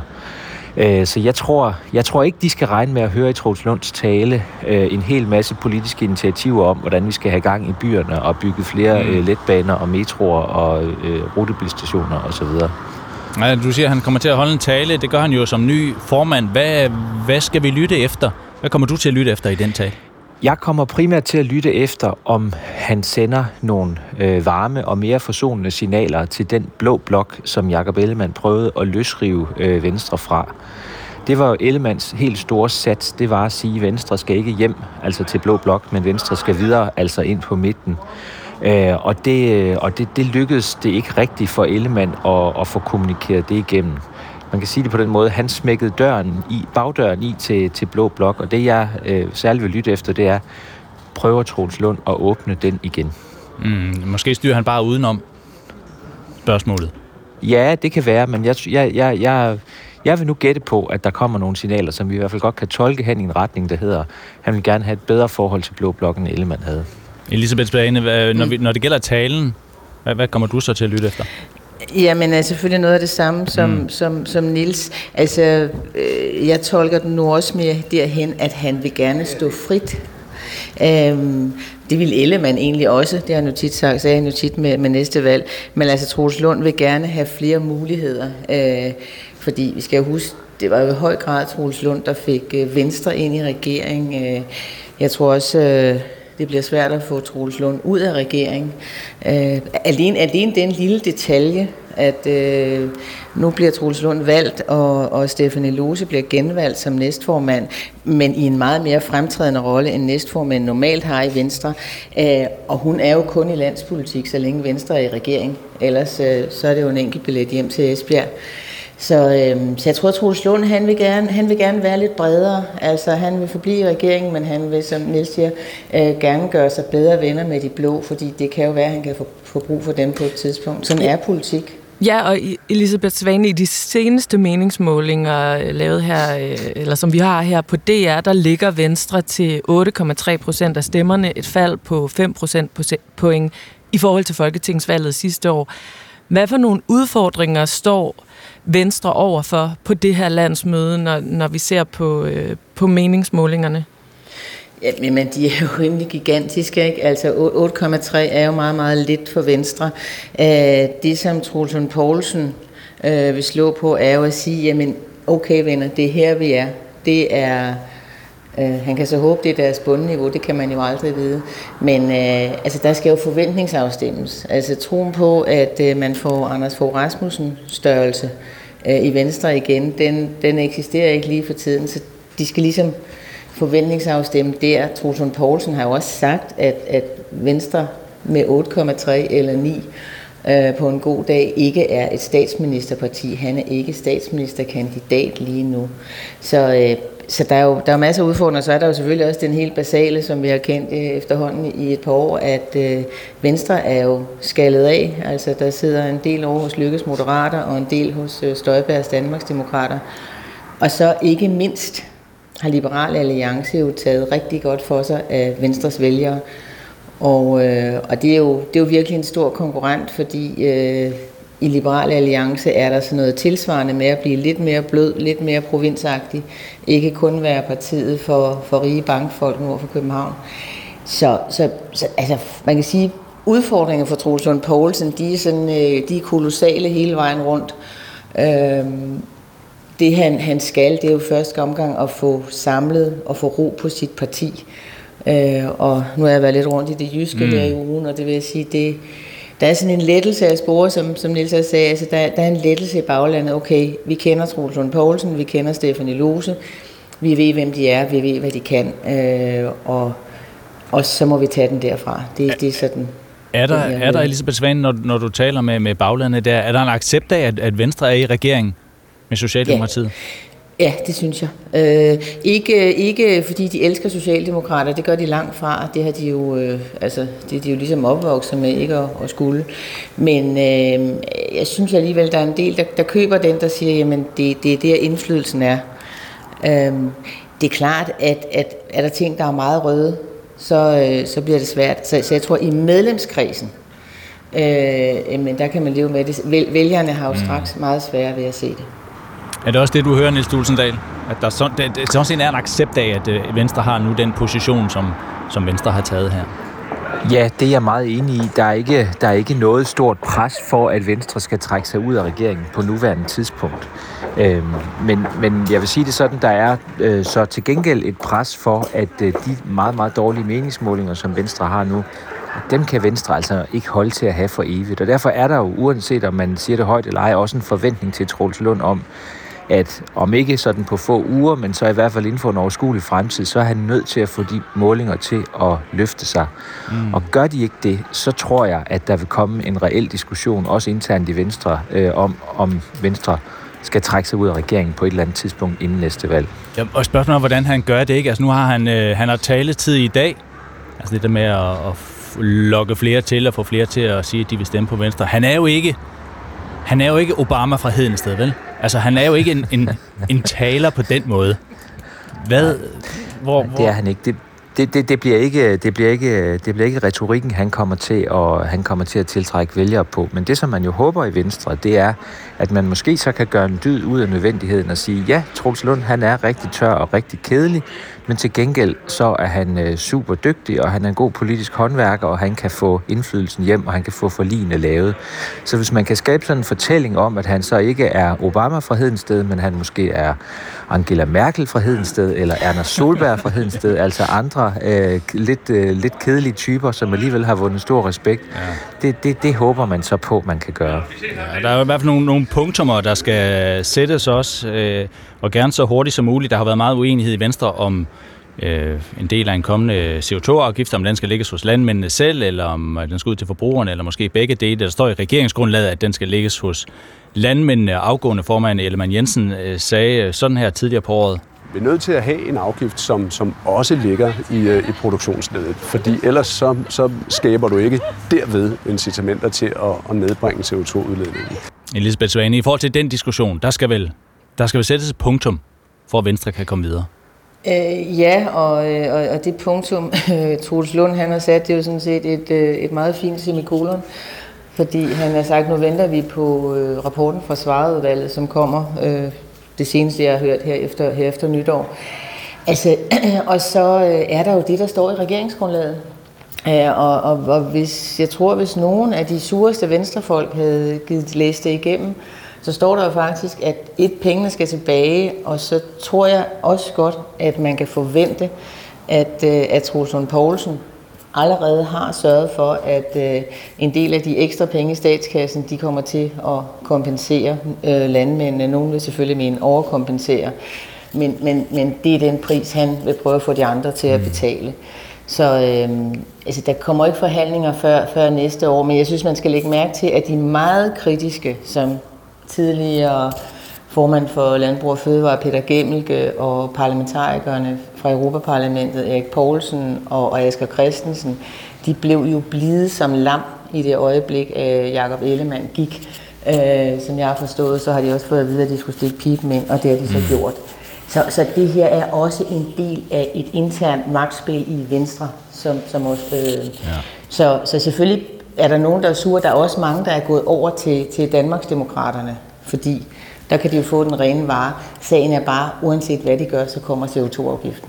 [SPEAKER 22] Så jeg tror, jeg tror ikke, de skal regne med at høre i Troels Lunds tale en hel masse politiske initiativer om, hvordan vi skal have gang i byerne og bygge flere mm. letbaner og metroer og øh, rutebilstationer osv.
[SPEAKER 2] Ja, du siger, at han kommer til at holde en tale. Det gør han jo som ny formand. Hvad, hvad skal vi lytte efter? Hvad kommer du til at lytte efter i den tale?
[SPEAKER 22] Jeg kommer primært til at lytte efter, om han sender nogle øh, varme og mere forsonende signaler til den blå blok, som Jakob Ellemann prøvede at løsrive øh, Venstre fra. Det var jo Ellemanns helt store sats, det var at sige, at Venstre skal ikke hjem, altså til blå blok, men Venstre skal videre, altså ind på midten. Øh, og det, og det, det lykkedes det ikke rigtigt for Ellemann at, at få kommunikeret det igennem. Man kan sige det på den måde, han smækkede døren i, bagdøren i til, til blå blok, og det jeg øh, særligt vil lytte efter, det er, prøver Troels Lund at åbne den igen.
[SPEAKER 2] Mm, måske styrer han bare udenom spørgsmålet.
[SPEAKER 22] Ja, det kan være, men jeg, jeg, jeg, jeg, jeg vil nu gætte på, at der kommer nogle signaler, som vi i hvert fald godt kan tolke hen i en retning, der hedder, han vil gerne have et bedre forhold til blå blok, end Ellemann havde.
[SPEAKER 2] Elisabeth Svane, når, vi, når det gælder talen, hvad, hvad kommer du så til at lytte efter?
[SPEAKER 5] Jamen, altså, selvfølgelig noget af det samme som, mm. som, som Niels. Altså, øh, jeg tolker den nu også mere derhen, at han vil gerne stå frit. Øhm, det ville Ellemann egentlig også, det har han jo tit sagt, sagde han jo tit med, med næste valg. Men altså Troels Lund vil gerne have flere muligheder, øh, fordi vi skal jo huske, det var jo i høj grad Troels Lund, der fik øh, Venstre ind i regeringen. Øh, jeg tror også, øh, det bliver svært at få Troels Lund ud af regeringen. Øh, alene, alene den lille detalje, at øh, nu bliver Troels Lund valgt, og, og Stephanie Lose bliver genvalgt som næstformand, men i en meget mere fremtrædende rolle, end næstformand normalt har i Venstre. Øh, og hun er jo kun i landspolitik, så længe Venstre er i regering. Ellers øh, så er det jo en enkelt billet hjem til Esbjerg. Så, øh, så jeg tror, at Troels Lund, han vil, gerne, han vil gerne være lidt bredere. Altså, han vil forblive i regeringen, men han vil, som Niels siger, øh, gerne gøre sig bedre venner med de blå, fordi det kan jo være, at han kan få, få brug for dem på et tidspunkt. Sådan er politik.
[SPEAKER 3] Ja, og Elisabeth Svane, i de seneste meningsmålinger lavet her, eller som vi har her på D R, der ligger Venstre til otte komma tre procent af stemmerne, et fald på fem procentpoint i forhold til folketingsvalget sidste år. Hvad for nogle udfordringer står Venstre overfor på det her landsmøde, når, når vi ser på, øh, på meningsmålingerne?
[SPEAKER 5] Ja, men de er jo rimelig gigantiske, ikke? Altså otte komma tre er jo meget, meget lidt for Venstre. Det, som Troels Lund Poulsen øh, vil slå på, er jo at sige, jamen okay venner, det er her vi er. Det er, øh, han kan så håbe, det er deres bundniveau, det kan man jo aldrig vide. Men øh, altså, der skal jo forventningsafstemmes. Altså troen på, at øh, man får Anders Fogh Rasmussen størrelse øh, i Venstre igen, den, den eksisterer ikke lige for tiden, så de skal ligesom forventningsafstemme der. Troels Lund Poulsen har jo også sagt, at, at Venstre med otte komma tre eller ni øh, på en god dag ikke er et statsministerparti. Han er ikke statsministerkandidat lige nu. Så, øh, så der er jo der er masser af udfordringer. Så er der jo selvfølgelig også den helt basale, som vi har kendt øh, efterhånden i et par år, at øh, Venstre er jo skaldet af. Altså der sidder en del over hos Lykkes Moderater og en del hos øh, Støjbergs Danmarksdemokrater. Og så ikke mindst har Liberal Alliance jo taget rigtig godt for sig af Venstres vælgere. Og, øh, og det, er jo, det er jo virkelig en stor konkurrent, fordi øh, i Liberal Alliance er der sådan noget tilsvarende med at blive lidt mere blød, lidt mere provinsagtig. Ikke kun være partiet for, for rige bankfolk nord for København. Så, så, så altså, man kan sige, udfordringer for Troels Lund Poulsen, de er, sådan, øh, de er kolossale hele vejen rundt. Øh, Det han, han skal, det er jo første omgang at få samlet og få ro på sit parti. Øh, og nu har jeg været lidt rundt i det jyske mm. der i ugen, og det vil jeg sige, det, der er sådan en lettelse af spore, som, som Niels også sagde, altså der, der er en lettelse i baglandet. Okay, vi kender Troels Lund Poulsen, vi kender Stephanie Lose, vi ved, hvem de er, vi ved, hvad de kan, øh, og, og så må vi tage den derfra. Det, det er sådan...
[SPEAKER 2] Er der, er der Elisabeth Svane, når, når du taler med, med baglandet der, er der en accept af, at, at Venstre er i regeringen med Socialdemokratiet?
[SPEAKER 5] Ja, ja, det synes jeg. Øh, ikke, ikke fordi de elsker socialdemokrater, det gør de langt fra. Det har de jo, øh, altså, det er de jo ligesom opvokset med ikke at, at skulle. Men øh, jeg synes alligevel, der er en del, der, der køber den, der siger, jamen det, det er der indflydelsen er. Øh, det er klart, at, at er der ting, der er meget røde, så, øh, så bliver det svært. Så, så jeg tror, i medlemskredsen, øh, men der kan man leve med det. Vælgerne har jo straks meget svært ved at se det.
[SPEAKER 2] Er det også det, du hører, Niels Dulsendal? At der så, det, det, sådan er en accept af, at uh, Venstre har nu den position, som, som Venstre har taget her?
[SPEAKER 22] Ja, det er jeg meget enig i. Der er, ikke, der er ikke noget stort pres for, at Venstre skal trække sig ud af regeringen på nuværende tidspunkt. Øhm, men, men jeg vil sige det sådan, der er øh, så til gengæld et pres for, at øh, de meget, meget dårlige meningsmålinger, som Venstre har nu, dem kan Venstre altså ikke holde til at have for evigt. Og derfor er der jo, uanset om man siger det højt eller ej, også en forventning til Troels Lund om, at om ikke sådan på få uger, men så i hvert fald inden for en overskuelig fremtid, så er han nødt til at få de målinger til at løfte sig. Mm. Og gør de ikke det, så tror jeg, at der vil komme en reel diskussion, også internt i Venstre, øh, om, om Venstre skal trække sig ud af regeringen på et eller andet tidspunkt inden næste valg.
[SPEAKER 2] Ja, og spørgsmålet er, hvordan han gør det, ikke? Altså nu har han, øh, han har taletid i dag, altså det der med at, at lokke flere til og få flere til at sige, at de vil stemme på Venstre. Han er jo ikke, han er jo ikke Obama fra Hedensted, vel? Altså, han er jo ikke en, en, en taler på den måde. Hvad? Hvor,
[SPEAKER 22] Nej, det er han ikke. Det, Det, det, det, bliver ikke, det, bliver ikke, det bliver ikke retorikken, han kommer til at, han kommer til at tiltrække vælgere på. Men det, som man jo håber i Venstre, det er, at man måske så kan gøre en dyd ud af nødvendigheden og sige, ja, Troels Lund, han er rigtig tør og rigtig kedelig, men til gengæld så er han øh, super dygtig, og han er en god politisk håndværker, og han kan få indflydelsen hjem, og han kan få forligene lavet. Så hvis man kan skabe sådan en fortælling om, at han så ikke er Obama fra Hedensted, men han måske er Angela Merkel fra Hedensted, eller Erna Solberg fra Hedensted, altså andre øh, lidt, øh, lidt kedelige typer, som alligevel har vundet stor respekt. Ja. Det, det, det håber man så på, man kan gøre.
[SPEAKER 2] Ja, der er i hvert fald nogle, nogle punktummer, der skal sættes også, øh, og gerne så hurtigt som muligt. Der har været meget uenighed i Venstre om øh, en del af en kommende C O to afgift, om den skal lægges hos landmændene selv, eller om den skal ud til forbrugerne, eller måske begge dele. Der står i regeringsgrundlaget, at den skal lægges hos landmændene. Afgående formand Ellemann Jensen øh, sagde sådan her tidligere på året.
[SPEAKER 6] Vi er nødt til at have en afgift, som, som også ligger i, i produktionsledet, fordi ellers så, så skaber du ikke derved incitamenter til at, at nedbringe C O to udledningen.
[SPEAKER 2] Elisabeth Svane, i forhold til den diskussion, der skal vel, der skal vel sættes et punktum, for at Venstre kan komme videre?
[SPEAKER 5] Øh, ja, og, og, og det punktum, Troels Lund han har sat, det er jo sådan set et, et meget fint semikolon, fordi han har sagt, nu venter vi på øh, rapporten fra Svareudvalget, som kommer øh, det seneste, jeg har hørt her efter, her efter nytår. Altså, og så øh, er der jo det, der står i regeringsgrundlaget. Øh, og, og, og hvis, jeg tror, hvis nogen af de sureste venstrefolk havde givet læst det igennem, så står der jo faktisk, at et, pengene skal tilbage, og så tror jeg også godt, at man kan forvente, at, at Troels Lund Poulsen allerede har sørget for, at uh, en del af de ekstra penge i statskassen, de kommer til at kompensere uh, landmændene. Nogle vil selvfølgelig mene overkompensere, men, men, men det er den pris, han vil prøve at få de andre til at betale. Så øh, altså, der kommer ikke forhandlinger før, før næste år, men jeg synes, man skal lægge mærke til, at de meget kritiske, som tidligere formand for Landbrug og Fødevare Peter Gemmelke og parlamentarikerne fra Europaparlamentet Erik Poulsen og Asger Christensen, de blev jo blide som lam i det øjeblik, at Jakob Ellemann gik. Øh, som jeg har forstået, så har de også fået at vide, at de skulle stikke pipen ind, og det har de så gjort. Så, så det her er også en del af et internt magtspil i Venstre, som, som også, øh, ja. så, så selvfølgelig er der nogen, der er sure. Der er også mange, der er gået over til, til Danmarksdemokraterne, fordi der kan de jo få den rene vare. Sagen er bare, uanset hvad de gør, så kommer C O to afgiften.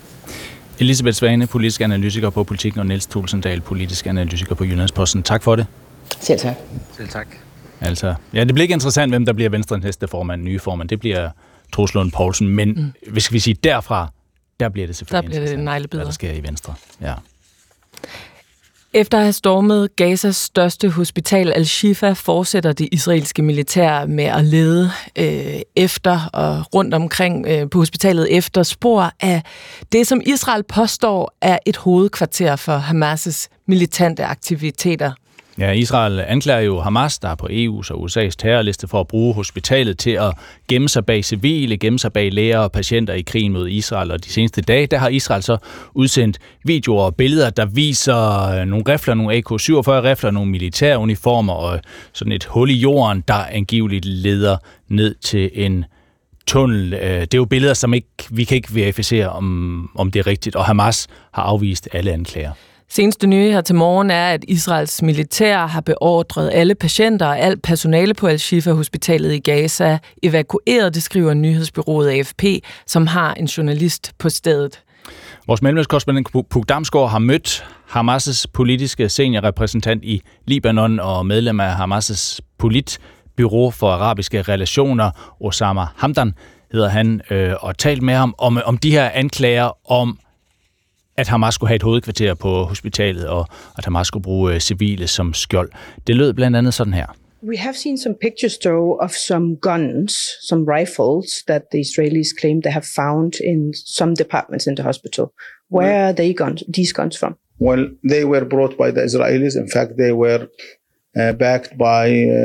[SPEAKER 2] Elisabeth Svane, politisk analytiker på Politikken, og Niels Tulsendal, politisk analytiker på Jyllands-Posten. Tak for det.
[SPEAKER 5] Selv tak.
[SPEAKER 22] Selv tak.
[SPEAKER 2] Altså, ja, det bliver ikke interessant, hvem der bliver Venstres næste formand, nye formand. Det bliver Troels Lund Poulsen, men mm. hvis vi sige derfra, der bliver det selvfølgelig
[SPEAKER 3] der bliver det
[SPEAKER 2] hvad der sker i Venstre. Ja.
[SPEAKER 3] Efter at have stormet Gazas største hospital, Al-Shifa, fortsætter det israelske militær med at lede øh, efter og rundt omkring øh, på hospitalet efter spor af det, som Israel påstår er et hovedkvarter for Hamas' militante aktiviteter.
[SPEAKER 2] Ja, Israel anklager jo Hamas, der er på E U's og U S A's terrorliste, for at bruge hospitalet til at gemme sig bag civile, gemme sig bag læger og patienter i krigen mod Israel. Og de seneste dage, der har Israel så udsendt videoer og billeder, der viser nogle rifler, nogle A K syvogfyrre rifler, nogle militære uniformer og sådan et hul i jorden, der angiveligt leder ned til en tunnel. Det er jo billeder, som ikke, vi kan ikke verificere, om, om det er rigtigt, og Hamas har afvist alle anklager.
[SPEAKER 3] Seneste nye her til morgen er, at Israels militær har beordret alle patienter og alt personale på Al-Shifa-hospitalet i Gaza evakueret, det skriver nyhedsbureauet A F P, som har en journalist på stedet.
[SPEAKER 2] Vores mellemøstkorrespondent Puk Damsgaard har mødt Hamas' politiske seniorrepræsentant i Libanon og medlem af Hamas' politbyrå for arabiske relationer, Osama Hamdan hedder han, og talt med ham om, om de her anklager om, at Hamas skulle have et hovedkvarter på hospitalet, og at Hamas skulle bruge civile som skjold. Det lød blandt andet sådan her.
[SPEAKER 7] We have seen some pictures, though, of some guns, some rifles that the Israelis claim they have found in some departments in the hospital. Where are they guns, these guns from?
[SPEAKER 23] Well, they were brought by the Israelis. In fact, they were uh, backed by uh,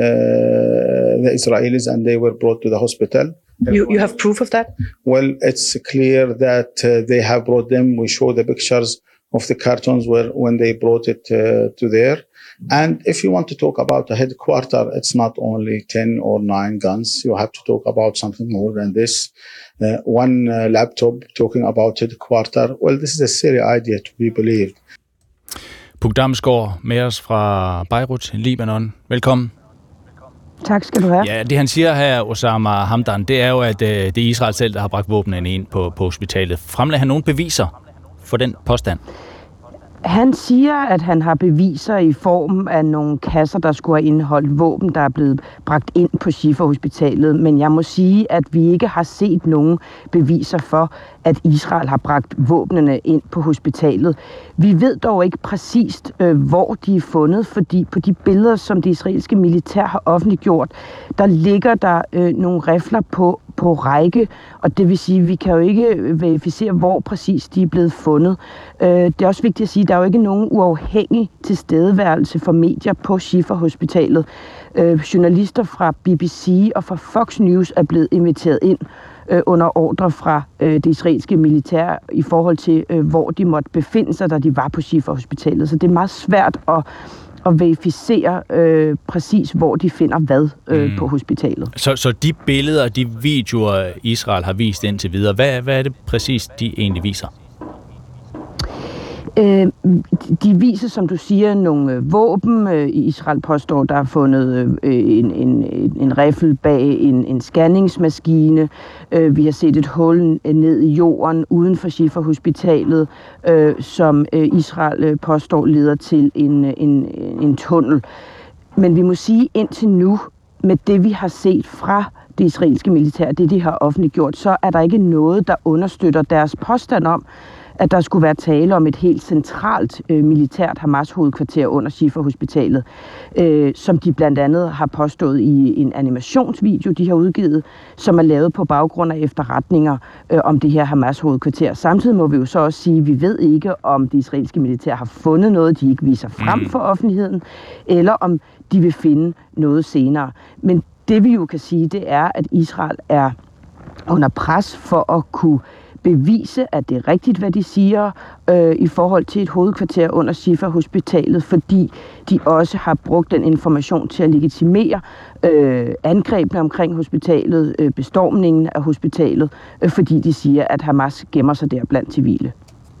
[SPEAKER 23] the Israelis, and they were brought to the hospital.
[SPEAKER 7] You, you have proof of that?
[SPEAKER 23] Well, it's clear that uh, they have brought them. We show the pictures of the cartons where when they brought it uh, to there. And if you want to talk about the headquarter, it's not only ten or nine guns. You have to talk about something more than this. Uh, one uh, laptop talking about headquarter. Well, this is a silly idea to be believed.
[SPEAKER 2] Puk Damsgaard med os fra Beirut, Libanon. Velkommen.
[SPEAKER 4] Tak skal du have.
[SPEAKER 2] Ja, det han siger her, Osama Hamdan, det er jo, at øh, det er Israel selv, der har bragt våbnene ind på, på hospitalet. Fremlagde han nogle beviser for den påstand?
[SPEAKER 4] Han siger, at han har beviser i form af nogle kasser, der skulle have indeholdt våben, der er blevet bragt ind på Shifa-hospitalet. Men jeg må sige, at vi ikke har set nogen beviser for, at Israel har bragt våbnene ind på hospitalet. Vi ved dog ikke præcist, øh, hvor de er fundet, fordi på de billeder, som det israelske militær har offentliggjort, der ligger der øh, nogle rifler på, på række, og det vil sige, at vi kan jo ikke verificere, hvor præcis de er blevet fundet. Øh, det er også vigtigt at sige, at der er jo ikke nogen uafhængig tilstedeværelse for medier på Shifa-hospitalet. Øh, journalister fra B B C og fra Fox News er blevet inviteret ind under ordre fra øh, det israelske militær i forhold til, øh, hvor de måtte befinde sig, da de var på Shifa-hospitalet. Så det er meget svært at, at verificere øh, præcis, hvor de finder hvad øh, mm. på hospitalet.
[SPEAKER 2] Så, så de billeder og de videoer, Israel har vist indtil videre, hvad, hvad er det præcis, de egentlig viser?
[SPEAKER 4] De viser, som du siger, nogle våben. Israel påstår, der er fundet en, en, en riffel bag en, en scanningsmaskine. Vi har set et hul ned i jorden uden for Shifa-hospitalet, som Israel påstår leder til en, en, en tunnel. Men vi må sige, indtil nu, med det vi har set fra det israelske militær, det de har offentliggjort, så er der ikke noget, der understøtter deres påstand om, at der skulle være tale om et helt centralt øh, militært Hamas-hovedkvarter under Shifa-hospitalet, øh, som de blandt andet har påstået i en animationsvideo, de har udgivet, som er lavet på baggrund af efterretninger øh, om det her Hamas-hovedkvarter. Samtidig må vi jo så også sige, at vi ved ikke, om det israelske militær har fundet noget, de ikke viser frem for offentligheden, eller om de vil finde noget senere. Men det vi jo kan sige, det er, at Israel er under pres for at kunne bevise, at det er rigtigt, hvad de siger øh, i forhold til et hovedkvarter under Shifa-hospitalet, fordi de også har brugt den information til at legitimere øh, angrebene omkring hospitalet, øh, bestormningen af hospitalet, øh, fordi de siger, at Hamas gemmer sig der blandt civile.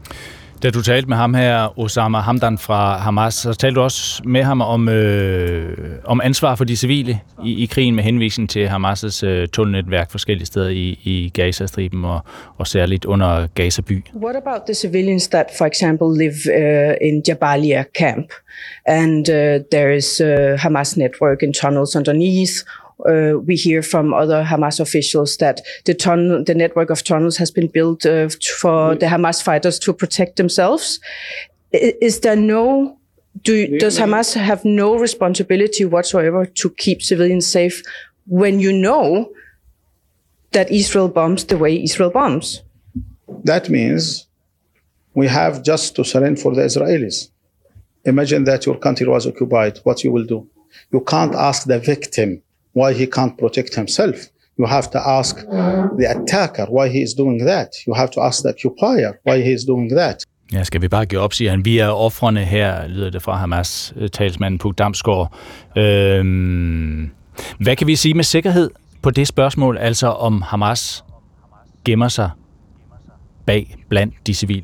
[SPEAKER 2] Da du talte med ham her, Osama Hamdan fra Hamas, så talte du også med ham om, øh, om ansvar for de civile i, i krigen med henvisning til Hamas' øh, tunnelnetværk forskellige steder i, i Gaza-striben og, og særligt under Gaza by.
[SPEAKER 7] What about the civilians that, for example, live uh, in Jabalia camp and uh, there is a Hamas network in tunnels underneath? Uh, we hear from other Hamas officials that the tunnel, the network of tunnels has been built uh, for the Hamas fighters to protect themselves. Is, is there no, do, does Hamas have no responsibility whatsoever to keep civilians safe when you know that Israel bombs the way Israel bombs?
[SPEAKER 23] That means we have just to surrender for the Israelis. Imagine that your country was occupied, what you will do. You can't ask the victim why he can't protect himself. You have to ask the attacker why he is doing that. You have to ask the occupier why he is doing that.
[SPEAKER 2] Ja, skal vi bare give op, siger han. Vi er ofrene her, lyder det fra Hamas talsmanden Puk Damsgaard. Øhm, hvad kan vi sige med sikkerhed på det spørgsmål, altså om Hamas gemmer sig bag blandt de civile?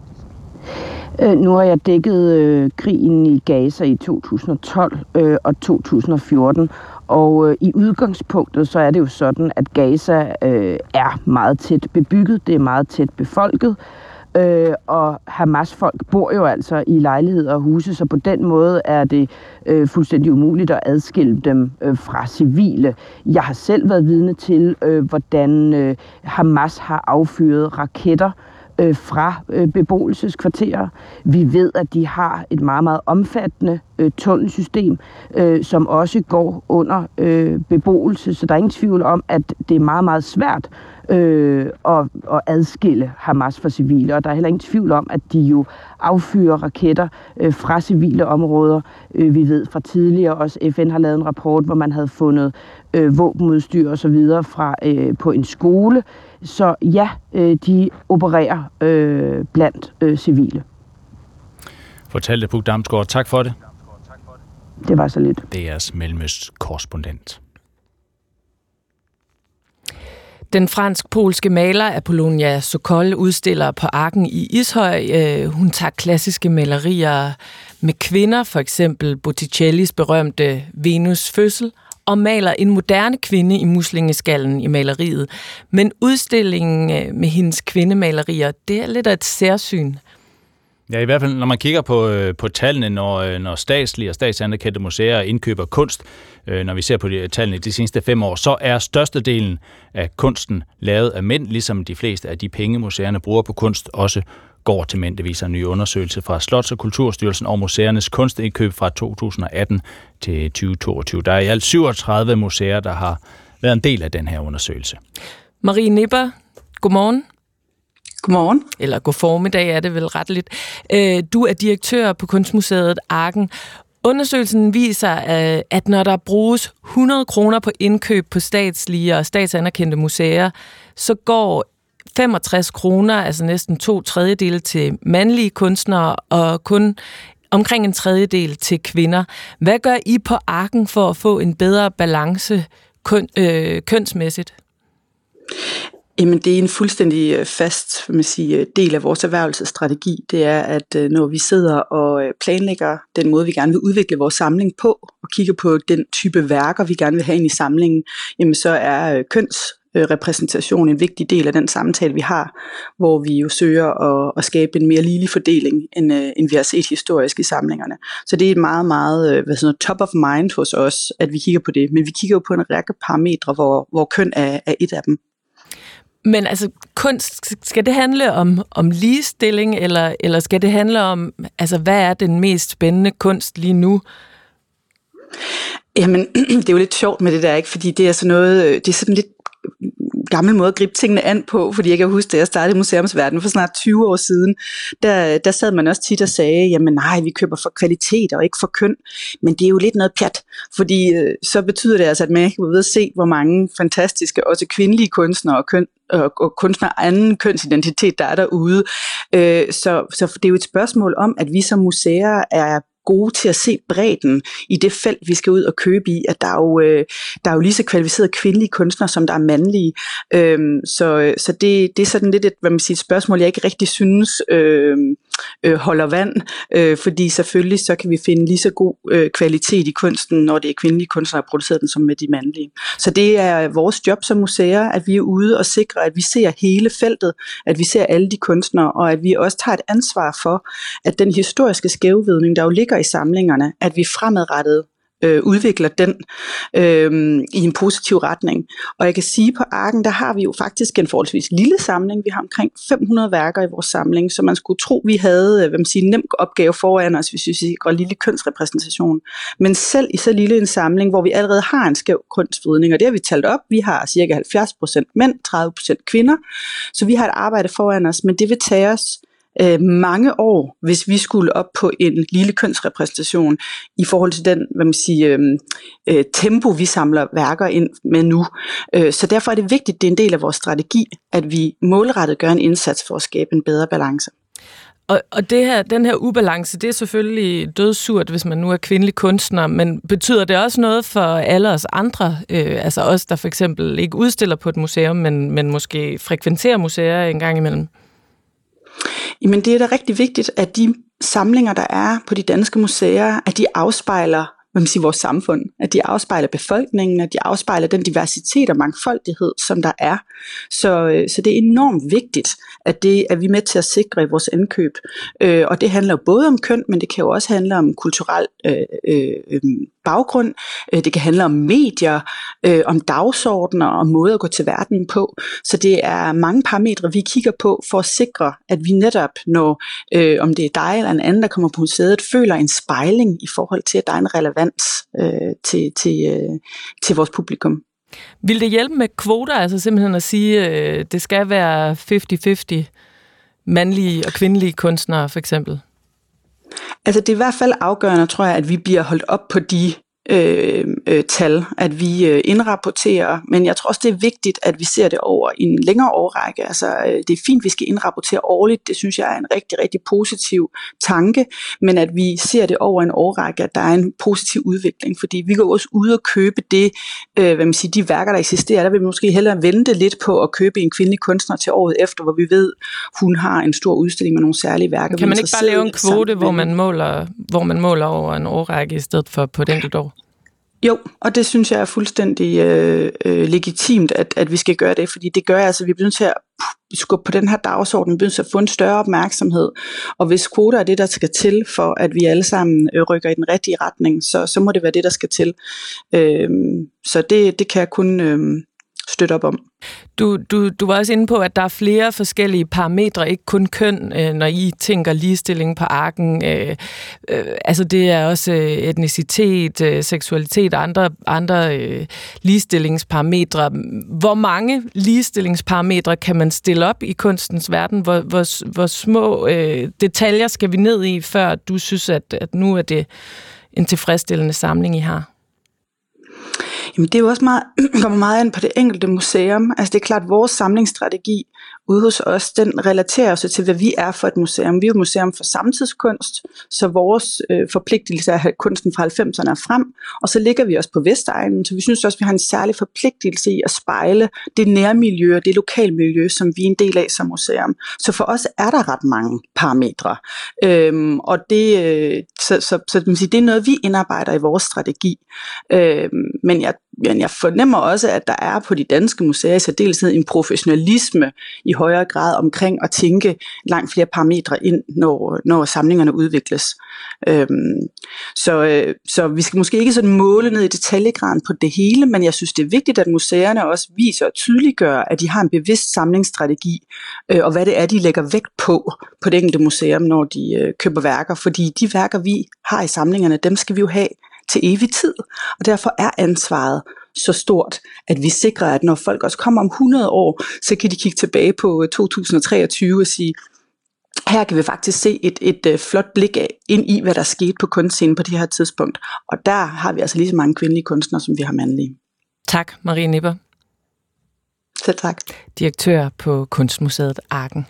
[SPEAKER 4] Øh, nu har jeg dækket øh, krigen i Gaza i to tusind og tolv øh, og to tusind og fjorten, og øh, i udgangspunktet så er det jo sådan, at Gaza øh, er meget tæt bebygget, det er meget tæt befolket, øh, og Hamas-folk bor jo altså i lejligheder og huse, så på den måde er det øh, fuldstændig umuligt at adskille dem øh, fra civile. Jeg har selv været vidne til, øh, hvordan øh, Hamas har affyret raketter fra øh, beboelseskvarterer. Vi ved, at de har et meget, meget omfattende øh, tunnelsystem, øh, som også går under øh, beboelse, så der er ingen tvivl om, at det er meget, meget svært øh, at, at adskille Hamas fra civile, og der er heller ingen tvivl om, at de jo affyrer raketter øh, fra civile områder. Øh, vi ved fra tidligere også, F N har lavet en rapport, hvor man havde fundet øh, våbenudstyr og så videre fra, øh, på en skole. Så ja, øh, de opererer øh, blandt øh, civile.
[SPEAKER 2] Fortalte Puk Damsgaard. Tak for det.
[SPEAKER 4] Det var så lidt.
[SPEAKER 2] D R's Mellemøst-korrespondent.
[SPEAKER 3] Den fransk-polske maler Apollonia Sokol udstiller på Arken i Ishøj. Hun tager klassiske malerier med kvinder, for eksempel Botticellis berømte Venus fødsel, og maler en moderne kvinde i muslingeskallen i maleriet. Men udstillingen med hendes kvindemalerier, det er lidt af et særsyn.
[SPEAKER 2] Ja, i hvert fald når man kigger på, på tallene, når, når statslige og statsanerkendte museer indkøber kunst, når vi ser på de, tallene de seneste fem år, så er størstedelen af kunsten lavet af mænd, ligesom de fleste af de penge, museerne bruger på kunst, også går til mænd. Det viser en ny undersøgelse fra Slots- og Kulturstyrelsen og museernes kunstindkøb fra to tusind og atten til tyve toogtyve. Der er i alt syvogtredive museer, der har været en del af den her undersøgelse.
[SPEAKER 3] Marie Nipper, godmorgen.
[SPEAKER 1] Godmorgen.
[SPEAKER 3] Eller god formiddag er det vel retteligt. Du er direktør på Kunstmuseet Arken. Undersøgelsen viser, at når der bruges hundrede kroner på indkøb på statslige og statsanerkendte museer, så går femogtres kroner, altså næsten to tredjedele til mandlige kunstnere, og kun omkring en tredjedel til kvinder. Hvad gør I på Arken for at få en bedre balance køn, øh, kønsmæssigt?
[SPEAKER 1] Jamen, det er en fuldstændig fast vil man sige, del af vores erhvervelsesstrategi. Det er, at når vi sidder og planlægger den måde, vi gerne vil udvikle vores samling på, og kigger på den type værker, vi gerne vil have ind i samlingen, jamen så er kønsrepræsentation en vigtig del af den samtale, vi har, hvor vi jo søger at, at skabe en mere ligelig fordeling, end, end vi har set historisk i samlingerne. Så det er et meget, meget hvad sådan, top of mind hos os, at vi kigger på det. Men vi kigger jo på en række parametre, hvor, hvor køn er, er et af dem.
[SPEAKER 3] Men altså, kunst, skal det handle om, om ligestilling, eller, eller skal det handle om, altså, hvad er den mest spændende kunst lige nu?
[SPEAKER 1] Jamen, det er jo lidt sjovt med det der, ikke? Fordi det er sådan noget, det er sådan lidt gammel måde at gribe tingene an på, fordi jeg kan huske, da jeg startede i museumsverdenen for snart tyve år siden, der, der sad man også tit og sagde, jamen nej, vi køber for kvalitet og ikke for køn, men det er jo lidt noget pjat, fordi øh, så betyder det altså, at man ikke vil ved at se, hvor mange fantastiske, også kvindelige kunstnere og, køn, og, og kunstnere af anden kønsidentitet, der er derude. Øh, så, så det er jo et spørgsmål om, at vi som museer er gode til at se bredden i det felt, vi skal ud og købe i, at der er jo, øh, der er jo lige så kvalificerede kvindelige kunstnere, som der er mandlige. Øhm, så så det, det er sådan lidt et, hvad man siger, et spørgsmål, jeg ikke rigtig synes øh, øh, holder vand, øh, fordi selvfølgelig så kan vi finde lige så god øh, kvalitet i kunsten, når det er kvindelige kunstnere, der har produceret den, som med de mandlige. Så det er vores job som museer, at vi er ude og sikre, at vi ser hele feltet, at vi ser alle de kunstnere, og at vi også tager et ansvar for, at den historiske skævvridning, der jo ligger i samlingerne, at vi fremadrettet øh, udvikler den øh, i en positiv retning. Og jeg kan sige, på Arken, der har vi jo faktisk en forholdsvis lille samling. Vi har omkring fem hundrede værker i vores samling, så man skulle tro, vi havde hvad man siger, en nem opgave foran os, hvis vi sikrer en lille kønsrepræsentation. Men selv i så lille en samling, hvor vi allerede har en skæv kønsvridning, og det har vi talt op, vi har cirka halvfjerds procent mænd, tredive procent kvinder, så vi har et arbejde foran os, men det vil tage os Øh, mange år, hvis vi skulle op på en lille kønsrepræsentation i forhold til den, hvad man siger, øh, øh, tempo, vi samler værker ind med nu. Øh, så derfor er det vigtigt, det er en del af vores strategi, at vi målrettet gør en indsats for at skabe en bedre balance.
[SPEAKER 3] Og, og det her, den her ubalance, det er selvfølgelig dødsurt, hvis man nu er kvindelig kunstner, men betyder det også noget for alle os andre, øh, altså os, der for eksempel ikke udstiller på et museum, men, men måske frekventerer museer en gang imellem?
[SPEAKER 1] Jamen det er da rigtig vigtigt, at de samlinger, der er på de danske museer, at de afspejler hvad man siger, vores samfund, at de afspejler befolkningen, at de afspejler den diversitet og mangfoldighed, som der er. Så, så det er enormt vigtigt, at det er vi med til at sikre i vores indkøb. Øh, og det handler jo både om køn, men det kan jo også handle om kulturel øh, øh, baggrund. Det kan handle om medier, øh, om dagsordner og måder at gå til verden på. Så det er mange parametre, vi kigger på for at sikre, at vi netop, når øh, om det er dig eller en anden, der kommer på museet, føler en spejling i forhold til, at der er en relevans øh, til, til, øh, til vores publikum.
[SPEAKER 3] Vil det hjælpe med kvoter, altså simpelthen at sige, øh, det skal være halvtreds halvtreds mandlige og kvindelige kunstnere for eksempel?
[SPEAKER 1] Altså det er i hvert fald afgørende, tror jeg, at vi bliver holdt op på de Øh, øh, tal, at vi øh, indrapporterer, men jeg tror også, det er vigtigt, at vi ser det over en længere årrække. Altså, øh, det er fint, vi skal indrapportere årligt, det synes jeg er en rigtig, rigtig positiv tanke, men at vi ser det over en årrække, at der er en positiv udvikling, fordi vi går også ud og købe det, øh, hvad man siger, de værker, der eksisterer, der vil vi måske hellere vente lidt på at købe en kvindelig kunstner til året efter, hvor vi ved, hun har en stor udstilling med nogle særlige værker.
[SPEAKER 3] Kan man ikke bare lave en kvote, hvor man måler, hvor man måler over en årrække i stedet for på et enkelt år?
[SPEAKER 1] Jo, og det synes jeg er fuldstændig øh, øh, legitimt, at, at vi skal gøre det, fordi det gør altså, at vi bliver nødt til at skubbe på den her dagsorden, vi bliver nødt til at få en større opmærksomhed, og hvis kvoter er det, der skal til, for at vi alle sammen øh, rykker i den rigtige retning, så, så må det være det, der skal til. Øh, så det, det kan jeg kun øh, støtte op om.
[SPEAKER 3] Du, du, du var også inde på, at der er flere forskellige parametre, ikke kun køn, øh, når I tænker ligestilling på arken. Øh, øh, altså det er også øh, etnicitet, øh, seksualitet og andre, andre øh, ligestillingsparametre. Hvor mange ligestillingsparametre kan man stille op i kunstens verden? Hvor, hvor, hvor små øh, detaljer skal vi ned i, før du synes, at, at nu er det en tilfredsstillende samling, I har?
[SPEAKER 1] Jamen det er jo også meget, kommer meget ind på det enkelte museum. Altså det er klart, at vores samlingsstrategi ude hos os, den relaterer sig til, hvad vi er for et museum. Vi er et museum for samtidskunst, så vores øh, forpligtelse er at have kunsten fra halvfemserne frem, og så ligger vi også på Vestegnen, så vi synes også, at vi har en særlig forpligtelse i at spejle det nærmiljø og det lokalmiljø, som vi er en del af som museum. Så for os er der ret mange parametre, øhm, og det, øh, så, så, så det er noget, vi indarbejder i vores strategi. Øhm, men jeg Men jeg fornemmer også, at der er på de danske museer i særdeleshed en professionalisme i højere grad omkring at tænke langt flere parametre ind, når, når samlingerne udvikles. Øhm, så, øh, så vi skal måske ikke sådan måle ned i detaljegraden på det hele, men jeg synes, det er vigtigt, at museerne også viser og tydeliggør, at de har en bevidst samlingsstrategi, øh, og hvad det er, de lægger vægt på på det enkelte museum, når de øh, køber værker. Fordi de værker, vi har i samlingerne, dem skal vi jo have til evig tid, og derfor er ansvaret så stort, at vi sikrer, at når folk også kommer om hundrede år, så kan de kigge tilbage på to tusind og treogtyve og sige, her kan vi faktisk se et, et, et flot blik af, ind i, hvad der skete på kunstscenen på det her tidspunkt. Og der har vi altså lige så mange kvindelige kunstnere, som vi har mandlige.
[SPEAKER 3] Tak, Marie Nipper.
[SPEAKER 1] Selv tak.
[SPEAKER 3] Direktør på Kunstmuseet Arken.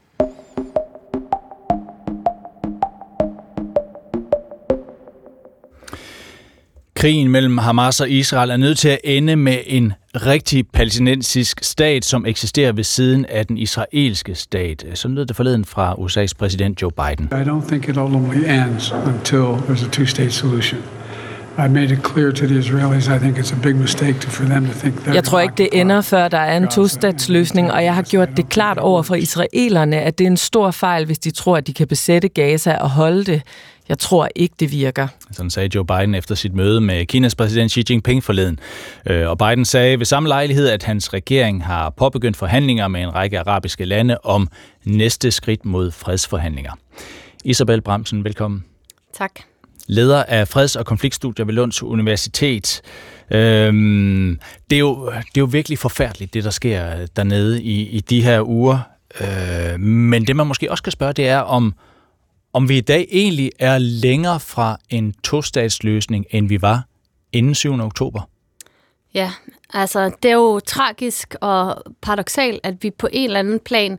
[SPEAKER 2] Krigen mellem Hamas og Israel er nødt til at ende med en rigtig palæstinensisk stat, som eksisterer ved siden af den israelske stat. Sådan lød det forleden fra U S A's præsident Joe Biden.
[SPEAKER 8] I don't think it ultimately ends until there's a two-state solution. I made it clear to the Israelis, I think it's a big mistake for them to think that.
[SPEAKER 3] Jeg tror ikke, det ender, før der er en to-statsløsning, og jeg har gjort det klart over for israelerne, at det er en stor fejl, hvis de tror, at de kan besætte Gaza og holde det. Jeg tror ikke, det virker.
[SPEAKER 2] Sådan sagde Joe Biden efter sit møde med Kinas præsident Xi Jinping forleden. Og Biden sagde ved samme lejlighed, at hans regering har påbegyndt forhandlinger med en række arabiske lande om næste skridt mod fredsforhandlinger. Isabel Bramsen, velkommen.
[SPEAKER 9] Tak.
[SPEAKER 2] Leder af freds- og konfliktstudier ved Lunds Universitet. Øhm, det, er jo, det er jo virkelig forfærdeligt, det der sker dernede i, i de her uger. Øh, men det man måske også kan spørge, det er om Om vi i dag egentlig er længere fra en tostatsløsning, end vi var inden syvende oktober?
[SPEAKER 9] Ja, altså det er jo tragisk og paradoksalt, at vi på en eller anden plan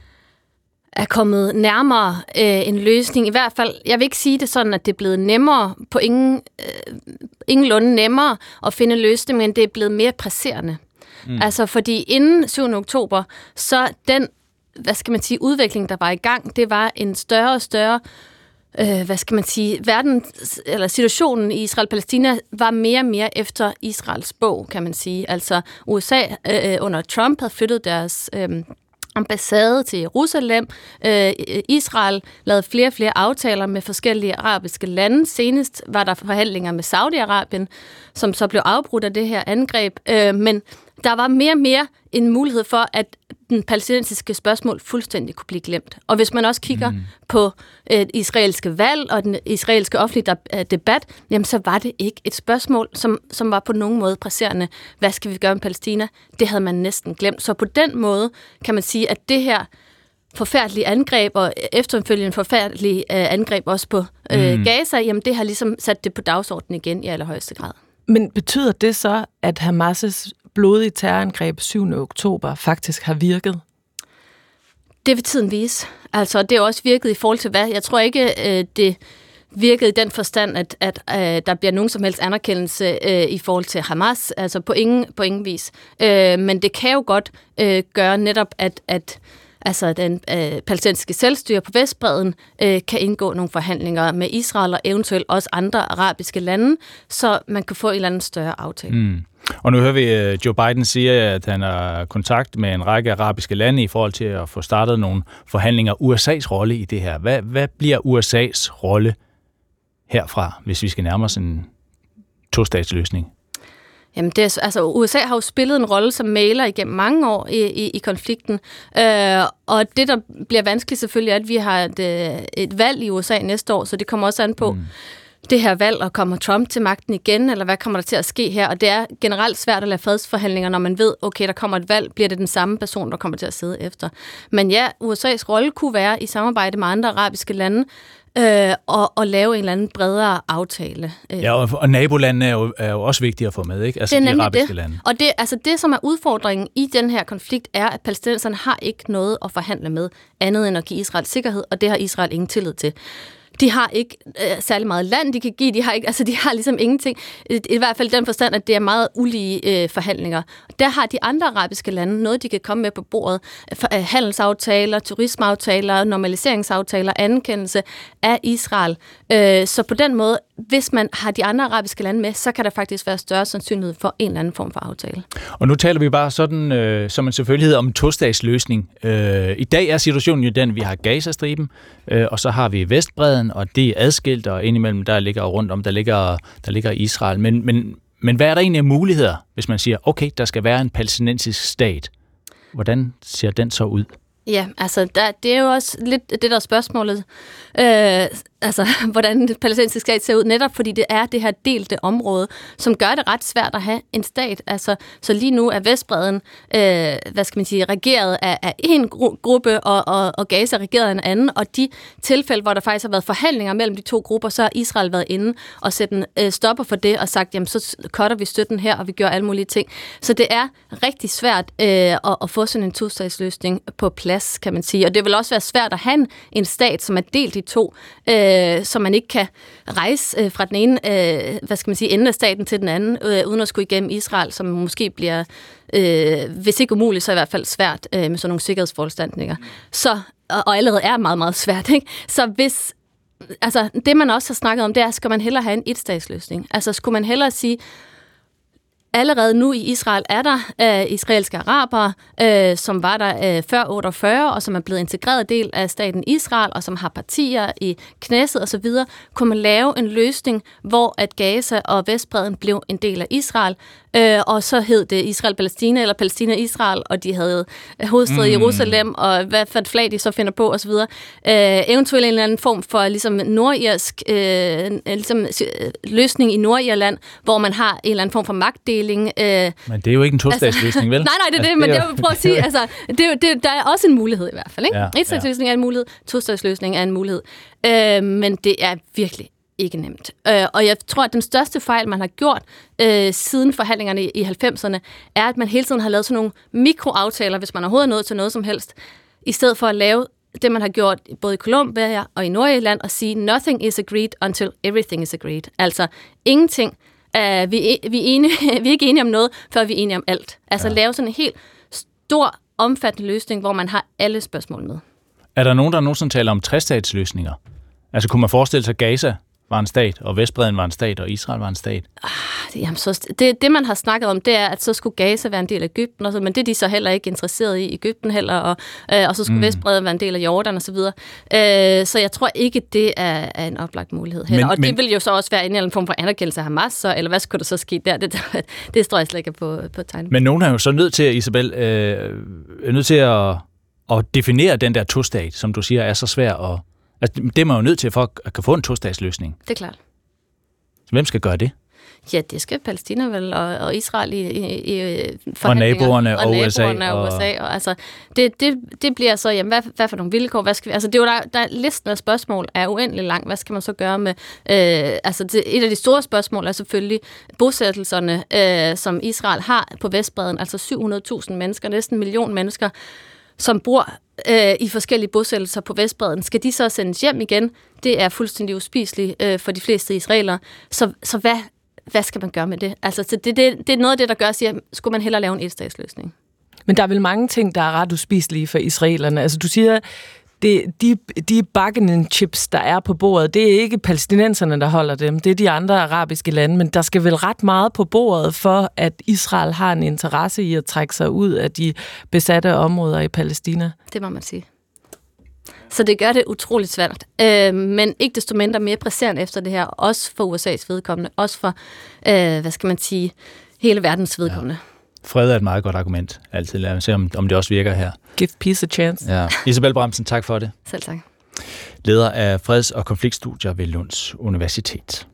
[SPEAKER 9] er kommet nærmere øh, en løsning. I hvert fald, jeg vil ikke sige det sådan, at det er blevet nemmere, på ingen, øh, ingenlunde nemmere at finde en løsning, men det er blevet mere presserende. Mm. Altså fordi inden syvende oktober, så den hvad skal man sige, udvikling, der var i gang, det var en større og større, øh, hvad skal man sige, verden, eller situationen i Israel-Palæstina var mere og mere efter Israels bog, kan man sige. Altså U S A øh, under Trump havde flyttet deres øh, ambassade til Jerusalem. Øh, Israel lavede flere og flere aftaler med forskellige arabiske lande. Senest var der forhandlinger med Saudi-Arabien, som så blev afbrudt af det her angreb. Øh, men der var mere og mere en mulighed for, at den palæstinensiske spørgsmål fuldstændig kunne blive glemt. Og hvis man også kigger mm. på et israelske valg og den israelske offentlige debat, jamen så var det ikke et spørgsmål, som, som var på nogen måde presserende. Hvad skal vi gøre med Palæstina? Det havde man næsten glemt. Så på den måde kan man sige, at det her forfærdelige angreb, og efterfølgende forfærdelige øh, angreb også på øh, mm. Gaza, jamen det har ligesom sat det på dagsordenen igen i allerhøjeste grad.
[SPEAKER 3] Men betyder det så, at Hamas' blodige terrorangreb syvende oktober faktisk har virket?
[SPEAKER 9] Det vil tiden vise. Altså, det er også virket i forhold til hvad? Jeg tror ikke, øh, det virkede i den forstand, at, at øh, der bliver nogen som helst anerkendelse øh, i forhold til Hamas. Altså på ingen, på ingen vis. Øh, men det kan jo godt øh, gøre netop, at, at altså den øh, palæstinensiske selvstyre på Vestbredden øh, kan indgå nogle forhandlinger med Israel og eventuelt også andre arabiske lande, så man kan få en eller anden større aftale.
[SPEAKER 2] Mm. Og nu hører vi, at Joe Biden siger, at han har kontakt med en række arabiske lande i forhold til at få startet nogle forhandlinger. U S A's rolle i det her. Hvad, hvad bliver U S A's rolle herfra, hvis vi skal nærme os en to-statsløsning?
[SPEAKER 9] Jamen, det er, altså, U S A har jo spillet en rolle som mægler igennem mange år i, i, i konflikten, øh, og det, der bliver vanskeligt selvfølgelig, er, at vi har et, et valg i U S A næste år, så det kommer også an på, mm. det her valg, og kommer Trump til magten igen, eller hvad kommer der til at ske her? Og det er generelt svært at lave fredsforhandlinger, når man ved, okay, der kommer et valg, bliver det den samme person, der kommer til at sidde efter. Men ja, U S A's rolle kunne være i samarbejde med andre arabiske lande, øh, og, og lave en eller anden bredere aftale.
[SPEAKER 2] Ja, og, og nabolandene er jo, er jo også vigtige at få med, ikke? Altså
[SPEAKER 9] det er
[SPEAKER 2] de arabiske
[SPEAKER 9] det.
[SPEAKER 2] lande.
[SPEAKER 9] Og det, altså det, som er udfordringen i den her konflikt, er, at palæstinenserne har ikke noget at forhandle med, andet end at give Israel sikkerhed, og det har Israel ingen tillid til. De har ikke øh, særlig meget land, de kan give. De har, ikke, altså, de har ligesom ingenting. I, i hvert fald i den forstand, at det er meget ulige øh, forhandlinger. Der har de andre arabiske lande noget, de kan komme med på bordet. For, øh, handelsaftaler, turismeaftaler, normaliseringsaftaler, anerkendelse af Israel. Øh, så på den måde, hvis man har de andre arabiske lande med, så kan der faktisk være større sandsynlighed for en eller anden form for aftale.
[SPEAKER 2] Og nu taler vi bare sådan, øh, som en selvfølgelighed, om en to-statsløsning. Øh, I dag er situationen jo den, vi har Gazastriben, øh, og så har vi Vestbredden, og det er adskilt, og indimellem der ligger rundt om, der ligger, der ligger Israel. Men, men, men hvad er der egentlig af muligheder, hvis man siger, okay, der skal være en palæstinensisk stat? Hvordan ser den så ud?
[SPEAKER 9] Ja, altså der, det er jo også lidt det der spørgsmålet, øh, altså hvordan det palæstinensiske stat ser ud, netop fordi det er det her delte område, som gør det ret svært at have en stat. Altså, så lige nu er Vestbredden, øh, hvad skal man sige, regeret af, af en gru- gruppe, og, og, og Gaza regeret af en anden, og de tilfælde, hvor der faktisk har været forhandlinger mellem de to grupper, så har Israel været inde og sætte en øh, stopper for det, og sagt, jamen så cutter vi støtten her, og vi gør alle mulige ting. Så det er rigtig svært øh, at, at få sådan en to-statsløsning på plads, kan man sige. Og det vil også være svært at have en, en stat, som er delt i to, øh, så man ikke kan rejse øh, fra den ene, øh, hvad skal man sige, ende af staten til den anden, øh, uden at skulle igennem Israel, som måske bliver, øh, hvis ikke umuligt, så i hvert fald svært øh, med sådan nogle sikkerhedsforanstaltninger. Så, og, og allerede er meget, meget svært, ikke? Så hvis, altså det man også har snakket om, det er, skal man hellere have en etstatsløsning? Altså skulle man hellere sige, allerede nu i Israel er der øh, israelske arabere, øh, som var der øh, før otteogfyrre, og som er blevet integreret del af staten Israel, og som har partier i Knesset og så videre. Kunne man lave en løsning, hvor at Gaza og Vestbredden blev en del af Israel, øh, og så hed det Israel-Palæstina eller Palæstina-Israel, og de havde hovedstad i mm. Jerusalem, og hvad for et flag de så finder på og så videre. Øh, eventuelt en eller anden form for ligesom nordirsk øh, ligesom, løsning i Nordirland, hvor man har en eller anden form for magtdel. Øh,
[SPEAKER 2] men det er jo ikke en to-statsløsning, vel?
[SPEAKER 9] Nej, nej, det er det, men det, jeg vil prøve at sige, altså, det, det, der er også en mulighed i hvert fald, ikke? Ja, et-statsløsning ja. er en mulighed, to-statsløsning er en mulighed, øh, men det er virkelig ikke nemt. Øh, og jeg tror, at den største fejl, man har gjort øh, siden forhandlingerne i halvfemserne, er, at man hele tiden har lavet sådan nogle mikroaftaler, hvis man overhovedet er nået til noget som helst, i stedet for at lave det, man har gjort både i Colombia og i Nordirland, og sige, nothing is agreed until everything is agreed. Altså, ingenting. Uh, vi, vi, er enige, vi er ikke enige om noget, før vi er enige om alt. Altså ja. lave sådan en helt stor, omfattende løsning, hvor man har alle spørgsmål med.
[SPEAKER 2] Er der nogen, der nogensinde taler om trestatsløsninger? Altså kunne man forestille sig, at Gaza var en stat, og Vestbredden var en stat, og Israel var en stat?
[SPEAKER 9] Ah, det, jamen, så, det, det, man har snakket om, det er, at så skulle Gaza være en del af Egypten, og så, men det er de så heller ikke interesseret i Egypten heller, og, øh, og så skulle mm. Vestbredden være en del af Jordan og så videre. Øh, så jeg tror ikke, det er, er en oplagt mulighed heller. Men, og men, det vil jo så også være en eller anden form for anerkendelse af Hamas, så, eller hvad skulle der så ske der? Det, det, det står jeg slet ikke på, på tegnet.
[SPEAKER 2] Men nogen er jo så nødt til, Isabel, øh, nødt til at, at definere den der to-stat, som du siger, er så svær at... Altså, det er man jo nødt til, for at kan få en to-statsløsning.
[SPEAKER 9] Det er klart.
[SPEAKER 2] Hvem skal gøre det?
[SPEAKER 9] Ja, det skal Palæstina vel, og, og Israel i, i, i
[SPEAKER 2] og naboerne og,
[SPEAKER 9] og
[SPEAKER 2] U S A.
[SPEAKER 9] Og, og U S A og, altså, det, det, det bliver så, jamen, hvad, hvad for nogle vilkår? Hvad skal vi, altså, det er jo der, der, listen af spørgsmål er uendelig lang. Hvad skal man så gøre med? Øh, altså, det, et af de store spørgsmål er selvfølgelig bosættelserne, øh, som Israel har på Vestbredden, altså syv hundrede tusind mennesker, næsten en million mennesker, som bor øh, i forskellige bosættelser på Vestbredden. Skal de så sendes hjem igen? Det er fuldstændig uspiseligt øh, for de fleste israelere. Så, så hvad, hvad skal man gøre med det? Altså, det, det, det er noget af det, der gør, at siger, skulle man hellere lave en etstatsløsning?
[SPEAKER 3] Men der er vel mange ting, der er ret uspiselige for israelerne. Altså, du siger, det, de, de bargaining chips, der er på bordet, det er ikke palæstinenserne, der holder dem. Det er de andre arabiske lande. Men der skal vel ret meget på bordet for, at Israel har en interesse i at trække sig ud af de besatte områder i Palæstina.
[SPEAKER 9] Det må man sige. Så det gør det utroligt svært. Øh, men ikke desto mindre mere presserende efter det her, også for U S A's vedkommende, også for, øh, hvad skal man sige, hele verdens vedkommende. Ja.
[SPEAKER 2] Fred er et meget godt argument, altid. Lad os se, om, om det også virker her.
[SPEAKER 3] Give peace a chance.
[SPEAKER 2] Ja. Isabel Bramsen, tak for det.
[SPEAKER 9] Selv tak.
[SPEAKER 2] Leder af freds- og konfliktstudier ved Lunds Universitet.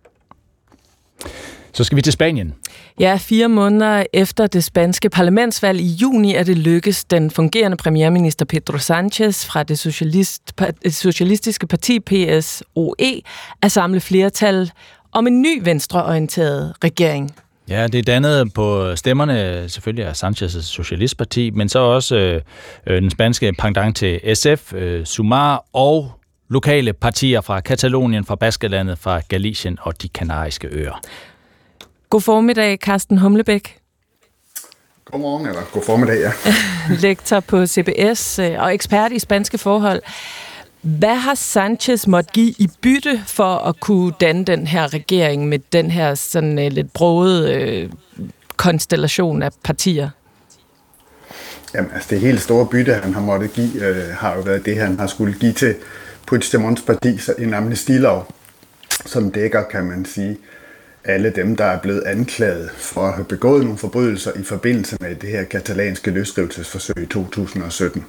[SPEAKER 2] Så skal vi til Spanien.
[SPEAKER 3] Ja, fire måneder efter det spanske parlamentsvalg i juni er det lykkes den fungerende premierminister Pedro Sánchez fra det socialist, socialistiske parti P S O E at samle flertal om en ny venstreorienteret regering.
[SPEAKER 2] Ja, det er dannet på stemmerne selvfølgelig af Sánchez' Socialistparti, men så også øh, den spanske pendant til S F, øh, Sumar og lokale partier fra Katalonien, fra Baskerlandet, fra Galicien og de Kanariske Øer.
[SPEAKER 3] God formiddag, Carsten Humlebæk.
[SPEAKER 10] Godmorgen, eller god formiddag, ja.
[SPEAKER 3] Lektor på C B S og ekspert i spanske forhold. Hvad har Sánchez måtte give i bytte for at kunne danne den her regering med den her sådan uh, lidt brogede øh, konstellation af partier?
[SPEAKER 10] Jamen, altså det helt store bytte, han har måttet give, øh, har jo været det, han har skulle give til Puigdemonts parti, en amnestilov, som dækker, kan man sige, alle dem, der er blevet anklaget for at have begået nogle forbrydelser i forbindelse med det her katalanske løsrivelsesforsøg i to tusind og sytten.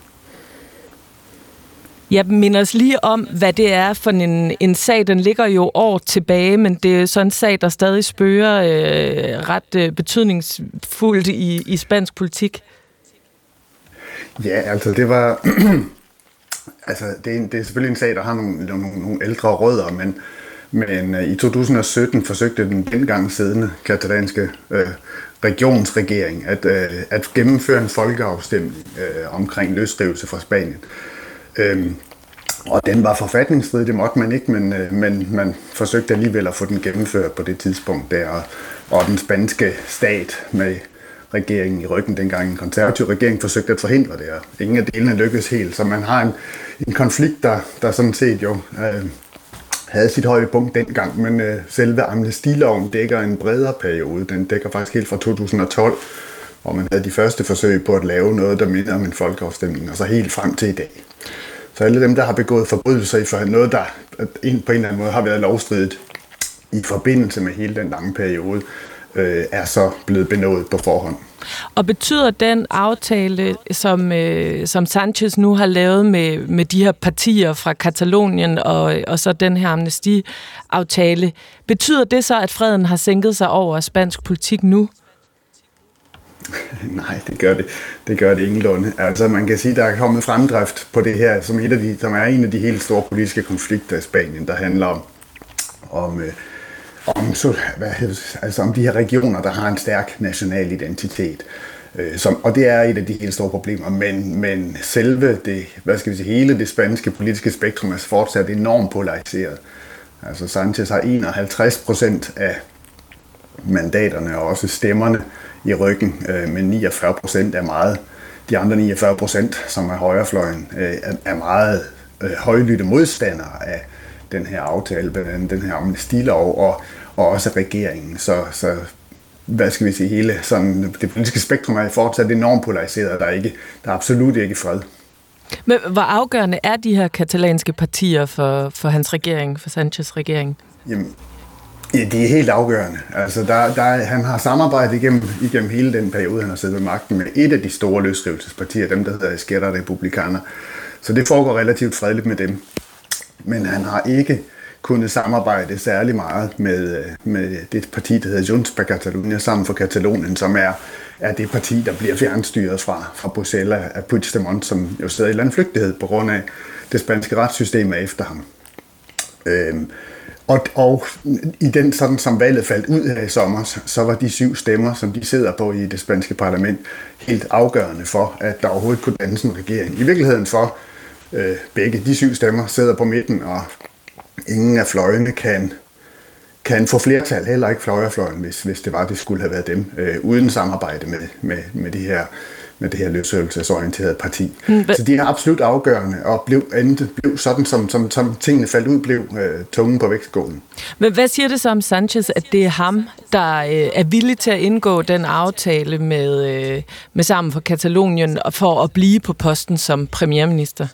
[SPEAKER 3] Jeg minder os lige om, hvad det er for en, en sag. Den ligger jo år tilbage, men det er sådan en sag, der stadig spørger øh, ret øh, betydningsfuldt i, i spansk politik.
[SPEAKER 10] Ja, altså det var... altså det er, en, det er selvfølgelig en sag, der har nogle, nogle, nogle ældre rødder, men, men øh, i to tusind og sytten forsøgte den dengang siddende katalanske øh, regionsregering at, øh, at gennemføre en folkeafstemning øh, omkring løsrivelse fra Spanien. Øhm, og den var forfatningsstridig, det måtte man ikke, men, øh, men man forsøgte alligevel at få den gennemført på det tidspunkt der, og, og den spanske stat med regeringen i ryggen, dengang en konservativ regering, forsøgte at forhindre det, og ingen af delene lykkedes helt, så man har en, en konflikt, der, der sådan set jo øh, havde sit højdepunkt dengang, men øh, selve amnestiloven dækker en bredere periode, den dækker faktisk helt fra to tusind og tolv, hvor man havde de første forsøg på at lave noget, der minder om en folkeafstemning, og så helt frem til i dag. Så alle dem, der har begået forbrydelser i for noget, der på en eller anden måde har været lovstridigt i forbindelse med hele den lange periode, øh, er så blevet benådet på forhånd.
[SPEAKER 3] Og betyder den aftale, som, øh, som Sánchez nu har lavet med, med de her partier fra Katalonien og, og så den her amnesti-aftale, betyder det så, at freden har sænket sig over spansk politik nu?
[SPEAKER 10] Nej, det gør det. Det gør det ingenlunde. Altså man kan sige, at der er kommet fremdrift på det her, som, et af de, som er en af de helt store politiske konflikter i Spanien, der handler om, om, øh, om, så, hvad, altså om de her regioner, der har en stærk national identitet. Øh, som, og det er et af de helt store problemer, men, men selve det, hvad skal vi sige, hele det spanske politiske spektrum er fortsat enormt polariseret. Altså Sánchez har enoghalvtreds procent af mandaterne og også stemmerne i ryggen, øh, men niogfyrre procent er meget. De andre niogfyrre procent, som er højrefløjen, øh, er meget øh, højlytte modstandere af den her aftale, blandt andet den her amnestilov og, og også regeringen. Så, så hvad skal vi sige, hele sådan, det politiske spektrum er fortsat enormt polariseret, der er, ikke, der er absolut ikke fred.
[SPEAKER 3] Men hvor afgørende er de her katalanske partier for, for hans regering, for Sánchez' regering?
[SPEAKER 10] Jamen, ja, de er helt afgørende. Altså, der, der, han har samarbejdet igennem, igennem hele den periode, han har siddet ved magten med et af de store løsrivelsespartier, dem der hedder Esquerra Republicana. Så det foregår relativt fredeligt med dem. Men han har ikke kunne samarbejde særlig meget med, med det parti, der hedder Junts per Catalunya, sammen for Katalonien, som er, er det parti, der bliver fjernstyret fra, fra Bruxelles af Puigdemont, som jo sidder i landflygtighed på grund af det spanske retssystem er efter ham. Øhm, og, og i den, sådan som valget faldt ud her i sommer, så var de syv stemmer, som de sidder på i det spanske parlament, helt afgørende for, at der overhovedet kunne dannes en regering. I virkeligheden for øh, begge de syv stemmer sidder på midten, og ingen af fløjene kan, kan få flertal, heller ikke fløjerfløjen, hvis, hvis det var, det skulle have været dem, øh, uden samarbejde med, med, med de her med det her løsrivelsesorienterede parti. Mm, så de er absolut afgørende, og blev, endte, blev sådan, som, som, som tingene faldt ud, blev øh, tungen på vægtskålen.
[SPEAKER 3] Men hvad siger det så om Sanchez, at det er ham, der øh, er villig til at indgå den aftale med, øh, med Sammen for Katalonien for at blive på posten som premierminister?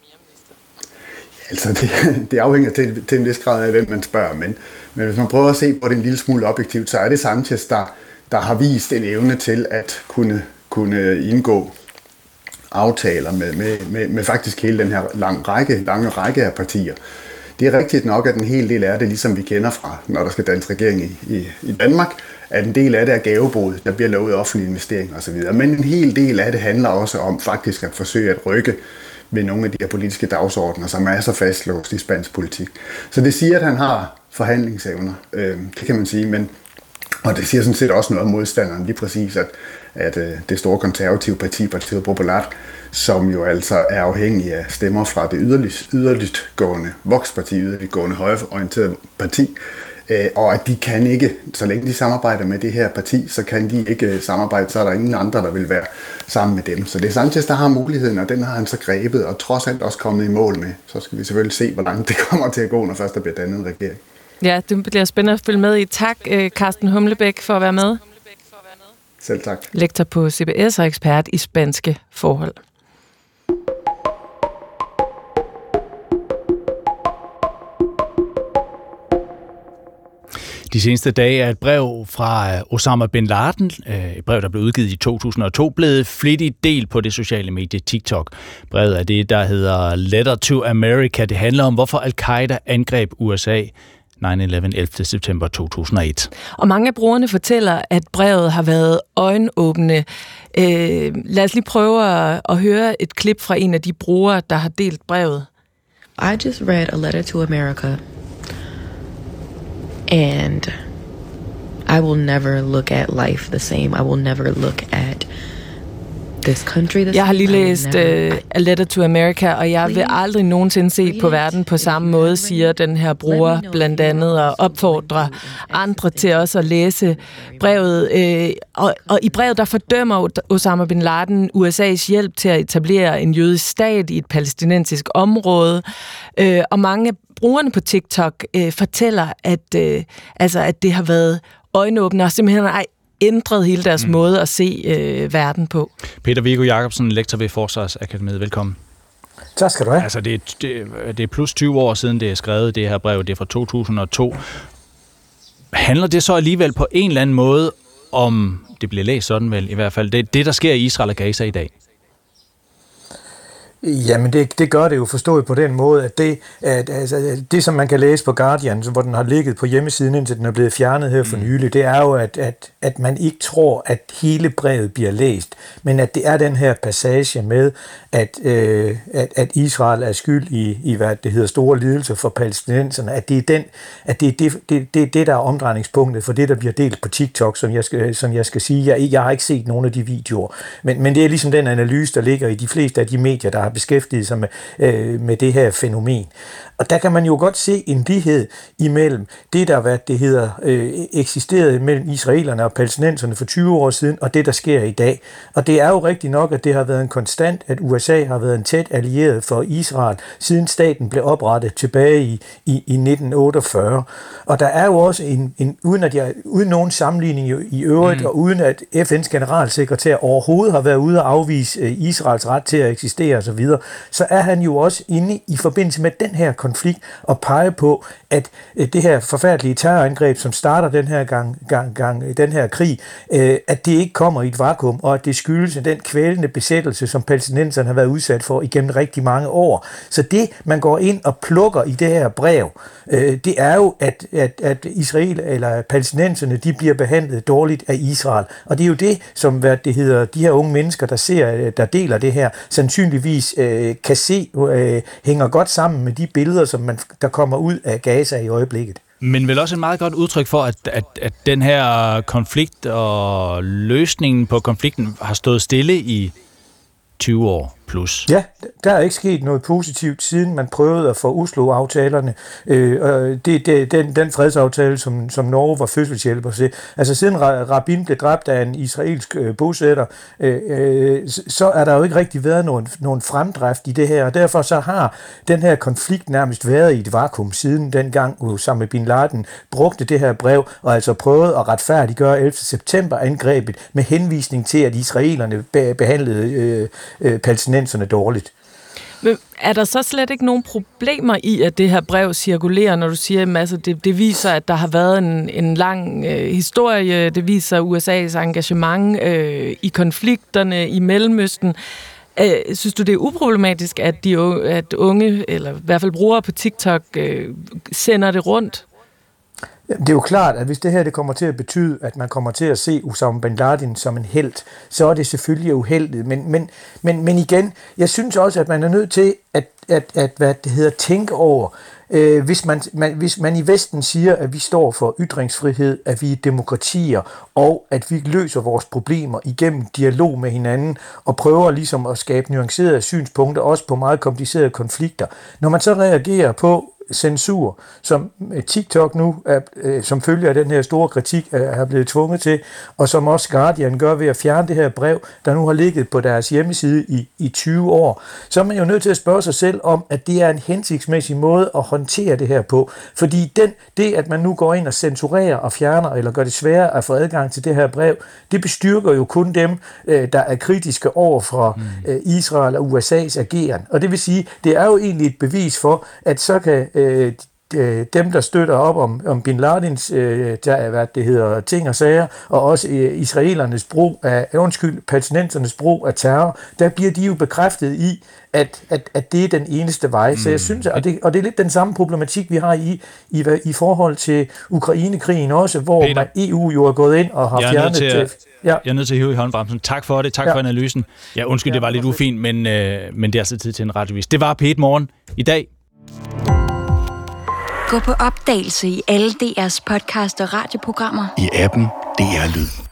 [SPEAKER 10] Altså, det, det afhænger til, til en vis grad af, hvem man spørger, men, men hvis man prøver at se på det en lille smule objektivt, så er det Sanchez, der, der har vist en evne til at kunne kunne indgå aftaler med, med, med, med faktisk hele den her lange række, lange række af partier. Det er rigtigt nok, at en hel del af det, ligesom vi kender fra, når der skal dannes regering i, i, i Danmark, at en del af det er gavebod, der bliver lovet offentlige investeringer osv. Men en hel del af det handler også om faktisk at forsøge at rykke ved nogle af de her politiske dagsordner, som er så fastlåst i spansk politik. Så det siger, at han har forhandlingsevner, øh, det kan man sige, men og det siger sådan set også noget om modstanderen, lige præcis, at, at øh, det store konservative parti, Partido Popular, som jo altså er afhængig af stemmer fra det yderligt, yderligt gående Vox-parti, yderligt gående højreorienterede parti, øh, og at de kan ikke, så længe de samarbejder med det her parti, så kan de ikke samarbejde, så er der ingen andre, der vil være sammen med dem. Så det er Sanchez, der har muligheden, og den har han så grebet, og trods alt også kommet i mål med. Så skal vi selvfølgelig se, hvor langt det kommer til at gå, når først der bliver dannet en regering.
[SPEAKER 3] Ja, det bliver spændende at følge med i. Tak, Carsten Humlebæk, for at være med.
[SPEAKER 10] Selv tak.
[SPEAKER 3] Lektor på C B S og ekspert i spanske forhold.
[SPEAKER 2] De seneste dage er et brev fra Osama bin Laden, et brev, der blev udgivet i to tusind og to, blevet flittigt delt på det sociale medie TikTok. Brevet er det, der hedder Letter to America. Det handler om, hvorfor Al-Qaida angreb U S A nine eleven ellevte september to tusind og et.
[SPEAKER 3] Og mange af brugerne fortæller, at brevet har været øjenåbne. Øh, lad os lige prøve at, at høre et klip fra en af de brugere, der har delt brevet.
[SPEAKER 11] I just read a letter to America, and I will never look at life the same. I will never look at this country the same.
[SPEAKER 3] Jeg har lige læst uh, A Letter to America, og jeg vil aldrig nogensinde se på verden på samme måde, siger den her bruger blandt andet, og opfordrer andre til også at læse brevet. Uh, og, og i brevet, der fordømmer Osama bin Laden U S A's hjælp til at etablere en jødisk stat i et palæstinensisk område, uh, og mange brugerne på TikTok uh, fortæller, at, uh, altså, at det har været øjenåbner, og simpelthen ej, ændret hele deres mm. måde at se øh, verden på.
[SPEAKER 2] Peter Viggo Jacobsen, lektor ved Forsvarsakademiet. Velkommen.
[SPEAKER 12] Tak skal du have.
[SPEAKER 2] Altså, det er, det, det er plus tyve år siden, det er skrevet, det her brev. Det er fra to tusind og to. Handler det så alligevel på en eller anden måde om, det bliver læst sådan vel i hvert fald, det, det der sker i Israel og Gaza i dag?
[SPEAKER 12] Jamen det, det gør det jo forstået på den måde, at det, at, altså, det som man kan læse på Guardian, hvor den har ligget på hjemmesiden, indtil den er blevet fjernet her for nylig, det er jo, at, at, at man ikke tror, at hele brevet bliver læst, men at det er den her passage med, at, øh, at, at Israel er skyld i, i, hvad det hedder, store lidelser for palæstinenserne, at det er den, at det er det, det, det, det, der er omdrejningspunktet for det, der bliver delt på TikTok, som jeg skal, som jeg skal sige. Jeg, jeg har ikke set nogen af de videoer, men, men det er ligesom den analyse, der ligger i de fleste af de medier, der har beskæftiget sig med, øh, med det her fænomen. Og der kan man jo godt se en lighed imellem det, der hvad det hedder, øh, eksisterede mellem israelerne og palæstinenserne for tyve år siden, og det, der sker i dag. Og det er jo rigtigt nok, at det har været en konstant, at U S A har været en tæt allieret for Israel, siden staten blev oprettet tilbage i, i, i nitten otteogfyrre. Og der er jo også en, en uden, at jeg, uden nogen sammenligning i øvrigt, mm. og uden at F N's generalsekretær overhovedet har været ude at afvise Israels ret til at eksistere osv., videre, så er han jo også inde i forbindelse med den her konflikt og peger på, at det her forfærdelige terrorangreb, som starter den her gang, gang, gang den her krig, øh, at det ikke kommer i et vakuum, og at det skyldes den kvælende besættelse, som palæstinenserne har været udsat for igennem rigtig mange år. Så det, man går ind og plukker i det her brev, øh, det er jo, at, at, at Israel eller palæstinenserne, de bliver behandlet dårligt af Israel. Og det er jo det, som hvad det hedder, de her unge mennesker, der ser, der deler det her, sandsynligvis øh, kan se, øh, hænger godt sammen med de billeder, som man, der kommer ud af Gaza i øjeblikket.
[SPEAKER 2] Men vel også et meget godt udtryk for, at, at, at den her konflikt og løsningen på konflikten har stået stille i tyve år plus.
[SPEAKER 12] Ja, der er ikke sket noget positivt, siden man prøvede at få Oslo-aftalerne, øh, det, det, den, den fredsaftale, som, som Norge var fødselshjælper til. Altså siden Rabin blev dræbt af en israelsk øh, bosætter, øh, så er der jo ikke rigtig været nogen, nogen fremdrift i det her, og derfor så har den her konflikt nærmest været i et vakuum, siden dengang Osama bin Laden brugte det her brev, og altså prøvede at retfærdiggøre ellevte september angrebet med henvisning til, at israelerne behandlede øh, øh, palæstinenserne dårligt.
[SPEAKER 3] Men er der så slet ikke nogen problemer i, at det her brev cirkulerer, når du siger, at altså, det, det viser, at der har været en, en lang øh, historie, det viser U S A's engagement øh, i konflikterne i Mellemøsten. Øh, synes du, det er uproblematisk, at, de, at unge, eller i hvert fald brugere på TikTok, øh, sender det rundt?
[SPEAKER 12] Det er jo klart, at hvis det her det kommer til at betyde, at man kommer til at se Osama bin Laden som en helt, så er det selvfølgelig uheldigt. Men, men, men, men igen, jeg synes også, at man er nødt til at, at, at hvad det hedder, tænke over, øh, hvis, man, man, hvis man i Vesten siger, at vi står for ytringsfrihed, at vi er demokratier, og at vi løser vores problemer igennem dialog med hinanden, og prøver ligesom at skabe nuancerede synspunkter, også på meget komplicerede konflikter. Når man så reagerer på censur, som TikTok nu, er, øh, som følger af den her store kritik, er blevet tvunget til, og som også Guardian gør ved at fjerne det her brev, der nu har ligget på deres hjemmeside i, i tyve år, så er man jo nødt til at spørge sig selv om, at det er en hensigtsmæssig måde at håndtere det her på. Fordi den, det, at man nu går ind og censurerer og fjerner, eller gør det sværere at få adgang til det her brev, det bestyrker jo kun dem, øh, der er kritiske over for øh, Israel og U S A's ageren. Og det vil sige, det er jo egentlig et bevis for, at så kan Øh, dem, der støtter op om, om bin Ladens øh, der, hvad det hedder, ting og sager, og også øh, israelernes brug af, undskyld, palæstinensernes brug af terror, der bliver de jo bekræftet i, at, at, at det er den eneste vej. Mm. Så jeg synes, og det, og det er lidt den samme problematik, vi har i, i, i forhold til Ukrainekrigen også, hvor Peter, man, E U jo er gået ind og har
[SPEAKER 2] jeg
[SPEAKER 12] fjernet...
[SPEAKER 2] Til at,
[SPEAKER 12] ja.
[SPEAKER 2] Jeg er nødt til at hive i håndbremsen. Tak for det, tak ja. for analysen. Ja, undskyld, det var lidt ufint, men, øh, men det er altså tid til en radiovis. Det var P et Morgen i dag.
[SPEAKER 13] Gå på opdagelse i alle D R's podcast og radioprogrammer.
[SPEAKER 14] I appen D R Lyd.